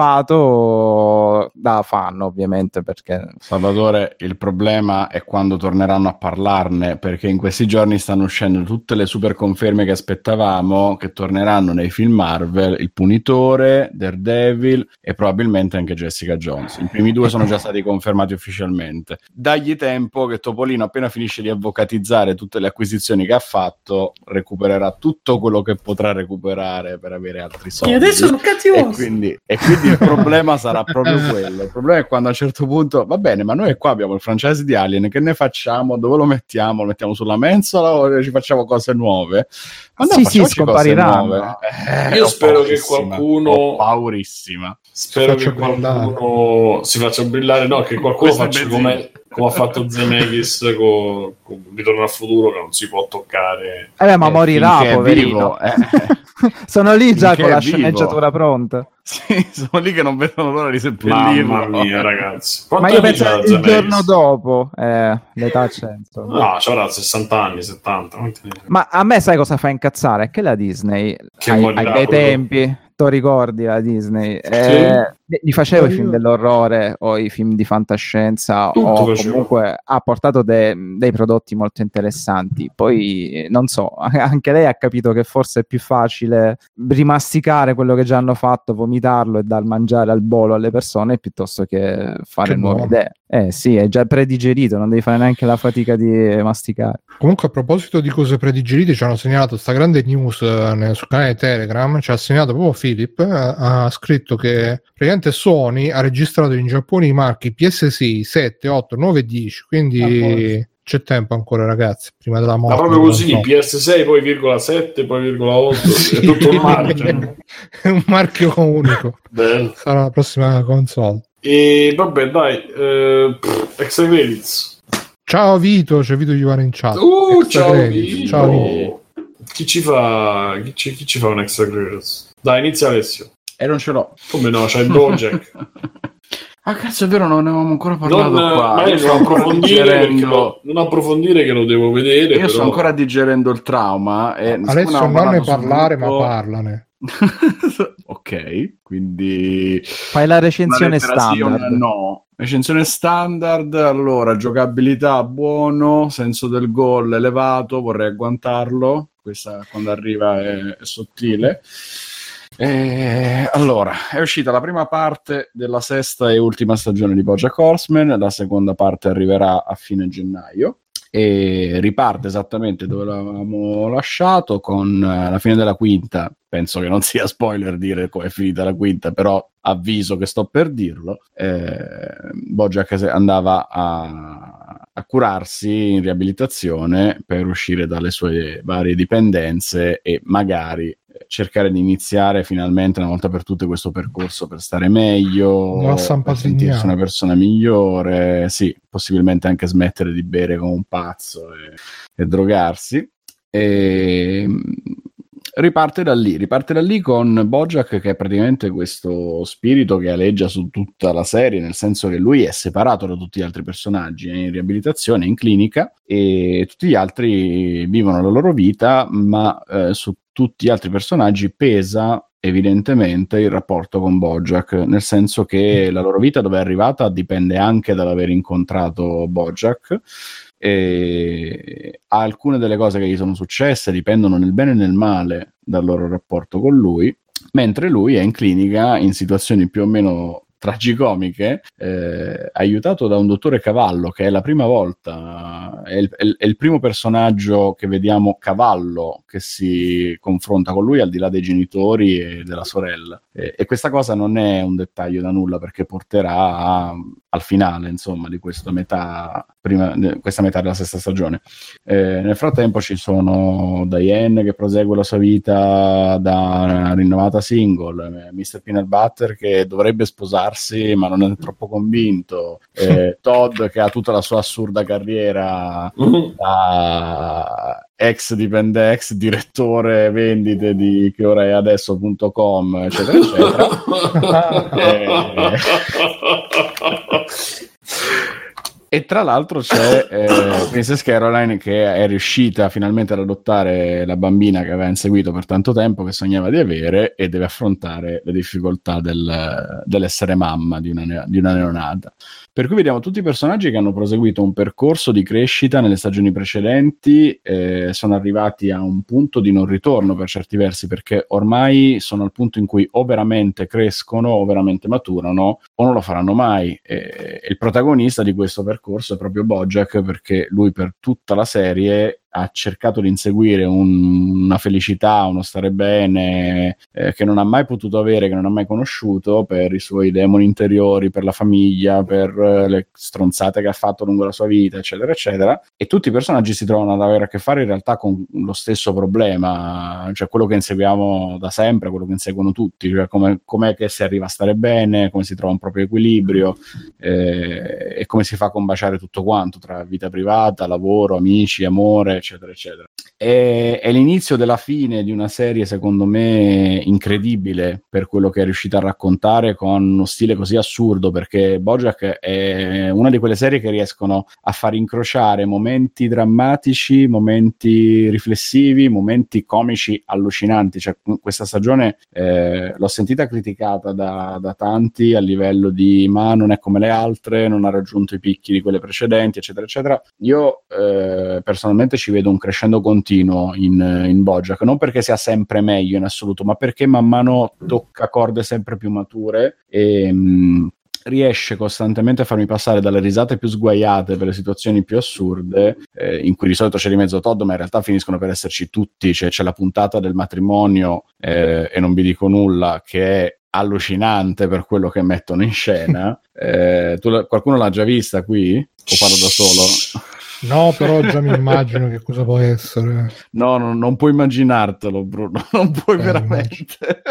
preoccupato da fan ovviamente, perché Salvatore, il problema è quando torneranno a parlarne, perché in questi giorni stanno uscendo tutte le super conferme che aspettavamo che torneranno nei film Marvel, il Punitore, Daredevil e probabilmente anche Jessica Jones. I primi due sono già stati confermati ufficialmente. Dagli tempo che Topolino, appena finisce di avvocatizzare tutte le acquisizioni che ha fatto, recupererà tutto quello che potrà recuperare per avere altri soldi. E adesso sono cattivo. E quindi, e quindi il problema sarà proprio quello. Il problema è quando a un certo punto, va bene, ma noi qua abbiamo il franchise di Alien, che ne facciamo? Dove lo mettiamo? Lo mettiamo sulla mensola o ci facciamo cose nuove? Ma no, sì, sì, scompariranno. Eh, Io spero che qualcuno... Ho paurissima. Spero che qualcuno si faccia brillare, no, che qualcuno faccia come, come ha fatto Zemeckis con, con Ritorno al futuro, che non si può toccare. Eh, ma eh, morirà, poverino. Eh. Sono lì già con la sceneggiatura pronta. Sì, sono lì che non vedono l'ora di seppellirlo. Mamma mia, ragazzi. Ma io penso il Zemeckis? Giorno dopo, eh, l'età c'è. Insomma. No, c'era sessanta anni, settanta. Ma a me sai cosa fa incazzare? È che la Disney, che ai, ai bei tempi... ricordi la Disney eh, sì. Gli faceva i film dell'orrore o i film di fantascienza tutto o comunque faceva. Ha portato de- dei prodotti molto interessanti. Poi non so, anche lei ha capito che forse è più facile rimasticare quello che già hanno fatto, vomitarlo e dar mangiare al volo alle persone piuttosto che fare che nuove buono. idee. Eh sì, è già predigerito, non devi fare neanche la fatica di masticare. Comunque a proposito di cose predigerite ci hanno segnalato sta grande news eh, sul canale Telegram, ci ha segnato proprio Philip, eh, ha scritto che praticamente Sony ha registrato in Giappone i marchi P S sei, sette, otto, nove e dieci, quindi ah, c'è tempo ancora ragazzi, prima della morte. Ma proprio così, P S sei, poi virgola sette, poi virgola otto, è tutto un marchio. È un marchio unico. Bello. Sarà la prossima console. E vabbè dai, eh, extra credits. Ciao Vito, c'è Vito Ivano in chat. Uh, ciao credits. Vito. Ciao Vito. Chi ci fa chi ci, chi ci fa un extra credits? Dai, inizia Alessio. E non ce l'ho. Come no, c'è il Bojack. Ah cazzo, è vero, non ne avevamo ancora parlato non, qua. Ma io non approfondire, lo, non approfondire che lo devo vedere. Io però... sto ancora digerendo il trauma. E Adesso non ne parlare, ma parlane. Ok, quindi fai la recensione standard. Sì, no, recensione standard. Allora, giocabilità buono, senso del gol elevato, vorrei agguantarlo. Questa quando arriva è, è sottile. E, allora, è uscita la prima parte della sesta e ultima stagione di BoJack Horseman, la seconda parte arriverà a fine gennaio e riparte esattamente dove l'avevamo lasciato con la fine della quinta. Penso che non sia spoiler dire come è finita la quinta, però avviso che sto per dirlo. eh, BoJack andava a, a curarsi in riabilitazione per uscire dalle sue varie dipendenze e magari cercare di iniziare finalmente una volta per tutte questo percorso per stare meglio, per sentirsi una persona migliore, sì, possibilmente anche smettere di bere come un pazzo e, e drogarsi. E riparte da lì, riparte da lì con BoJack, che è praticamente questo spirito che aleggia su tutta la serie, nel senso che lui è separato da tutti gli altri personaggi, è in riabilitazione, è in clinica e tutti gli altri vivono la loro vita, ma eh, su tutti gli altri personaggi pesa evidentemente il rapporto con Bojack, nel senso che la loro vita dove è arrivata dipende anche dall'aver incontrato Bojack, e alcune delle cose che gli sono successe dipendono nel bene e nel male dal loro rapporto con lui, mentre lui è in clinica in situazioni più o meno tragicomiche, eh, aiutato da un dottore cavallo, che è la prima volta, è il, è, il, è il primo personaggio che vediamo cavallo che si confronta con lui al di là dei genitori e della sorella, e, e questa cosa non è un dettaglio da nulla, perché porterà a, al finale, insomma, di questa metà, prima, questa metà della sesta stagione. Eh, nel frattempo ci sono Diane che prosegue la sua vita da rinnovata single, mister Peanut Butter che dovrebbe sposarsi ma non è troppo convinto, eh, Todd che ha tutta la sua assurda carriera da ex dipende ex direttore vendite di che ora è adesso punto com, eccetera eccetera. e... E tra l'altro c'è eh, Princess Caroline che è riuscita finalmente ad adottare la bambina che aveva inseguito per tanto tempo, che sognava di avere, e deve affrontare le difficoltà del, dell'essere mamma di una, di una neonata. Per cui vediamo tutti i personaggi che hanno proseguito un percorso di crescita nelle stagioni precedenti, eh, sono arrivati a un punto di non ritorno per certi versi, perché ormai sono al punto in cui o veramente crescono o veramente maturano o non lo faranno mai. E, e il protagonista di questo percorso è proprio Bojack, perché lui per tutta la serie ha cercato di inseguire un, una felicità, uno stare bene eh, che non ha mai potuto avere, che non ha mai conosciuto, per i suoi demoni interiori, per la famiglia, per eh, le stronzate che ha fatto lungo la sua vita, eccetera eccetera. E tutti i personaggi si trovano ad avere a che fare in realtà con lo stesso problema, cioè quello che inseguiamo da sempre, quello che inseguono tutti, cioè come, com'è che si arriva a stare bene, come si trova un proprio equilibrio, eh, e come si fa a combaciare tutto quanto tra vita privata, lavoro, amici, amore, eccetera eccetera. È, è l'inizio della fine di una serie secondo me incredibile per quello che è riuscita a raccontare, con uno stile così assurdo, perché Bojack è una di quelle serie che riescono a far incrociare momenti drammatici, momenti riflessivi, momenti comici allucinanti. Cioè, questa stagione eh, l'ho sentita criticata da, da tanti a livello di ma non è come le altre, non ha raggiunto i picchi di quelle precedenti, eccetera eccetera. Io eh, personalmente ci vedo un crescendo continuo in, in Bojack, non perché sia sempre meglio in assoluto, ma perché man mano tocca corde sempre più mature e mh, riesce costantemente a farmi passare dalle risate più sguaiate per le situazioni più assurde, eh, in cui di solito c'è di mezzo Todd, ma in realtà finiscono per esserci tutti. Cioè, c'è la puntata del matrimonio, eh, e non vi dico nulla, che è allucinante per quello che mettono in scena. eh, tu, qualcuno l'ha già vista qui? O parlo da solo? No, però già mi immagino che cosa può essere. No, no, non puoi immaginartelo, Bruno, non puoi eh, veramente.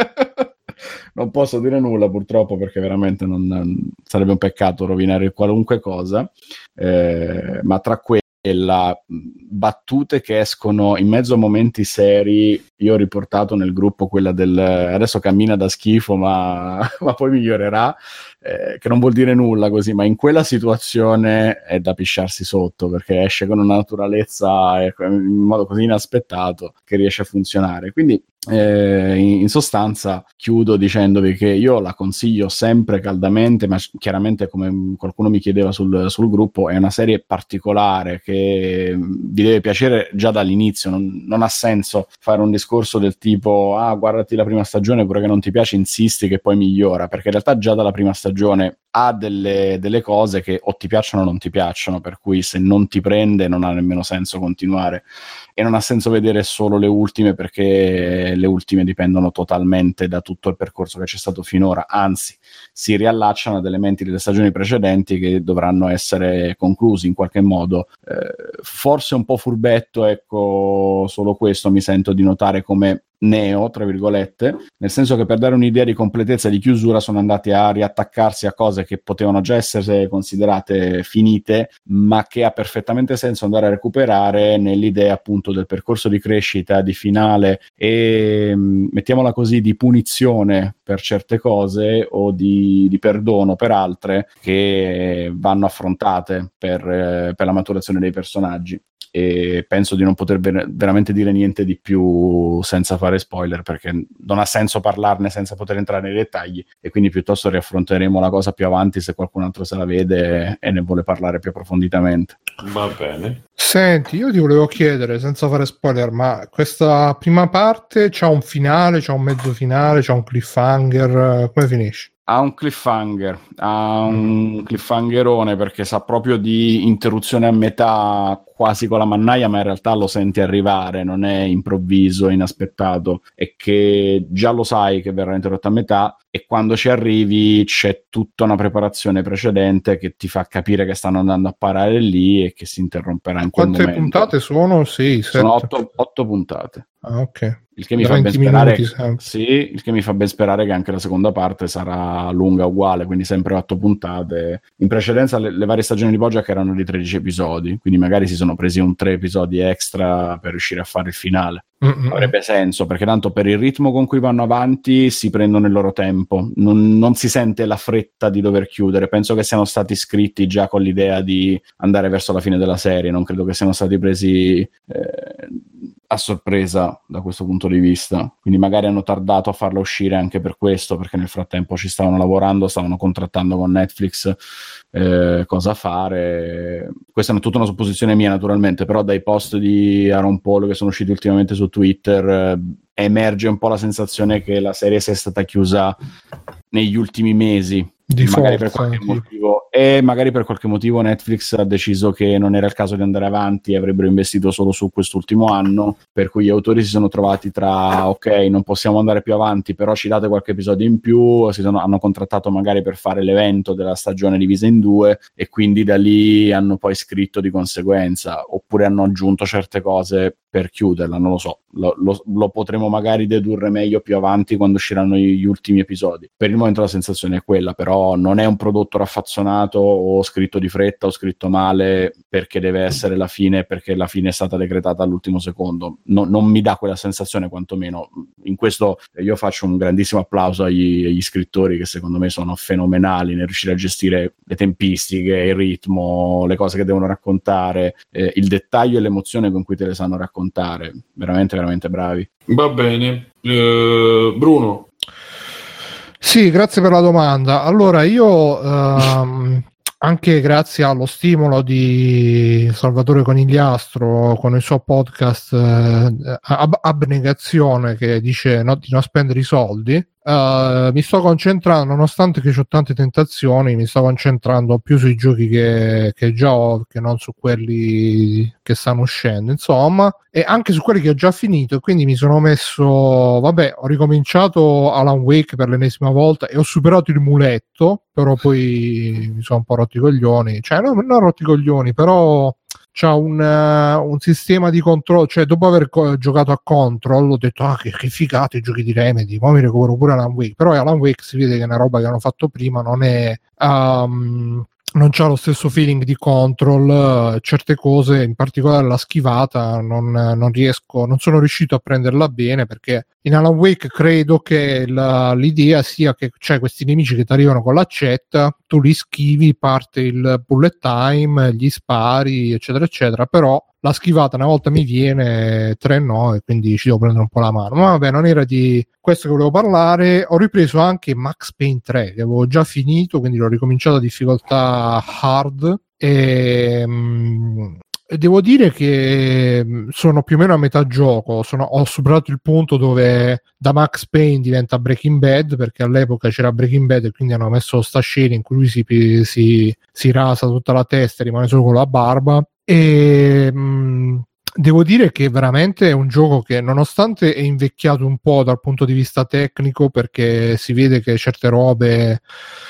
Non posso dire nulla purtroppo, perché veramente non, non sarebbe un peccato rovinare qualunque cosa, eh, ma tra quella battute che escono in mezzo a momenti seri, io ho riportato nel gruppo quella del adesso cammina da schifo ma, ma poi migliorerà, eh, che non vuol dire nulla così, ma in quella situazione è da pisciarsi sotto, perché esce con una naturalezza e in modo così inaspettato che riesce a funzionare. Quindi Eh, in, in sostanza chiudo dicendovi che io la consiglio sempre caldamente, ma chiaramente, come qualcuno mi chiedeva sul, sul gruppo, è una serie particolare che vi deve piacere già dall'inizio. Non, non ha senso fare un discorso del tipo ah guardati la prima stagione, pure che non ti piace insisti che poi migliora, perché in realtà già dalla prima stagione ha delle, delle cose che o ti piacciono o non ti piacciono, per cui se non ti prende non ha nemmeno senso continuare, e non ha senso vedere solo le ultime, perché le ultime dipendono totalmente da tutto il percorso che c'è stato finora, anzi si riallacciano ad elementi delle stagioni precedenti che dovranno essere conclusi in qualche modo. Eh, forse un po' furbetto, ecco, solo questo mi sento di notare come neo, tra virgolette, nel senso che per dare un'idea di completezza e di chiusura sono andati a riattaccarsi a cose che potevano già essere considerate finite, ma che ha perfettamente senso andare a recuperare nell'idea appunto del percorso di crescita, di finale e, mettiamola così, di punizione per certe cose o di, di perdono per altre che vanno affrontate per, eh, per la maturazione dei personaggi. E penso di non poter ver- veramente dire niente di più senza fare spoiler, perché non ha senso parlarne senza poter entrare nei dettagli, e quindi piuttosto riaffronteremo la cosa più avanti se qualcun altro se la vede e ne vuole parlare più approfonditamente. Va bene. Senti, io ti volevo chiedere, senza fare spoiler, ma questa prima parte c'ha un finale, c'ha un mezzo finale, c'ha un cliffhanger, come finisce? Ha un cliffhanger, ha un cliffhangerone, perché sa proprio di interruzione a metà, quasi con la mannaia, ma in realtà lo senti arrivare, non è improvviso, inaspettato, e che già lo sai che verrà interrotto a metà, e quando ci arrivi c'è tutta una preparazione precedente che ti fa capire che stanno andando a parare lì e che si interromperà in quel Quante momento. puntate sono? Sì, sette. Sono otto, otto puntate. Ah, ok. Il che mi Da fa ben venti sperare, minuti, sì, il che mi fa ben sperare che anche la seconda parte sarà lunga uguale, quindi sempre otto puntate. In precedenza le, le varie stagioni di BoJack erano di tredici episodi, quindi magari si sono presi un tre episodi extra per riuscire a fare il finale. Mm-mm. Avrebbe senso, perché tanto per il ritmo con cui vanno avanti si prendono il loro tempo, non, non si sente la fretta di dover chiudere. Penso che siano stati scritti già con l'idea di andare verso la fine della serie, non credo che siano stati presi eh, a sorpresa da questo punto di vista, quindi magari hanno tardato a farla uscire anche per questo, perché nel frattempo ci stavano lavorando, stavano contrattando con Netflix eh, cosa fare. Questa è tutta una supposizione mia naturalmente, però dai post di Aaron Paul che sono usciti ultimamente su Twitter eh, emerge un po' la sensazione che la serie sia stata chiusa negli ultimi mesi. Di magari forza, per qualche sì. motivo e magari per qualche motivo Netflix ha deciso che non era il caso di andare avanti e avrebbero investito solo su quest'ultimo anno, per cui gli autori si sono trovati tra ok, non possiamo andare più avanti, però ci date qualche episodio in più, si sono, hanno contrattato magari per fare l'evento della stagione divisa in due, e quindi da lì hanno poi scritto di conseguenza, oppure hanno aggiunto certe cose per chiuderla, non lo so, lo, lo, lo potremo magari dedurre meglio più avanti quando usciranno gli ultimi episodi. Per il momento la sensazione è quella, però non è un prodotto raffazzonato o scritto di fretta o scritto male perché deve essere la fine, perché la fine è stata decretata all'ultimo secondo. No, non mi dà quella sensazione, quantomeno. In questo io faccio un grandissimo applauso agli, agli scrittori, che secondo me sono fenomenali nel riuscire a gestire le tempistiche, il ritmo, le cose che devono raccontare, eh, il dettaglio e l'emozione con cui te le sanno raccontare. Veramente, veramente bravi. Va bene. Uh, Bruno. Sì, grazie per la domanda. Allora, io ehm, anche grazie allo stimolo di Salvatore Conigliastro con il suo podcast eh, Ab- Abnegazione, che dice no, di non spendere i soldi, Uh, mi sto concentrando, nonostante che ho tante tentazioni, mi sto concentrando più sui giochi che, che già ho, che non su quelli che stanno uscendo, insomma, e anche su quelli che ho già finito. E quindi mi sono messo, vabbè, ho ricominciato Alan Wake per l'ennesima volta e ho superato il muletto, però poi mi sono un po' rotti i coglioni, cioè no, non rotti i coglioni, però c'ha un, uh, un sistema di controllo, cioè dopo aver co- giocato a Control ho detto ah che, che figata i giochi di Remedy, poi mi recupero pure Alan Wake, però Alan Wake si vede che è una roba che hanno fatto prima, non è um, non c'ha lo stesso feeling di Control, uh, certe cose, in particolare la schivata non, non riesco, non sono riuscito a prenderla bene, perché in Alan Wake credo che la, l'idea sia che c'è questi nemici che ti arrivano con l'accetta, tu li schivi, parte il bullet time, gli spari, eccetera eccetera, però la schivata una volta mi viene, tre no, e quindi ci devo prendere un po' la mano. Ma vabbè, non era di questo che volevo parlare. Ho ripreso anche Max Payne tre, che avevo già finito, quindi l'ho ricominciato a difficoltà hard, e mh, devo dire che sono più o meno a metà gioco. Sono, ho superato il punto dove da Max Payne diventa Breaking Bad, perché all'epoca c'era Breaking Bad e quindi hanno messo sta scena in cui lui si, si, si rasa tutta la testa e rimane solo con la barba. E mh, devo dire che veramente è un gioco che, nonostante è invecchiato un po' dal punto di vista tecnico, perché si vede che certe robe,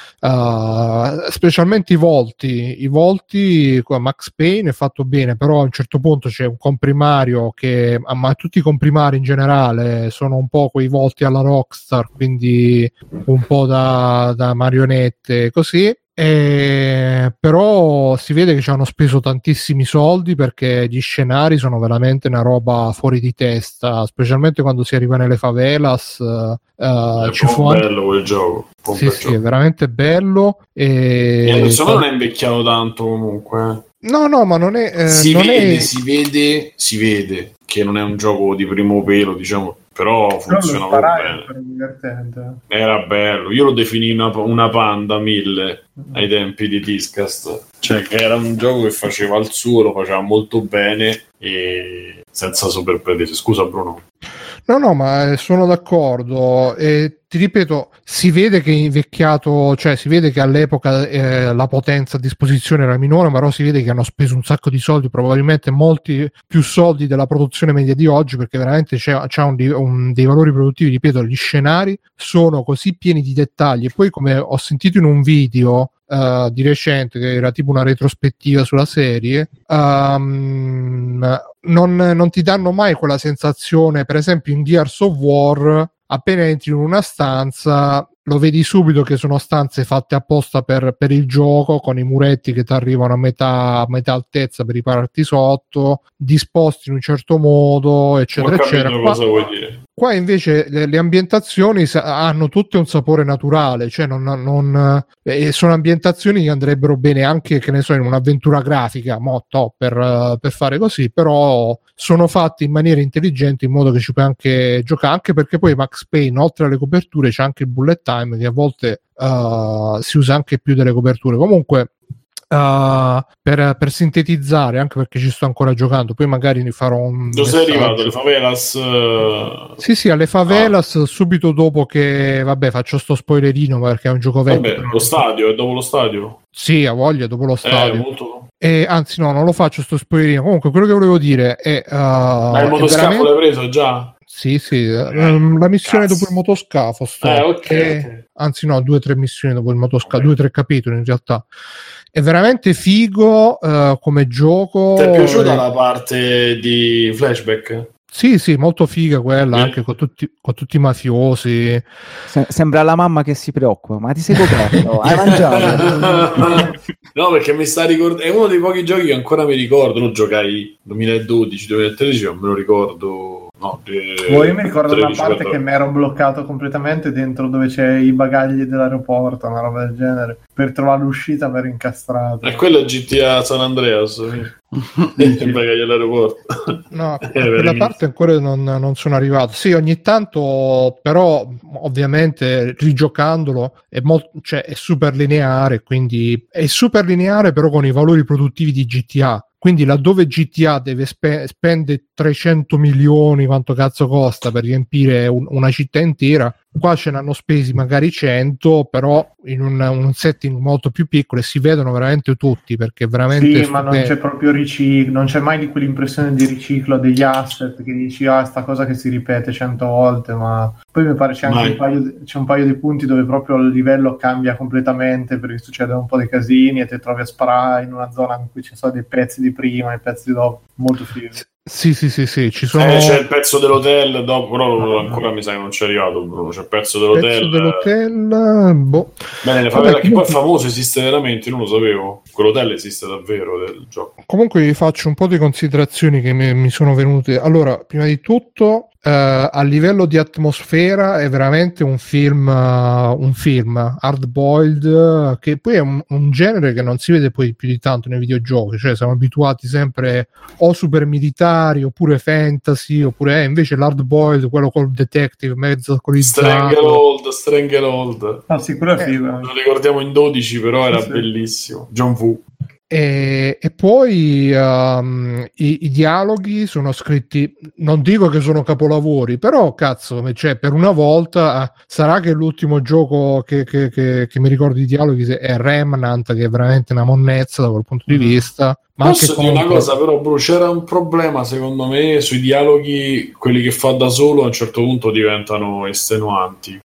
uh, specialmente i volti, i volti Max Payne è fatto bene, però a un certo punto c'è un comprimario che, ma tutti i comprimari in generale sono un po' quei volti alla Rockstar, quindi un po' da, da marionette così. Eh, però si vede che ci hanno speso tantissimi soldi perché gli scenari sono veramente una roba fuori di testa, specialmente quando si arriva nelle favelas. Uh, è ci fu bello anche... quel gioco. Sì, sì, gioco. È veramente bello. E... e adesso non è invecchiato tanto comunque. No, no, ma non è... Eh, si, non vede, è... si vede, si vede che non è un gioco di primo pelo, diciamo. Però funzionava bene. Divertente. Era bello. Io lo definii una, una Panda mille ai tempi di Discast. Cioè, che era un gioco che faceva il suo, lo faceva molto bene e senza super pretese. Scusa, Bruno. No, no, ma sono d'accordo. E ti ripeto, si vede che è invecchiato, cioè si vede che all'epoca eh, la potenza a disposizione era minore, però si vede che hanno speso un sacco di soldi, probabilmente molti più soldi della produzione media di oggi, perché veramente c'è, c'è un, un, dei valori produttivi. Ripeto, gli scenari sono così pieni di dettagli. E poi, come ho sentito in un video Uh, di recente, che era tipo una retrospettiva sulla serie, um, non, non ti danno mai quella sensazione. Per esempio in Gears of War, appena entri in una stanza lo vedi subito che sono stanze fatte apposta per, per il gioco, con i muretti che ti arrivano a metà, a metà altezza per ripararti sotto, disposti in un certo modo, eccetera, eccetera. Qua, cosa vuoi dire. Qua invece le, le ambientazioni hanno tutte un sapore naturale, cioè non, non eh, sono ambientazioni che andrebbero bene anche, che ne so, in un'avventura grafica, motto per, per fare così, però sono fatti in maniera intelligente, in modo che ci puoi anche giocare, anche perché poi Max Payne, oltre alle coperture, c'è anche il bullet time, che a volte uh, si usa anche più delle coperture. Comunque Uh, per, per sintetizzare, anche perché ci sto ancora giocando, poi magari ne farò un dove sei arrivato? Le favelas? Uh... Sì, sì, alle favelas, ah. subito dopo che, vabbè, faccio sto spoilerino perché è un gioco vecchio. Vabbè, lo stadio, è dopo lo stadio? Sì, a voglia, dopo lo stadio. Eh, molto... e, anzi no, non lo faccio sto spoilerino. Comunque quello che volevo dire è... Uh, Ma il motoscafo veramente... l'hai preso già? Sì, sì, um, la missione Cazzo. dopo il motoscafo sto, eh, okay, e, okay. anzi no, due o tre missioni dopo il motoscafo, okay. due o tre capitoli in realtà. È veramente figo uh, come gioco. Ti è piaciuta e... la parte di flashback? Sì, sì, molto figa quella, eh. anche con tutti, con tutti i mafiosi. Se- sembra la mamma che si preoccupa, ma ti sei coperto? Hai mangiato? No, perché mi sta ricordando, è uno dei pochi giochi che ancora mi ricordo. Lo giocai duemiladodici duemilatredici, non me lo ricordo. No, de... oh, io mi ricordo una parte che mi ero bloccato completamente dentro dove c'è i bagagli dell'aeroporto, una roba del genere, per trovare l'uscita per incastrato. E quello è G T A San Andreas. Il bagaglio all'aeroporto. No, quella parte ancora non, non sono arrivato. Sì, ogni tanto, però ovviamente rigiocandolo è, molto, cioè, è super lineare, quindi è super lineare però con i valori produttivi di G T A. Quindi laddove G T A deve spe- spende trecento milioni, quanto cazzo costa per riempire un- una città intera, qua ce ne hanno spesi magari cento, però in un, un setting molto più piccolo, e si vedono veramente tutti, perché veramente sì, ma non c'è proprio riciclo, non c'è mai di quell'impressione di riciclo degli asset che dici ah sta cosa che si ripete cento volte, ma poi mi pare c'è anche un paio, c'è un paio di punti dove proprio il livello cambia completamente perché succedono un po' dei casini e ti trovi a sparare in una zona in cui ci sono dei pezzi di prima e pezzi di dopo, molto figo. Sì, sì, sì, sì, ci sono... Eh, c'è il pezzo dell'hotel dopo, però ancora mi sa che non c'è arrivato, Bruno. C'è il pezzo dell'hotel. Pezzo dell'hotel, boh. Bene, le favela, che poi è famoso, esiste veramente, non lo sapevo. Quell'hotel esiste davvero del gioco. Comunque vi faccio un po' di considerazioni che mi, mi sono venute. Allora, prima di tutto, Uh, a livello di atmosfera è veramente un film uh, un film hard boiled, uh, che poi è un, un genere che non si vede poi più di tanto nei videogiochi, cioè siamo abituati sempre o super militari oppure fantasy, oppure eh, invece l'hard boiled, quello col detective mezzo alcolizzato, Stranglehold Stranglehold ah sì, quello è figo, eh. Lo ricordiamo in dodici, però era sì. bellissimo. John Woo. E, e poi um, i, i dialoghi sono scritti, non dico che sono capolavori, però cazzo, cioè, per una volta uh, sarà che l'ultimo gioco che, che, che, che mi ricordo i dialoghi è Remnant, che è veramente una monnezza da quel punto di vista. Ma posso anche dire contro... una cosa però, bro, c'era un problema secondo me sui dialoghi, quelli che fa da solo a un certo punto diventano estenuanti.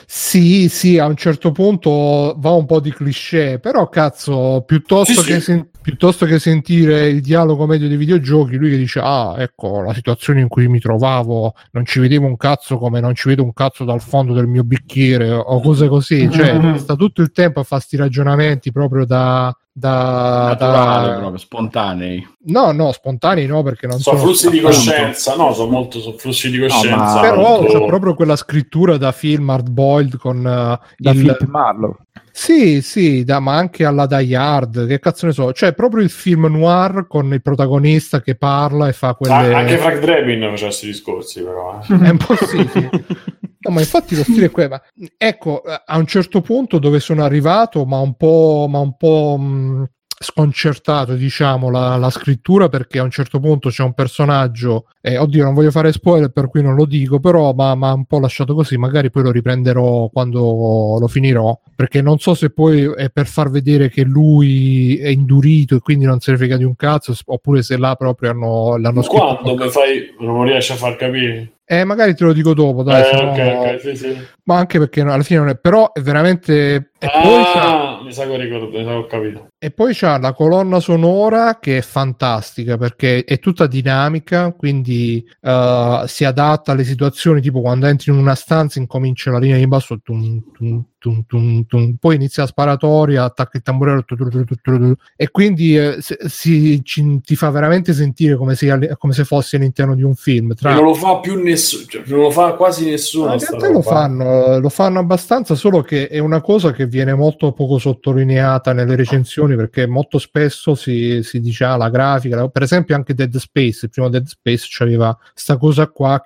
Sì, sì, a un certo punto va un po' di cliché, però cazzo, piuttosto, Sì, che, sì. sen- piuttosto che sentire il dialogo medio dei videogiochi, lui che dice, ah, ecco, la situazione in cui mi trovavo, non ci vedevo un cazzo come non ci vedo un cazzo dal fondo del mio bicchiere, o cose così, cioè, sta tutto il tempo a fare sti ragionamenti proprio da... da, Naturali, da... proprio spontanei. No, no, spontanei no, perché non Sono sono flussi di appunto. coscienza, no, sono molto sono flussi di ma- coscienza. Però molto- c'è proprio quella scrittura da film hard boiled con uh, Da il... Philip Marlowe. Sì, sì, da, ma anche alla Die Hard, che cazzo ne so, cioè proprio il film noir con il protagonista che parla e fa quelle... Ah, anche Frank Drebin faceva questi discorsi, però. eh. È un po' sì, sì. No, ma infatti lo stile è quello. Ma, ecco, a un certo punto dove sono arrivato, ma un po', ma un po' mh, sconcertato, diciamo, la, la scrittura, perché a un certo punto c'è un personaggio, eh, oddio, non voglio fare spoiler, per cui non lo dico, però ma ma un po' lasciato così, magari poi lo riprenderò quando lo finirò, perché non so se poi è per far vedere che lui è indurito e quindi non se ne frega di un cazzo, oppure se là proprio hanno, l'hanno Ma scritto quando mi fai non riesci a far capire? eh, magari te lo dico dopo, dai, Eh, sennò- ok, ok, sì, sì. ma anche perché no, alla fine non è, però è veramente e poi c'ha, Ah, mi sa che ho ricordato, mi sa che ho capito. e poi c'ha la colonna sonora che è fantastica perché è tutta dinamica, quindi uh, si adatta alle situazioni, tipo quando entri in una stanza incomincia la linea di basso tum, tum, tum, tum, tum, poi inizia la sparatoria, attacca il tamburello tu, tu, tu, tu, tu, tu, e quindi eh, si, si, ci, ti fa veramente sentire come se, come se fossi all'interno di un film tra... E non lo fa più nessuno, cioè, non lo fa quasi nessuno. Ma in sta realtà lo roba. fanno, lo fanno abbastanza, solo che è una cosa che viene molto poco sottolineata nelle recensioni, perché molto spesso si, si dice ah, la grafica, per esempio anche Dead Space, il primo Dead Space c'aveva sta cosa qua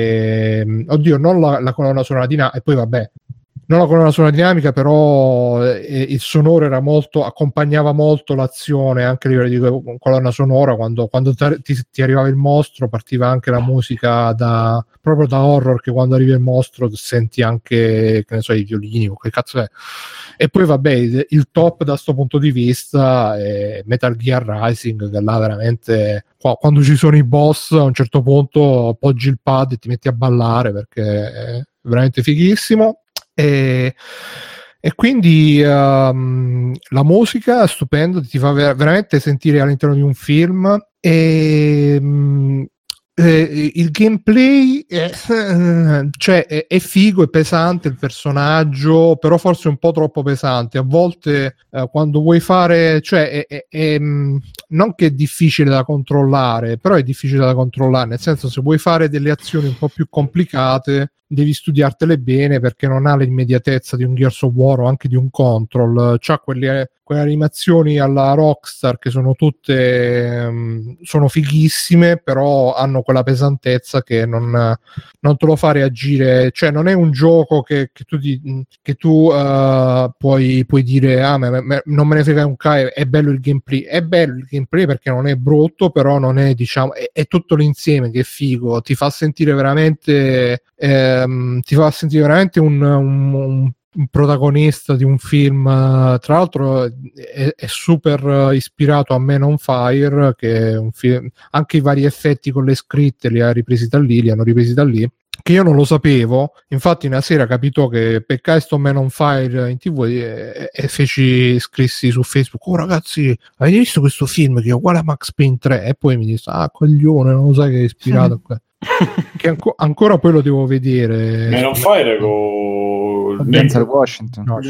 che, oddio, non la, la colonna sonora dinamica, e poi vabbè, non la colonna sonora dinamica, però eh, il sonoro era molto, accompagnava molto l'azione anche a livello di colonna sonora. Quando, quando ti, ti arrivava il mostro partiva anche la musica da, proprio da horror, che quando arriva il mostro senti anche, che ne so, i violini o che cazzo è. E poi vabbè, il, il top da sto punto di vista è Metal Gear Rising, che là veramente quando ci sono i boss a un certo punto appoggi il pad e ti metti a ballare perché è veramente fighissimo. E, e quindi um, la musica è stupenda, ti fa ver- veramente sentire all'interno di un film. E um, eh, il gameplay è, cioè è, è figo, è pesante il personaggio, però forse un po' troppo pesante a volte, eh, quando vuoi fare, cioè è, è, è, non che è difficile da controllare, però è difficile da controllare, nel senso, se vuoi fare delle azioni un po' più complicate devi studiartele bene, perché non ha l'immediatezza di un Gears of War o anche di un Control. C'ha quelle, quelle animazioni alla Rockstar che sono tutte um, sono fighissime, però hanno quella pesantezza che non, non te lo fa reagire, cioè non è un gioco che, che tu, di, che tu uh, puoi, puoi dire ah, me, me, non me ne frega un ca, è bello il gameplay. È bello il gameplay perché non è brutto, però non è, diciamo, è, è tutto l'insieme che è figo, ti fa sentire veramente ehm, ti fa sentire veramente un, un, un protagonista di un film. Tra l'altro è, è super ispirato a Man on Fire, che è un film, anche i vari effetti con le scritte li ha ripresi da lì, li hanno ripresi da lì, che io non lo sapevo. Infatti una sera capitò che peccai sto Man on Fire in tv e, e feci, scrissi su Facebook: oh ragazzi, avete visto questo film che è uguale a Max Payne tre? E poi mi disse: ah coglione, non lo sai che è ispirato a quello. Che anco, ancora poi lo devo vedere. Man on Fire con Denzel Washington. No,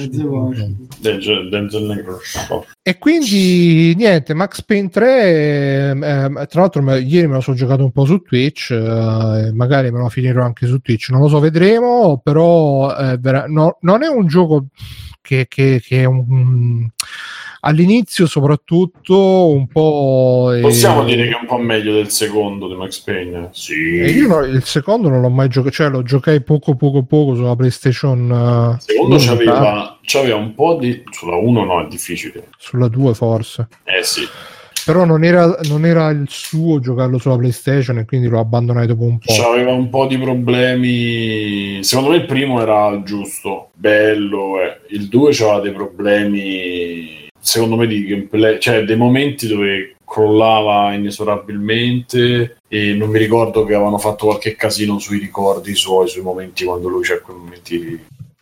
Denzel Negro. E quindi niente, Max Payne tre, eh, tra l'altro me, ieri me lo sono giocato un po' su Twitch, eh, magari me lo finirò anche su Twitch, non lo so, vedremo, però eh, vera- no, non è un gioco che, che, che è un... all'inizio soprattutto un po'... Possiamo eh, dire che è un po' meglio del secondo di Max Payne? Sì. E io no, il secondo non l'ho mai giocato, cioè lo giocai poco poco poco sulla PlayStation. Il secondo uh, c'aveva, c'aveva un po' di... Sulla uno no, è difficile. Sulla due forse. Eh sì. Però non era, non era il suo giocarlo sulla PlayStation e quindi l'ho abbandonato dopo un po'. C'aveva un po' di problemi. Secondo me il primo era giusto, bello. Eh. Il due c'aveva dei problemi, secondo me, di gameplay, cioè dei momenti dove crollava inesorabilmente, e non mi ricordo che avevano fatto qualche casino sui ricordi suoi, sui momenti quando lui c'è quei momenti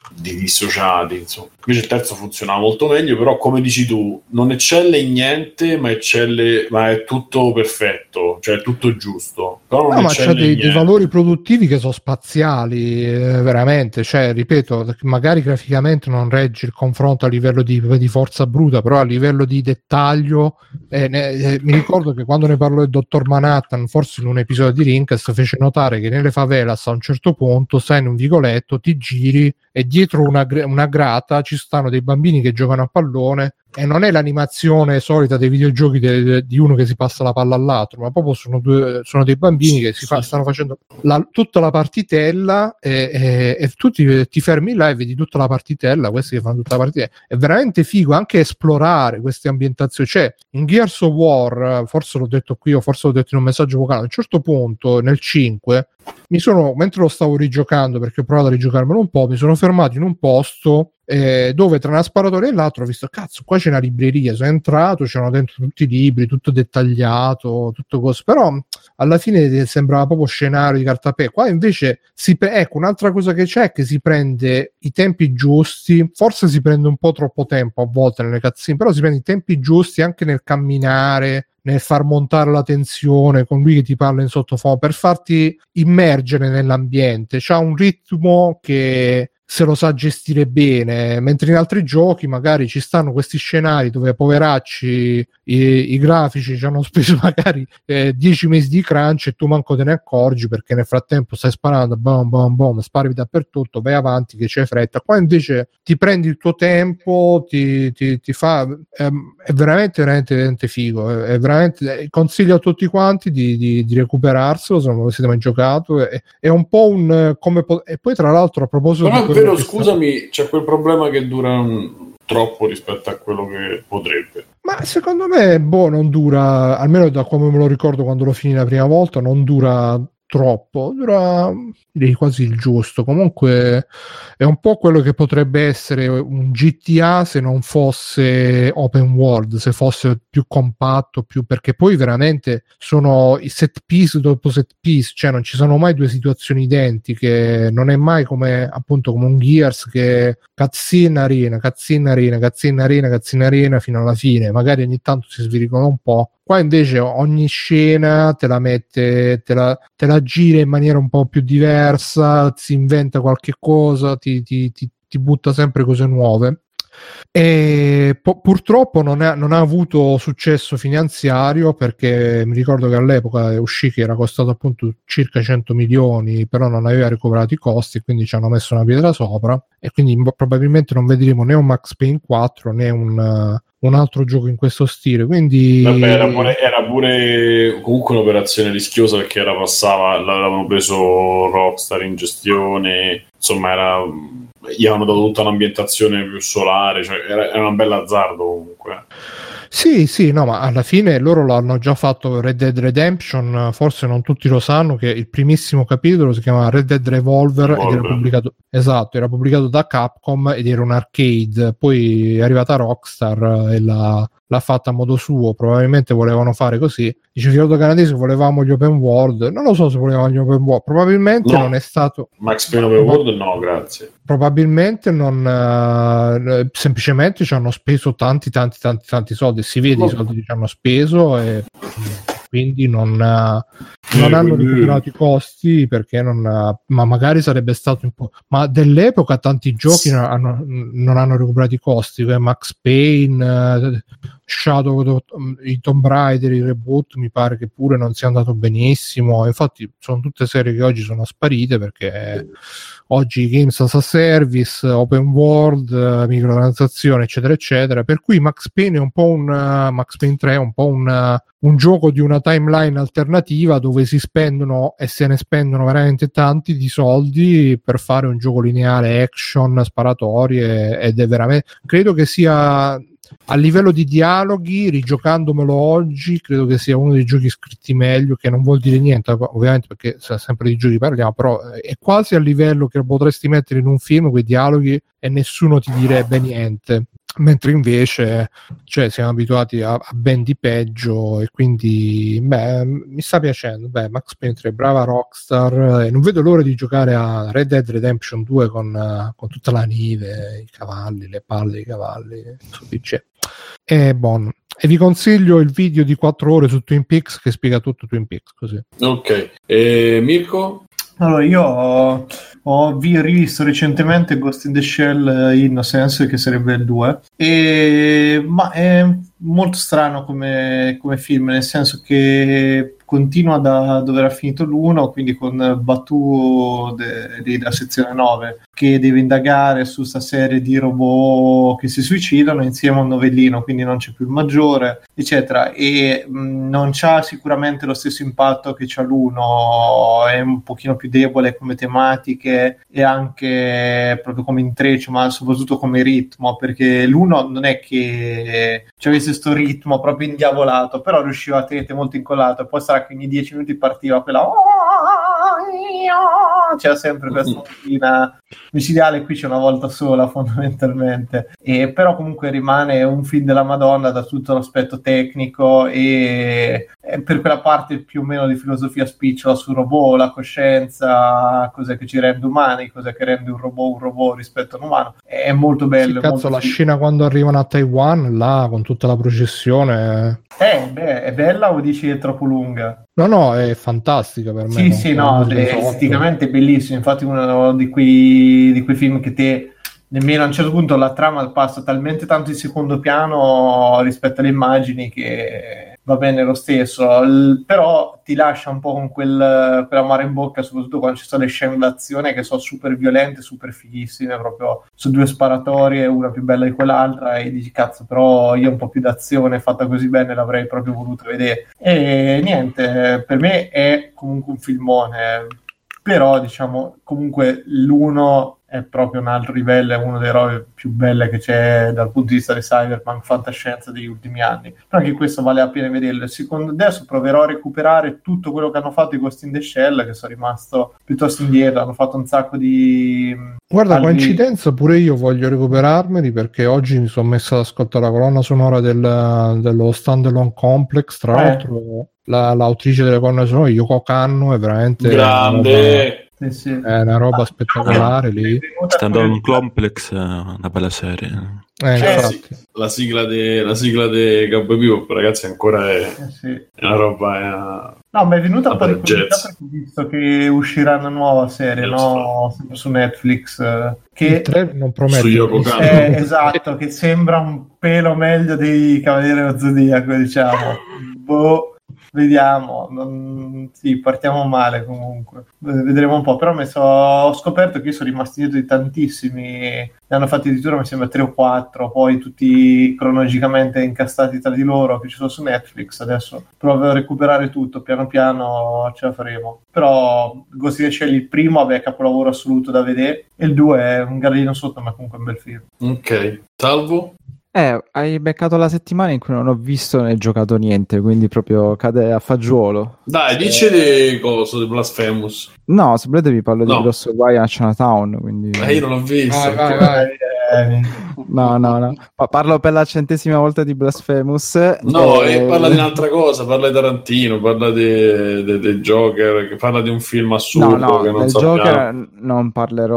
di dissociati, insomma. Invece il terzo funzionava molto meglio, però come dici tu non eccelle in niente, ma eccelle, ma è tutto perfetto, cioè è tutto giusto, però non no, ma c'ha dei, dei valori produttivi che sono spaziali, eh, veramente, cioè ripeto, magari graficamente non regge il confronto a livello di, di forza bruta, però a livello di dettaglio eh, ne, eh, mi ricordo che quando ne parlò il dottor Manhattan, forse in un episodio di Rincast, fece notare che nelle favelas a un certo punto stai in un vicoletto, ti giri e dietro una, una grata ci stanno dei bambini che giocano a pallone e non è l'animazione solita dei videogiochi de, de, di uno che si passa la palla all'altro, ma proprio sono, due, sono dei bambini che si fa, stanno facendo la, tutta la partitella e, e, e tu ti, ti fermi là e vedi tutta la partitella, questi che fanno tutta la partitella. È veramente figo anche esplorare queste ambientazioni. Cioè in Gears of War, forse l'ho detto qui o forse l'ho detto in un messaggio vocale, a un certo punto nel cinque mi sono, mentre lo stavo rigiocando perché ho provato a rigiocarmelo un po', mi sono fermato in un posto eh, dove tra una sparatoria e l'altro ho visto cazzo qua c'è una libreria, sono entrato, c'erano dentro tutti i libri, tutto dettagliato, tutto così, però alla fine sembrava proprio scenario di cartapesta. Qua invece si pre- ecco un'altra cosa che c'è è che si prende i tempi giusti, forse si prende un po' troppo tempo a volte nelle cutscene, però si prende i tempi giusti anche nel camminare, nel far montare la tensione con lui che ti parla in sottofondo per farti immergere nell'ambiente. C'ha un ritmo che se lo sa gestire bene, mentre in altri giochi magari ci stanno questi scenari dove poveracci i, i grafici ci hanno speso magari eh, dieci mesi di crunch e tu manco te ne accorgi perché nel frattempo stai sparando bom bom bom, spari dappertutto, vai avanti che c'è fretta. Qua invece ti prendi il tuo tempo, ti, ti, ti fa ehm, è veramente veramente, veramente figo, è veramente, consiglio a tutti quanti di, di, di recuperarselo se non lo siete mai giocato. È, è un po' un come po- e poi tra l'altro a proposito però di è vero, scusami, sta... c'è quel problema che dura un... troppo rispetto a quello che potrebbe. Ma secondo me, boh, non dura, almeno da come me lo ricordo quando lo finì la prima volta, non dura troppo, dura direi quasi il giusto. Comunque è un po' quello che potrebbe essere un G T A se non fosse open world, se fosse più compatto, più perché poi veramente sono i set piece dopo set piece, cioè non ci sono mai due situazioni identiche, non è mai come appunto come un Gears che cutscene arena, cutscene arena, cutscene arena, cutscene arena fino alla fine, magari ogni tanto si sviricola un po'. Qua invece ogni scena te la mette, te la, te la gira in maniera un po' più diversa, si inventa qualche cosa, ti, ti, ti, ti butta sempre cose nuove. E po- purtroppo non ha, non ha avuto successo finanziario perché mi ricordo che all'epoca uscì che era costato appunto circa cento milioni, però non aveva recuperato i costi e quindi ci hanno messo una pietra sopra e quindi probabilmente non vedremo né un Max Payne quattro né un, uh, un altro gioco in questo stile. Quindi vabbè, era pure, era pure comunque un'operazione rischiosa perché era passava, l'avevano preso Rockstar in gestione, insomma era, gli avevano dato tutta un'ambientazione più solare, cioè era, era un bel azzardo comunque. Sì, sì, no, ma alla fine loro l'hanno già fatto Red Dead Redemption, forse non tutti lo sanno che il primissimo capitolo si chiama Red Dead Revolver, Revolver. Ed era pubblicato, esatto, era pubblicato da Capcom ed era un arcade, poi è arrivata Rockstar e l'ha, l'ha fatta a modo suo, probabilmente volevano fare così. Dice Fiordo Canadese, volevamo gli open world, non lo so se volevamo gli open world, probabilmente no. Non è stato Max Payne open world, no, grazie. Probabilmente non uh, semplicemente ci hanno speso tanti tanti tanti tanti soldi, si vede oh. i soldi che ci hanno speso e quindi non, uh, non hanno recuperato i costi perché non uh, ma magari sarebbe stato un po', ma dell'epoca tanti giochi non hanno, non hanno recuperato i costi, Max Payne, uh, Shadow, i Tomb Raider, il reboot mi pare che pure non sia andato benissimo, infatti sono tutte serie che oggi sono sparite perché oggi games as a service, open world, uh, microtransazioni eccetera eccetera, per cui Max Payne è un po' un uh, Max Payne tre è un po' un, uh, un gioco di una timeline alternativa dove si spendono e se ne spendono veramente tanti di soldi per fare un gioco lineare action, sparatorie, ed è veramente, credo che sia a livello di dialoghi, rigiocandomelo oggi, credo che sia uno dei giochi scritti meglio, che non vuol dire niente ovviamente perché sempre di giochi parliamo, però è quasi a livello che potresti mettere in un film quei dialoghi e nessuno ti direbbe niente. mentre invece cioè, siamo abituati a, a ben di peggio e quindi beh, mi sta piacendo. Beh, Max Payne tre, brava Rockstar, e non vedo l'ora di giocare a Red Dead Redemption due con, uh, con tutta la neve, i cavalli, le palle dei cavalli su P C. E buono. E vi consiglio il video di quattro ore su Twin Peaks che spiega tutto Twin Peaks così. Ok, e Mirko? Allora, io ho, ho vi- rivisto recentemente Ghost in the Shell Innocence, che sarebbe il due, e, ma è molto strano come, come film, nel senso che continua da dove era finito l'uno, quindi con Batu de, de, della sezione nove, che deve indagare su sta serie di robot che si suicidano insieme a un novellino, quindi non c'è più il maggiore, eccetera, e mh, non c'ha sicuramente lo stesso impatto che c'ha l'uno, è un pochino più debole come tematiche e anche proprio come intreccio, ma soprattutto come ritmo, perché l'uno non è che c'avesse sto ritmo proprio indiavolato, però riusciva a tenere molto incollato, e poi sarà che ogni dieci minuti partiva quella, c'era sempre questa mattina micidiale. Qui c'è una volta sola fondamentalmente, e però comunque rimane un film della Madonna da tutto l'aspetto tecnico e, e per quella parte più o meno di filosofia spicciola sul robot, la coscienza, cos'è che ci rende umani, cos'è che rende un robot un robot rispetto a un umano. È molto bello. Sì, cazzo, molto la figo. scena quando arrivano a Taiwan là con tutta la processione. Eh, beh, è bella o dici è troppo lunga? No, no, è fantastica per me. Sì, sì, no, è esteticamente bellissimo. Infatti uno di quei, di quei film che te nemmeno a un certo punto la trama passa talmente tanto in secondo piano rispetto alle immagini che va bene lo stesso. L- però ti lascia un po' con quel, quell'amaro in bocca, soprattutto quando ci sono le scene d'azione che sono super violente, super fighissime, proprio su due sparatorie, una più bella di quell'altra, e dici cazzo, però io un po' più d'azione fatta così bene l'avrei proprio voluto vedere. E niente, per me è comunque un filmone, però diciamo comunque l'uno è proprio un altro livello, è uno dei robe più belle che c'è dal punto di vista di cyberpunk fantascienza degli ultimi anni, però anche questo vale la pena vederlo. Secondo adesso proverò a recuperare tutto quello che hanno fatto i Ghost in the Shell, che sono rimasto piuttosto indietro, hanno fatto un sacco di guarda altri... coincidenza pure io voglio recuperarmeli, perché oggi mi sono messo ad ascoltare la colonna sonora del, dello Standalone Complex, tra eh. l'altro la, l'autrice delle colonne sonore Yoko Kanno è veramente grande. Sì, sì. È una roba spettacolare lì. Standalone Complex è una bella serie. Eh, Eh, infatti. sì, la sigla di la sigla di Cowboy Bebop, ragazzi, ancora è, Eh, sì. è una roba. È una... No, ma è venuta un po' di Vabbè, curiosità jazz. perché ho visto che uscirà una nuova serie, no? Sempre su Netflix, eh, Il che tre non promette. Su Yoko Kanno. è esatto, che sembra un pelo meglio dei Cavalieri dello Zodiaco, diciamo. Boh. Vediamo, non... sì, partiamo male comunque, vedremo un po', però mi so... ho scoperto che io sono rimasto dietro di tantissimi, ne hanno fatti addirittura mi sembra tre o quattro, poi tutti cronologicamente incastati tra di loro che ci sono su Netflix. Adesso provo a recuperare tutto, piano piano ce la faremo, però Ghost in the Shell il primo, vabbè, capolavoro assoluto da vedere, e il due è un gradino sotto, ma comunque è un bel film. Ok, Salvo? Eh, hai beccato la settimana in cui non ho visto né giocato niente, quindi proprio cade a fagiolo. Dai, dici di coso di Blasphemous. No, se volete vi parlo No. di Grosso Guai a Chinatown, quindi... Ma io non l'ho visto. Vai, vai, vai. Eh, No, no, no. Pa- parlo per la centesima volta di Blasphemous. No, e- e parla di un'altra cosa, parla di Tarantino, parla di, di, di Joker, che parla di un film assurdo No, no, che non del sappiamo. Joker non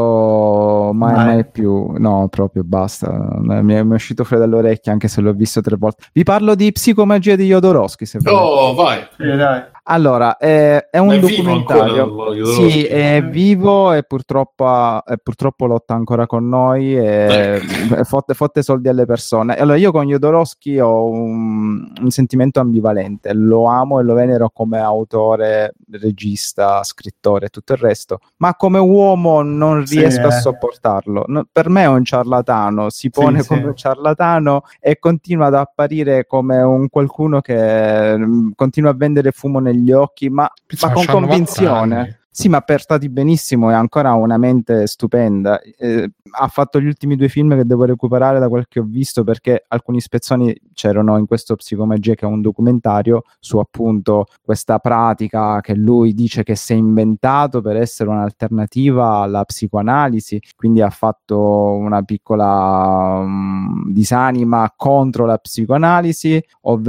parlerò mai, Mai. mai più. No, proprio basta. Mi è, mi è uscito fuori dalle orecchie anche se l'ho visto tre volte. Vi parlo di Psicomagia di Jodorowsky, se volete. Oh, vai. sì, dai. Allora, è, è un Ma è vivo documentario. ancora, Jodorowsky? Sì, è vivo e purtroppo, e purtroppo lotta ancora con noi e e fotte, fotte soldi alle persone. Allora, io con Jodorowsky ho un, un sentimento ambivalente. Lo amo e lo venero come autore, regista, scrittore e tutto il resto, ma come uomo non Sì, riesco a eh. sopportarlo. No, per me è un ciarlatano, si pone Sì, come sì. un ciarlatano e continua ad apparire come un qualcuno che mm, continua a vendere fumo negli occhi, ma, Pizza, ma con c'ha novanta convinzione. anni. Sì, ma per stati benissimo e ancora ha una mente stupenda. Eh, ha fatto gli ultimi due film che devo recuperare da quel che ho visto, perché alcuni spezzoni c'erano in questo Psicomagia, che è un documentario su appunto questa pratica che lui dice che si è inventato per essere un'alternativa alla psicoanalisi, quindi ha fatto una piccola um, disanima contro la psicoanalisi,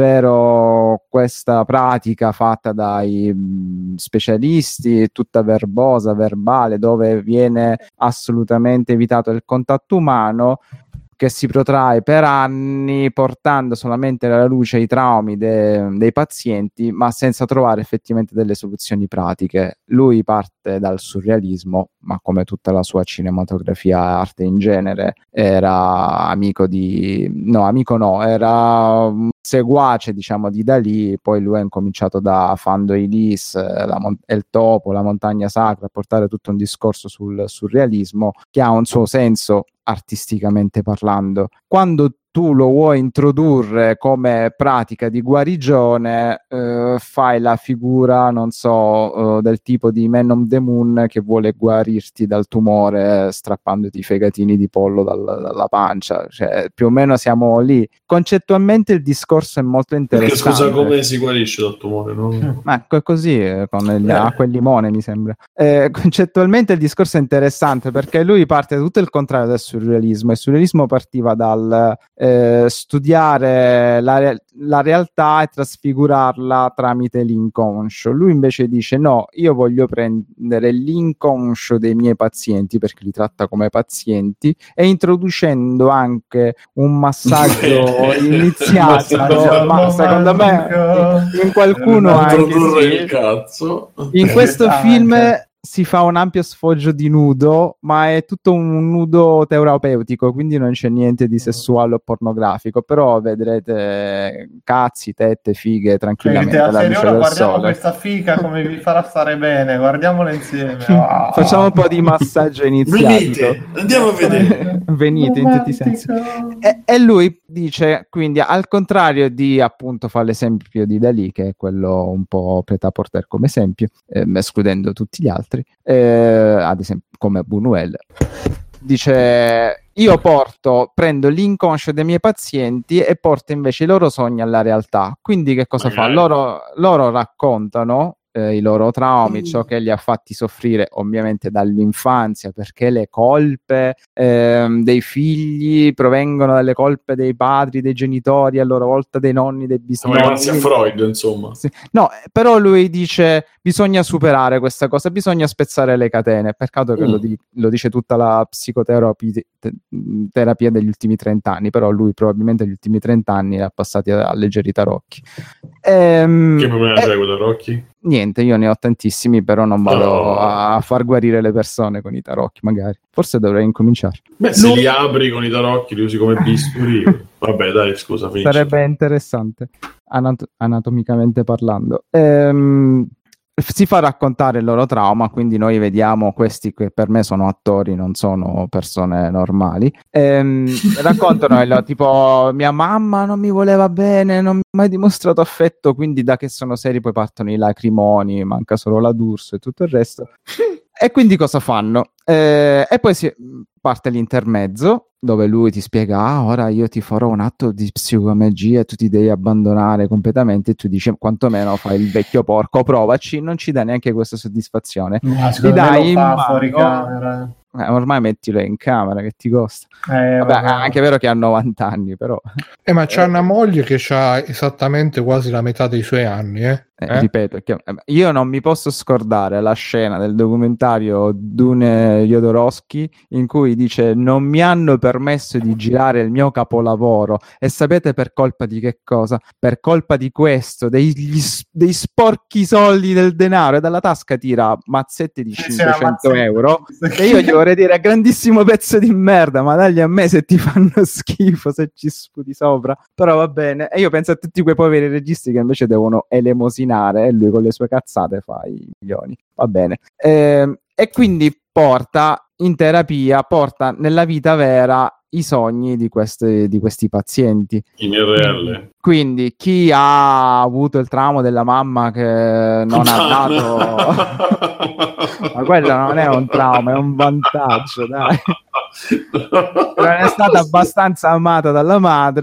ovvero questa pratica fatta dai mh, specialisti, tutta verbosa, verbale, dove viene assolutamente evitato il contatto umano, che si protrae per anni portando solamente alla luce i traumi de- dei pazienti, ma senza trovare effettivamente delle soluzioni pratiche. Lui parte dal surrealismo, ma come tutta la sua cinematografia e arte in genere, era amico di... no, amico no, era un seguace, diciamo, di Dalì. Poi lui ha incominciato da Fando Ilis, la mon- El Topo, La montagna sacra, a portare tutto un discorso sul surrealismo che ha un suo senso artisticamente parlando. Quando tu lo vuoi introdurre come pratica di guarigione, eh, fai la figura, non so, eh, del tipo di Man on the Moon che vuole guarirti dal tumore strappandoti i fegatini di pollo dal, dalla pancia, cioè più o meno siamo lì. Concettualmente il discorso è molto interessante. Perché scusa, come si guarisce dal tumore? No? Ma è così, eh, con l'acqua e il limone mi sembra. Eh, concettualmente il discorso è interessante perché lui parte da tutto il contrario del surrealismo. Il surrealismo partiva dal eh, studiare la, re- la realtà e trasfigurarla tramite l'inconscio. Lui invece dice no, io voglio prendere l'inconscio dei miei pazienti, perché li tratta come pazienti, e introducendo anche un massaggio iniziato, Massaggio ma secondo me in, in qualcuno anche sì. Il cazzo. In questo film si fa un ampio sfoggio di nudo, ma è tutto un nudo terapeutico, quindi non c'è niente di sessuale o pornografico, però vedrete cazzi, tette, fighe tranquillamente Cioè, alla luce ora del guardiamo sole. questa fica come vi farà stare bene, guardiamola insieme. Wow. Facciamo un po' di massaggio iniziatico. Venite, andiamo a vedere. Venite in tutti i sensi. E, e lui dice, quindi, al contrario di, appunto, fa l'esempio di Dalì, che è quello un po' prêt-à-porter come esempio, ehm, escludendo tutti gli altri, eh, ad esempio come Buñuel, dice io porto, prendo l'inconscio dei miei pazienti e porto invece i loro sogni alla realtà. Quindi che cosa Magari. fa? Loro, loro raccontano eh, i loro traumi, ciò che li ha fatti soffrire ovviamente dall'infanzia, perché le colpe ehm, dei figli provengono dalle colpe dei padri, dei genitori, a loro volta dei nonni, dei Siamo bisnonni. rimasti a Freud, insomma. Sì. No, però lui dice bisogna superare questa cosa, bisogna spezzare le catene. Peccato che Mm. lo, di- lo dice tutta la psicoterapia te- terapia degli ultimi trent'anni, però lui probabilmente gli ultimi trent'anni li ha passati a, a leggere i tarocchi. Ehm, Che problema eh, c'è con i tarocchi? niente, io ne ho tantissimi, però non vado Oh. a, a far guarire le persone con i tarocchi, magari. Forse dovrei incominciare. Beh, se Lui- li apri con i tarocchi, li usi come bisturi. Vabbè, dai, scusa, finisci. Sarebbe interessante, anat- anatomicamente parlando. Ehm, si fa raccontare il loro trauma, quindi noi vediamo questi che per me sono attori, non sono persone normali. Ehm, raccontano il, tipo mia mamma non mi voleva bene, non mi ha mai dimostrato affetto, quindi da che sono seri poi partono i lacrimoni, manca solo la D'Urso e tutto il resto. E quindi cosa fanno? Eh, e poi si parte l'intermezzo dove lui ti spiega ah, ora io ti farò un atto di psicomagia e tu ti devi abbandonare completamente, e tu dici quantomeno fai il vecchio porco, provaci, non ci dà neanche questa soddisfazione. Ma Gli secondo me dai lo in fa mano- fuori camera. Eh, ormai mettilo in camera che ti costa. Eh, Vabbè, vabbè. è anche vero che ha novanta anni, però Eh, ma c'ha una moglie che ha esattamente quasi la metà dei suoi anni, eh? eh, Eh? ripeto, è che- io non mi posso scordare la scena del documentario Dune Jodorowsky in cui dice non mi hanno permesso di girare il mio capolavoro, e sapete per colpa di che cosa? Per colpa di questo, degli s- dei sporchi soldi del denaro, e dalla tasca tira mazzette di Sì, sì, una cinquecento mazzetta. euro, e io gli vorrei dire grandissimo pezzo di merda, ma dagli a me se ti fanno schifo, se ci sputi sopra, però va bene. E io penso a tutti quei poveri registi che invece devono elemosinare, e lui con le sue cazzate fa i milioni, va bene. Ehm, e quindi porta in terapia, porta nella vita vera i sogni di, queste, di questi pazienti. In R L. Quindi chi ha avuto il trauma della mamma che non ha dato, ma quello non è un trauma, è un vantaggio, dai. Non è stata abbastanza amata dalla madre,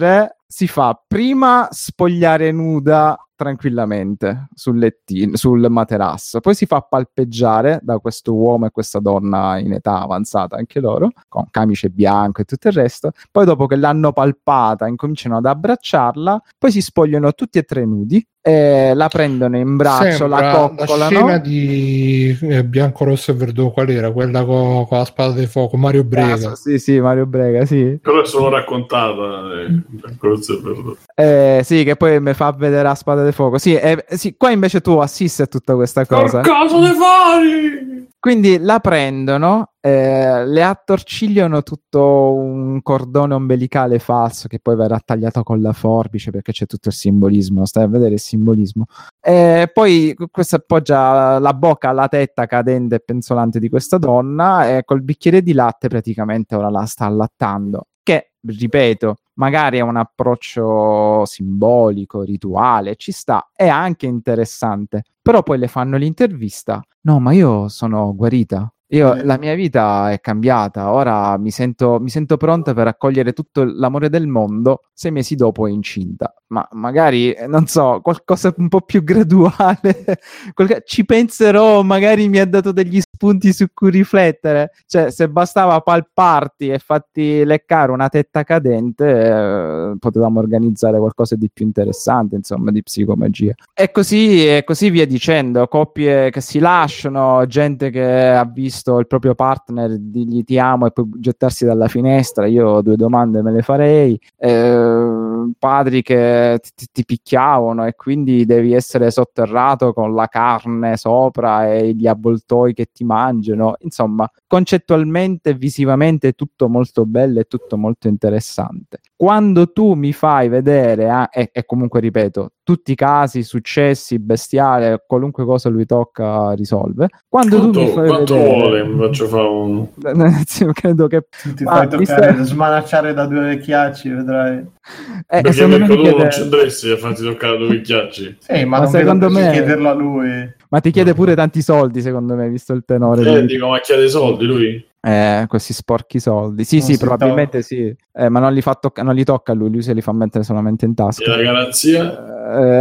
si fa prima spogliare nuda tranquillamente sul lettino, sul materasso, poi si fa palpeggiare da questo uomo e questa donna in età avanzata, anche loro, con camice bianco e tutto il resto. Poi dopo che l'hanno palpata incominciano ad abbracciarla, poi si spogliano tutti e tre nudi, e la prendono in braccio, Sembra la coccolano. La scena di eh, Bianco, Rosso e Verdù, qual era? Quella con, con la spada di fuoco, Mario Brega. Ah, sì, sì, Mario Brega, sì. Però è solo raccontata. Eh, Bianco, Rosso e Verdù. Eh, sì, che poi mi fa vedere la spada di fuoco. Sì, eh, sì, qua invece tu assisti a tutta questa cosa. Caso dei fari! Quindi la prendono, eh, le attorcigliano tutto un cordone ombelicale falso che poi verrà tagliato con la forbice, perché c'è tutto il simbolismo, stai a vedere il simbolismo. E poi questa appoggia la bocca alla tetta cadente e penzolante di questa donna e col bicchiere di latte praticamente ora la sta allattando. Che, ripeto, magari è un approccio simbolico, rituale, ci sta, è anche interessante. Però poi le fanno l'intervista. No, ma io sono guarita. Io, Eh. la mia vita è cambiata, ora mi sento, mi sento pronta per accogliere tutto l'amore del mondo. Sei mesi dopo è incinta. Ma magari, eh, non so, qualcosa un po' più graduale. Qualche- ci penserò, magari mi ha dato degli spunti su cui riflettere. Cioè, se bastava palparti e fatti leccare una tetta cadente, eh, potevamo organizzare qualcosa di più interessante, insomma, di psicomagia. E così, e così via dicendo. Coppie che si lasciano, gente che ha visto il proprio partner dirgli ti amo e poi gettarsi dalla finestra. Io due domande me le farei. Eh, padri che ti, ti picchiavano e quindi devi essere sotterrato con la carne sopra e gli avvoltoi che ti mangiano. Insomma, concettualmente e visivamente è tutto molto bello e tutto molto interessante. Quando tu mi fai vedere, ah, e, e comunque ripeto, tutti i casi, successi, bestiale, qualunque cosa lui tocca risolve. Quando Quanto, tu mi fai quanto vedere, vuole? Mi faccio fare un... Sì, credo che Ti ma fai mi toccare, sta- smanacciare da due orecchiacci, vedrai. eh, Perché secondo me perché mi tu non chiede- ci andresti a farti toccare due picchiacci? Sì, ma, Ma non secondo vedo perché me- chiederlo a lui. ma ti chiede pure tanti soldi, secondo me, visto il tenore Eh, di dico, ma chiede i soldi lui? eh, questi sporchi soldi. Sì, Non sì, si probabilmente sì. Eh, ma non li fa tocca- non li tocca a lui, lui se li fa mettere solamente in E tasca. la garanzia? Eh,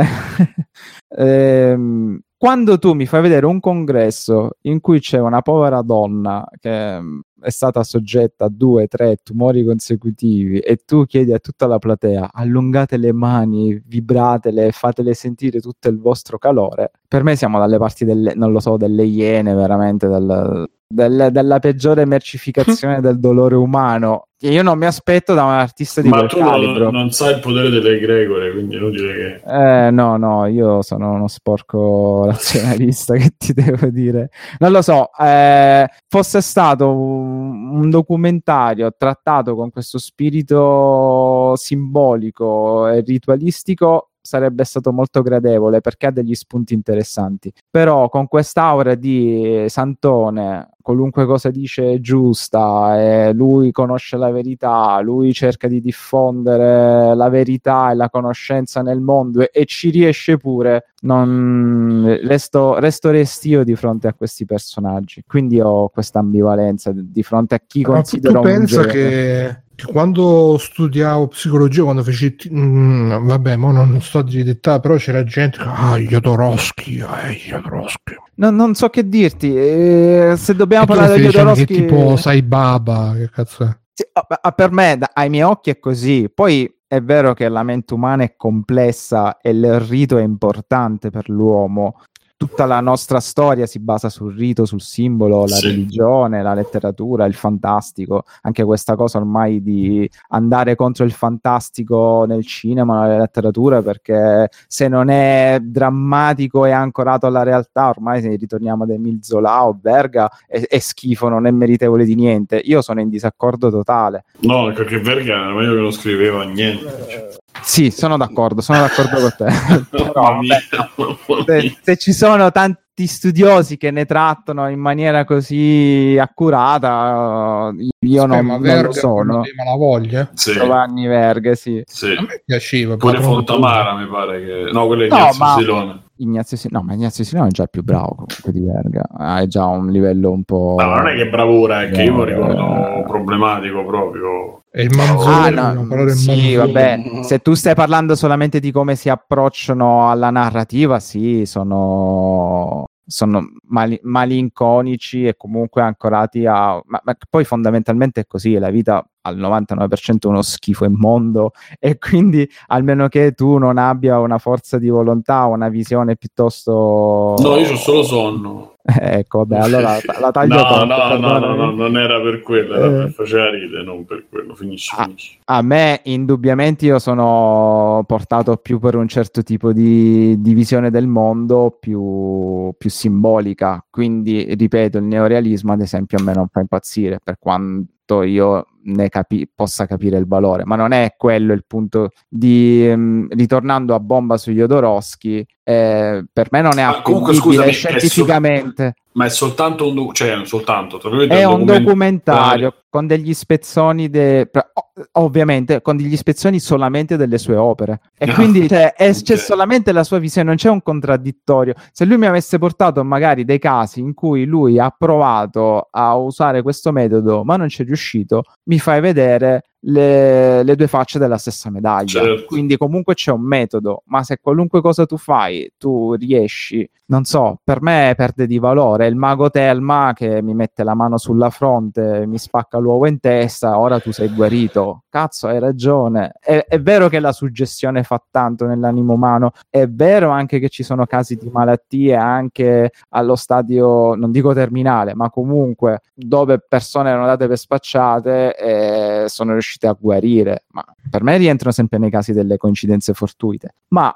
ehm, quando tu mi fai vedere un congresso in cui c'è una povera donna che mh, è stata soggetta a due, tre tumori consecutivi e tu chiedi a tutta la platea allungate le mani, vibratele, fatele sentire tutto il vostro calore, per me siamo dalle parti delle, non lo so, delle iene, veramente del, del- della peggiore mercificazione del dolore umano che io non mi aspetto da un artista di Ma quel tu non, calibro. non sai il potere delle egregore, quindi è inutile che... Eh, no, no, io sono uno sporco razionalista, che ti devo dire. Non lo so, eh, fosse stato un, un documentario trattato con questo spirito simbolico e ritualistico, sarebbe stato molto gradevole perché ha degli spunti interessanti. Però con quest'aura di santone, qualunque cosa dice è giusta, e lui conosce la verità, lui cerca di diffondere la verità e la conoscenza nel mondo e, e ci riesce pure, non resto, resto restio di fronte a questi personaggi. Quindi ho questa ambivalenza di fronte a chi Ma tu considero un pensa genio. che, che quando studiavo psicologia, quando feci mm, vabbè, mo non sto a dire dettagli, però c'era gente che ah, Jodorowsky, eh, Jodorowsky. Non, non so che dirti, eh, se dobbiamo E tu parlare di stai dicendo Jodorowsky, che tipo Sai Baba, che cazzo è? sì, ah, ah, per me, da- ai miei occhi è così. Poi è vero che la mente umana è complessa e il rito è importante per l'uomo. Tutta la nostra storia si basa sul rito, sul simbolo, la Sì. religione, la letteratura, il fantastico. Anche questa cosa ormai di andare contro il fantastico nel cinema, nella letteratura, perché se non è drammatico e ancorato alla realtà, ormai se ritorniamo ad Emile Zola o Verga, è, è schifo, non è meritevole di niente. Io sono in disaccordo totale. No, perché Verga era meglio che non scriveva niente. Sì, sono d'accordo, sono d'accordo con te. Però, Mamma mia, vabbè, mamma se, mia. se ci sono tanti, tutti studiosi che ne trattano in maniera così accurata, io Aspetta, non, ma non Verga, lo sono. Ma la voglia? Sì. Giovanni Verga, sì. Sì. A me piaceva. Pure però- Fontamara mi pare che... No, quello è No, Ignazio ma- Silone. Ignazio Silone, no, ma Ignazio Silone è già il più bravo comunque di Verga, ah, è già un livello un po'... No, ma non è che bravura, è che io mi ricordo Eh. problematico proprio. E il Manzoni, Ah, no, no, quello del sì, Manzoni. vabbè, se tu stai parlando solamente di come si approcciano alla narrativa, sì, sono, sono mali- malinconici e comunque ancorati a... Ma, ma poi fondamentalmente è così, la vita al novantanove per cento è uno schifo immondo e quindi almeno che tu non abbia una forza di volontà, una visione piuttosto... No, io ho solo sonno. Ecco, vabbè, allora la taglio No, troppo, no, no, no, perdonami. no, non era per quello, era Eh. per faceva ridere, non per quello. Finisci, Ah. finisci. A me indubbiamente io sono portato più per un certo tipo di, di visione del mondo più, più simbolica, quindi ripeto, il neorealismo ad esempio a me non fa impazzire per quanto io ne capi- possa capire il valore, ma non è quello il punto di um, ritornando a bomba su Jodorowsky, eh, per me non è Ma comunque, appendibile scusami, è scientificamente. Ma è soltanto un doc- cioè soltanto tra virgolette, È un documentario con degli spezzoni, de... ovviamente con degli spezzoni solamente delle sue opere e quindi cioè, è, c'è Ok. solamente la sua visione, non c'è un contraddittorio. Se lui mi avesse portato magari dei casi in cui lui ha provato a usare questo metodo ma non ci è riuscito, mi fai vedere le, le due facce della stessa medaglia. Certo. Quindi comunque c'è un metodo, ma se qualunque cosa tu fai tu riesci, non so, per me perde di valore. Il mago Telma che mi mette la mano sulla fronte, mi spacca l'uovo in testa, ora tu sei guarito. Cazzo, hai ragione. È, è vero che la suggestione fa tanto nell'animo umano, è vero anche che ci sono casi di malattie anche allo stadio, non dico terminale, ma comunque dove persone erano date per spacciate e sono riuscite a guarire. Ma per me rientrano sempre nei casi delle coincidenze fortuite. Ma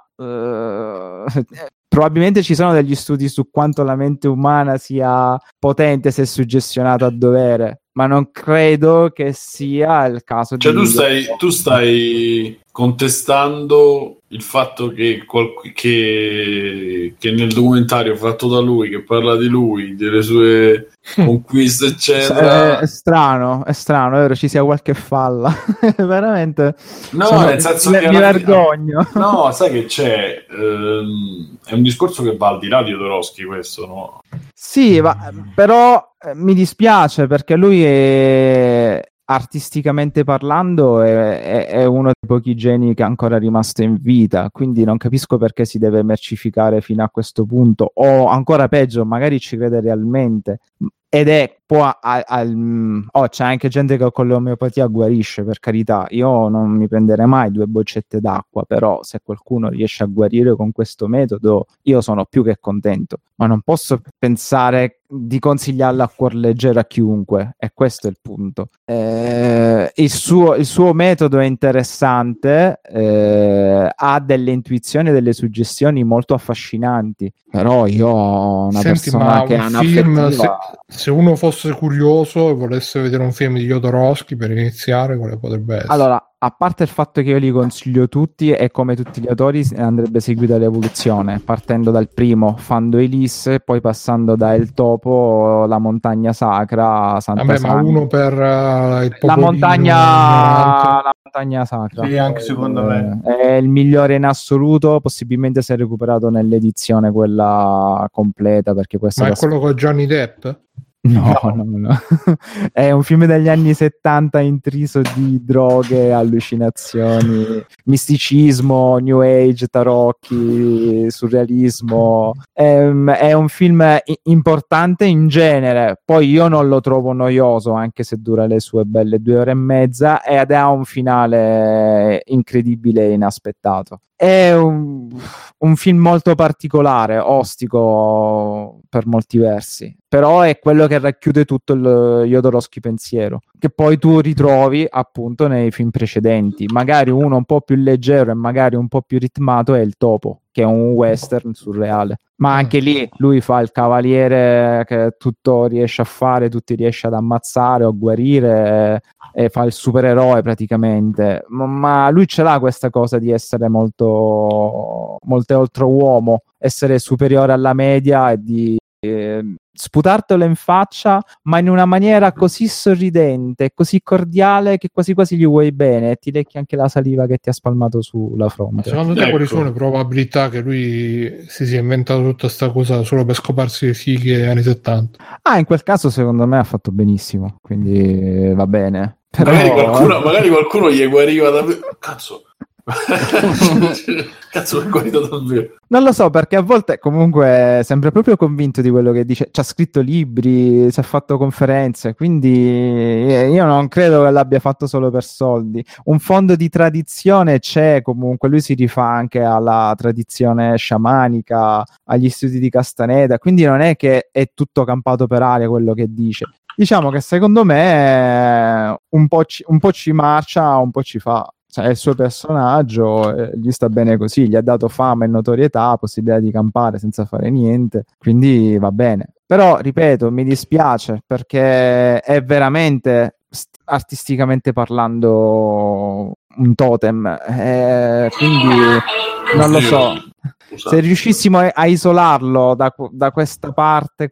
eh, probabilmente ci sono degli studi su quanto la mente umana sia potente se suggestionata a dovere, ma non credo che sia il caso Cioè di... tu stai, tu stai contestando il fatto che, qual- che, che nel documentario fatto da lui, che parla di lui, delle sue conquiste eccetera, È, è strano, è strano, è vero, ci sia qualche falla. Veramente. no, sono- nel senso mi, che mi alla- vergogno. no, sai che c'è, ehm, è un discorso che va al di là di Jodorowsky questo, no? Sì, ma, però eh, mi dispiace perché lui è artisticamente parlando è, è- è uno dei pochi geni che è ancora rimasto in vita, quindi non capisco perché si deve mercificare fino a questo punto, o ancora peggio, magari ci crede realmente. Ed è può a- a- al mm, oh, c'è anche gente che con l'omeopatia guarisce, per carità. Io non mi prenderei mai due boccette d'acqua, però se qualcuno riesce a guarire con questo metodo io sono più che contento, ma non posso pensare di consigliarla a cuor leggero a chiunque, e questo è il punto. Eh, il suo, il suo metodo è interessante, eh, ha delle intuizioni, delle suggestioni molto affascinanti, però io ho una Senti, persona ma che un ha una film, se, affettiva... se uno fosse curioso e volesse vedere un film di Jodorowsky per iniziare, quale potrebbe essere? Allora, a parte il fatto che io li consiglio tutti e come tutti gli autori andrebbe seguita l'evoluzione, partendo dal primo, Fando Elise, poi passando da El Topo, La Montagna Sacra, Santa Vabbè, ma Sangre. uno per uh, il La popolino montagna, ignorante. la montagna sacra. Sì, anche secondo me. Eh, È il migliore in assoluto, possibilmente si è recuperato nell'edizione quella completa, perché questa Ma è da- quello con Johnny Depp? No, no, no. È un film degli anni settanta intriso di droghe, allucinazioni, misticismo, new age, tarocchi, surrealismo. Ehm, È un film i- importante in genere, poi io non lo trovo noioso, anche se dura le sue belle due ore e mezza, ed ha un finale incredibile e inaspettato. È un, un film molto particolare, ostico per molti versi, però è quello che racchiude tutto il Jodorowsky pensiero, che poi tu ritrovi appunto nei film precedenti. Magari uno un po' più leggero e magari un po' più ritmato è Il Topo, che è un western surreale. Ma anche lì lui fa il cavaliere che tutto riesce a fare, tutti riesce ad ammazzare o a guarire, e, e fa il supereroe praticamente. Ma, ma lui ce l'ha questa cosa di essere molto, molto oltre uomo, essere superiore alla media e di eh, sputartelo in faccia, ma in una maniera così sorridente, così cordiale, che quasi quasi gli vuoi bene e ti lecchi anche la saliva che ti ha spalmato sulla fronte. Secondo te Ecco. quali sono le probabilità che lui si sia inventato tutta sta cosa solo per scoparsi le fighe anni settanta? Ah, in quel caso secondo me ha fatto benissimo, quindi va bene. Però... Magari, qualcuno, magari qualcuno gli guariva davvero. Cazzo. Cazzo, è guarito davvero. Non lo so, perché a volte comunque sembra proprio convinto di quello che dice. Ci ha scritto libri, ci ha fatto conferenze, quindi io non credo che l'abbia fatto solo per soldi. Un fondo di tradizione c'è comunque, lui si rifà anche alla tradizione sciamanica, agli studi di Castaneda, quindi non è che è tutto campato per aria quello che dice. Diciamo che secondo me un po' ci, un po' ci marcia, un po' ci fa. Cioè, è il suo personaggio, eh, gli sta bene così, gli ha dato fama e notorietà, possibilità di campare senza fare niente, quindi va bene. Però, ripeto, mi dispiace perché è veramente, st- artisticamente parlando, un totem, eh, quindi non lo so. Se riuscissimo a, a isolarlo da, da questa parte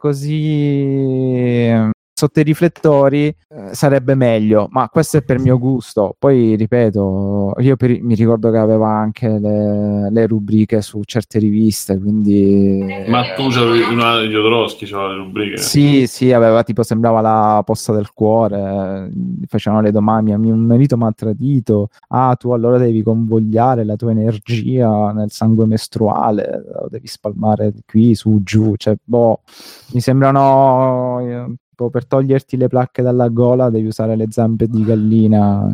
così sotto i riflettori, eh, sarebbe meglio, ma questo è per mio gusto. Poi ripeto, io per, mi ricordo che aveva anche le, le rubriche su certe riviste, quindi Ma tu c'avevi una di Jodorowsky, c'aveva le rubriche? sì, sì, aveva tipo, sembrava la posta del cuore, facevano le domande, mio marito mi ha tradito, ah tu allora devi convogliare la tua energia nel sangue mestruale, lo devi spalmare qui, su, giù, cioè boh, mi sembrano... Eh, per toglierti le placche dalla gola devi usare le zampe di gallina.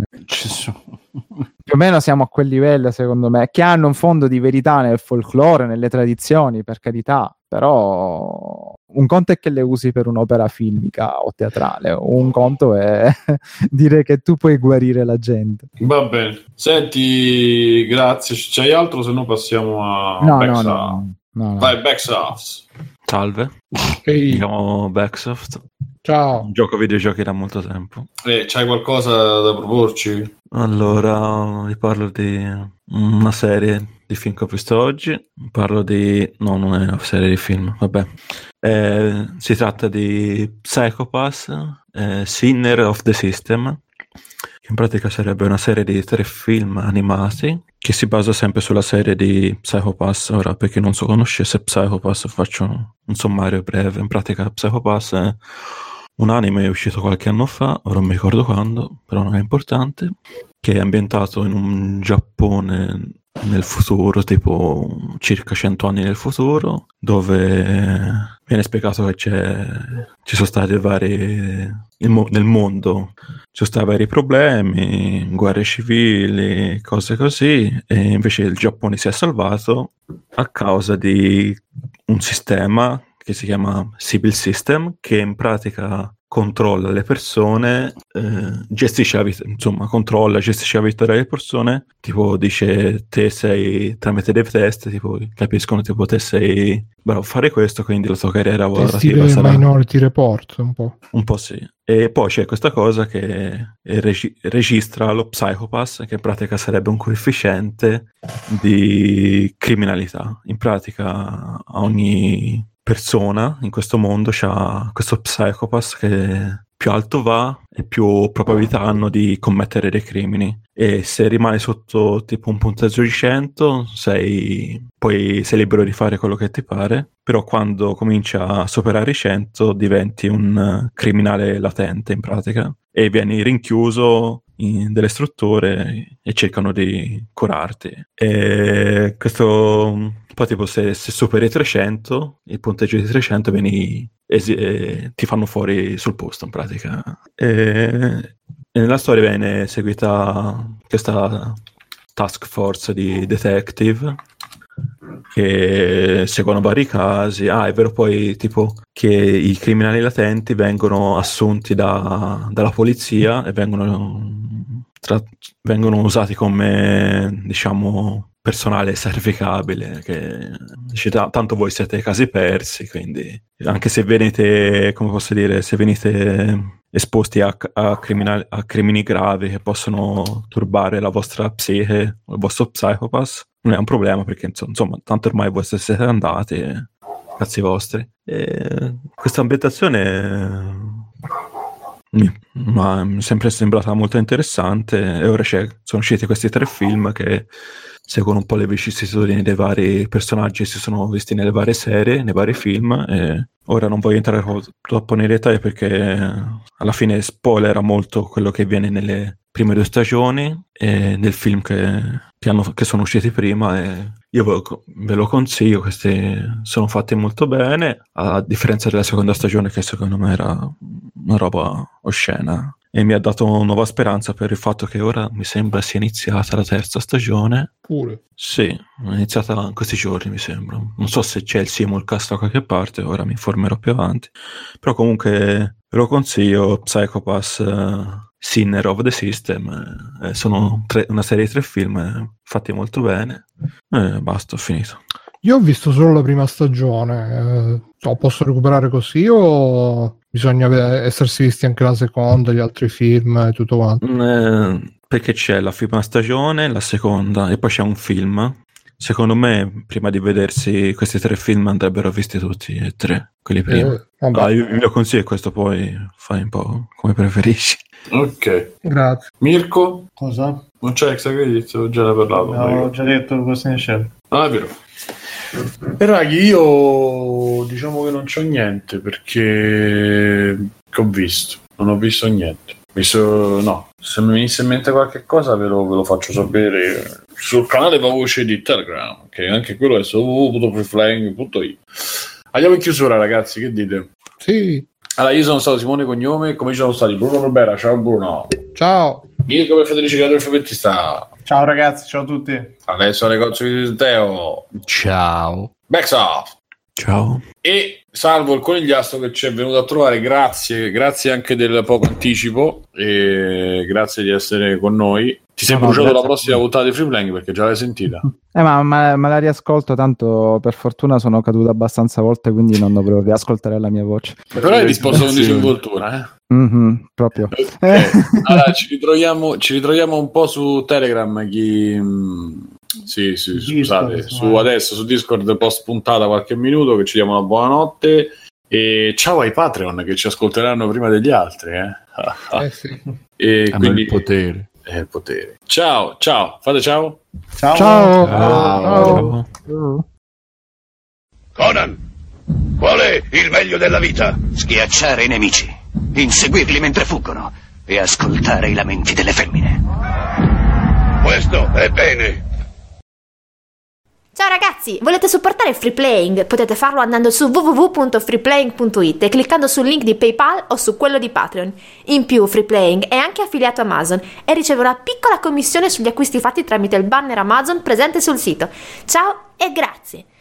Più o meno siamo a quel livello, secondo me, che hanno un fondo di verità nel folklore, nelle tradizioni, per carità, però un conto è che le usi per un'opera filmica o teatrale, un conto è dire che tu puoi guarire la gente. Va bene, senti, grazie, c'hai altro? Se no passiamo a no, Backsoft. no, no, no, no. Vai, Backsoft. Salve, Ehi. mi chiamo Backsoft. Ciao. Gioco videogiochi da molto tempo. Eh, c'hai qualcosa da proporci? Allora, vi parlo di una serie di film che ho visto oggi. Parlo di... no, non è una serie di film, vabbè. Eh, si tratta di Psycho-Pass, eh, Sinner of the System, che in pratica sarebbe una serie di tre film animati che si basa sempre sulla serie di Psycho-Pass. Ora, per chi non so conoscesse Psycho-Pass, faccio un sommario breve. In pratica Psycho-Pass è un anime uscito qualche anno fa, ora non mi ricordo quando, però non è importante, che è ambientato in un Giappone nel futuro, tipo circa cento anni nel futuro, dove viene spiegato che c'è, ci sono stati vari... Il mo- nel mondo ci sono stati vari problemi, guerre civili, cose così, e invece il Giappone si è salvato a causa di un sistema che si chiama Sibyl System, che in pratica controlla le persone, eh, gestisce la vita, insomma, controlla, gestisce la vita delle persone, tipo dice te sei, tramite dei test, tipo capiscono tipo te sei bravo a fare questo, quindi la tua carriera lavorativa sarà... Minority Report, un po'. Un po' sì. E poi c'è questa cosa che regi- registra lo Psycho-Pass, che in pratica sarebbe un coefficiente di criminalità. In pratica ogni persona in questo mondo c'ha questo Psycho-Pass che più alto va e più probabilità hanno di commettere dei crimini, e se rimani sotto tipo un punteggio di cento sei poi sei libero di fare quello che ti pare, però quando comincia a superare i cento diventi un criminale latente in pratica e vieni rinchiuso in delle strutture e cercano di curarti. E questo poi tipo se, se superi trecento, il punteggio di trecento, vieni esi- eh, ti fanno fuori sul posto in pratica. E, e nella storia viene seguita questa task force di detective che seguono vari casi. Ah, è vero poi tipo che i criminali latenti vengono assunti da, dalla polizia e vengono, tra, vengono usati come, diciamo, personale sacrificabile che dice, tanto voi siete casi persi, quindi anche se venite, come posso dire, se venite esposti a, a, criminali, a crimini gravi che possono turbare la vostra psiche o il vostro psychopath, non è un problema, perché insomma tanto ormai voi siete andati, cazzi vostri. E questa ambientazione mi, mi è sempre sembrata molto interessante, e ora c'è, sono usciti questi tre film che seguono un po' le vicissitudini dei vari personaggi che si sono visti nelle varie serie, nei vari film, e ora non voglio entrare troppo nei dettagli perché alla fine spoilera molto quello che viene nelle prime due stagioni e nel film che, che, hanno, che sono usciti prima, e io ve lo, ve lo consiglio, questi sono fatti molto bene, a differenza della seconda stagione che secondo me era una roba oscena, e mi ha dato nuova speranza per il fatto che ora mi sembra sia iniziata la terza stagione. Pure? Sì, è iniziata in questi giorni mi sembra, non so se c'è il simulcast da qualche parte, ora mi informerò più avanti, però comunque ve lo consiglio. Psychopath, uh, Sinner of the System, eh, sono tre, una serie di tre film eh, fatti molto bene, e basta, ho finito. Io ho visto solo la prima stagione, eh, posso recuperare così o bisogna essersi visti anche la seconda, gli altri film e tutto quanto? Eh, perché c'è la prima stagione, la seconda e poi c'è un film. Secondo me prima di vedersi questi tre film andrebbero visti tutti e tre, quelli prima. Eh, ah, io vi lo consiglio, questo poi fai un po' come preferisci. Ok, grazie. Mirko? Cosa? Non c'è extra credit, ho già parlato. No, ho già detto cosa ne c'è. Ah, è vero. E raghi, io diciamo che non c'ho niente perché che ho visto, non ho visto niente. Visto, no, se mi venisse in mente qualche cosa ve lo, ve lo faccio sapere sul canale voce di Telegram, che anche quello è su w w w punto freeflying punto i t. Andiamo in chiusura, ragazzi, che dite? Sì. Allora, io sono stato Simone Cognome, come ci sono stati Bruno Norbera, ciao Bruno. Ciao. Mirko per Federici Creatore Fumettista. Ciao ragazzi, ciao a tutti. Adesso negozio di Teo. Ciao. Backsoft. Ciao. E salvo il conigliastro che ci è venuto a trovare, grazie, grazie anche del poco anticipo e grazie di essere con noi. Ti sei no, bruciato no, la prossima puntata di Freeplaying perché già l'hai sentita? Eh, ma, ma, ma la riascolto, tanto per fortuna sono caduto abbastanza volte, quindi non dovrò riascoltare la mia voce. Però hai risposto con disinvoltura, eh? Mm-hmm, proprio. Okay. Allora ci ritroviamo, ci ritroviamo un po' su Telegram. Chi... Sì, sì, scusate, Discord, su adesso su Discord post puntata qualche minuto, che ci diamo una buonanotte. E ciao ai Patreon che ci ascolteranno prima degli altri, eh? Eh sì. E hanno quindi il potere. È il potere. Ciao, ciao, fate ciao. Ciao. Ciao. Ciao. Ciao. Conan, qual è il meglio della vita? Schiacciare i nemici, inseguirli mentre fuggono e ascoltare i lamenti delle femmine. Questo è bene. Ciao ragazzi, volete supportare Freeplaying? Potete farlo andando su w w w punto freeplaying punto i t e cliccando sul link di PayPal o su quello di Patreon. In più, Freeplaying è anche affiliato a Amazon e riceve una piccola commissione sugli acquisti fatti tramite il banner Amazon presente sul sito. Ciao e grazie!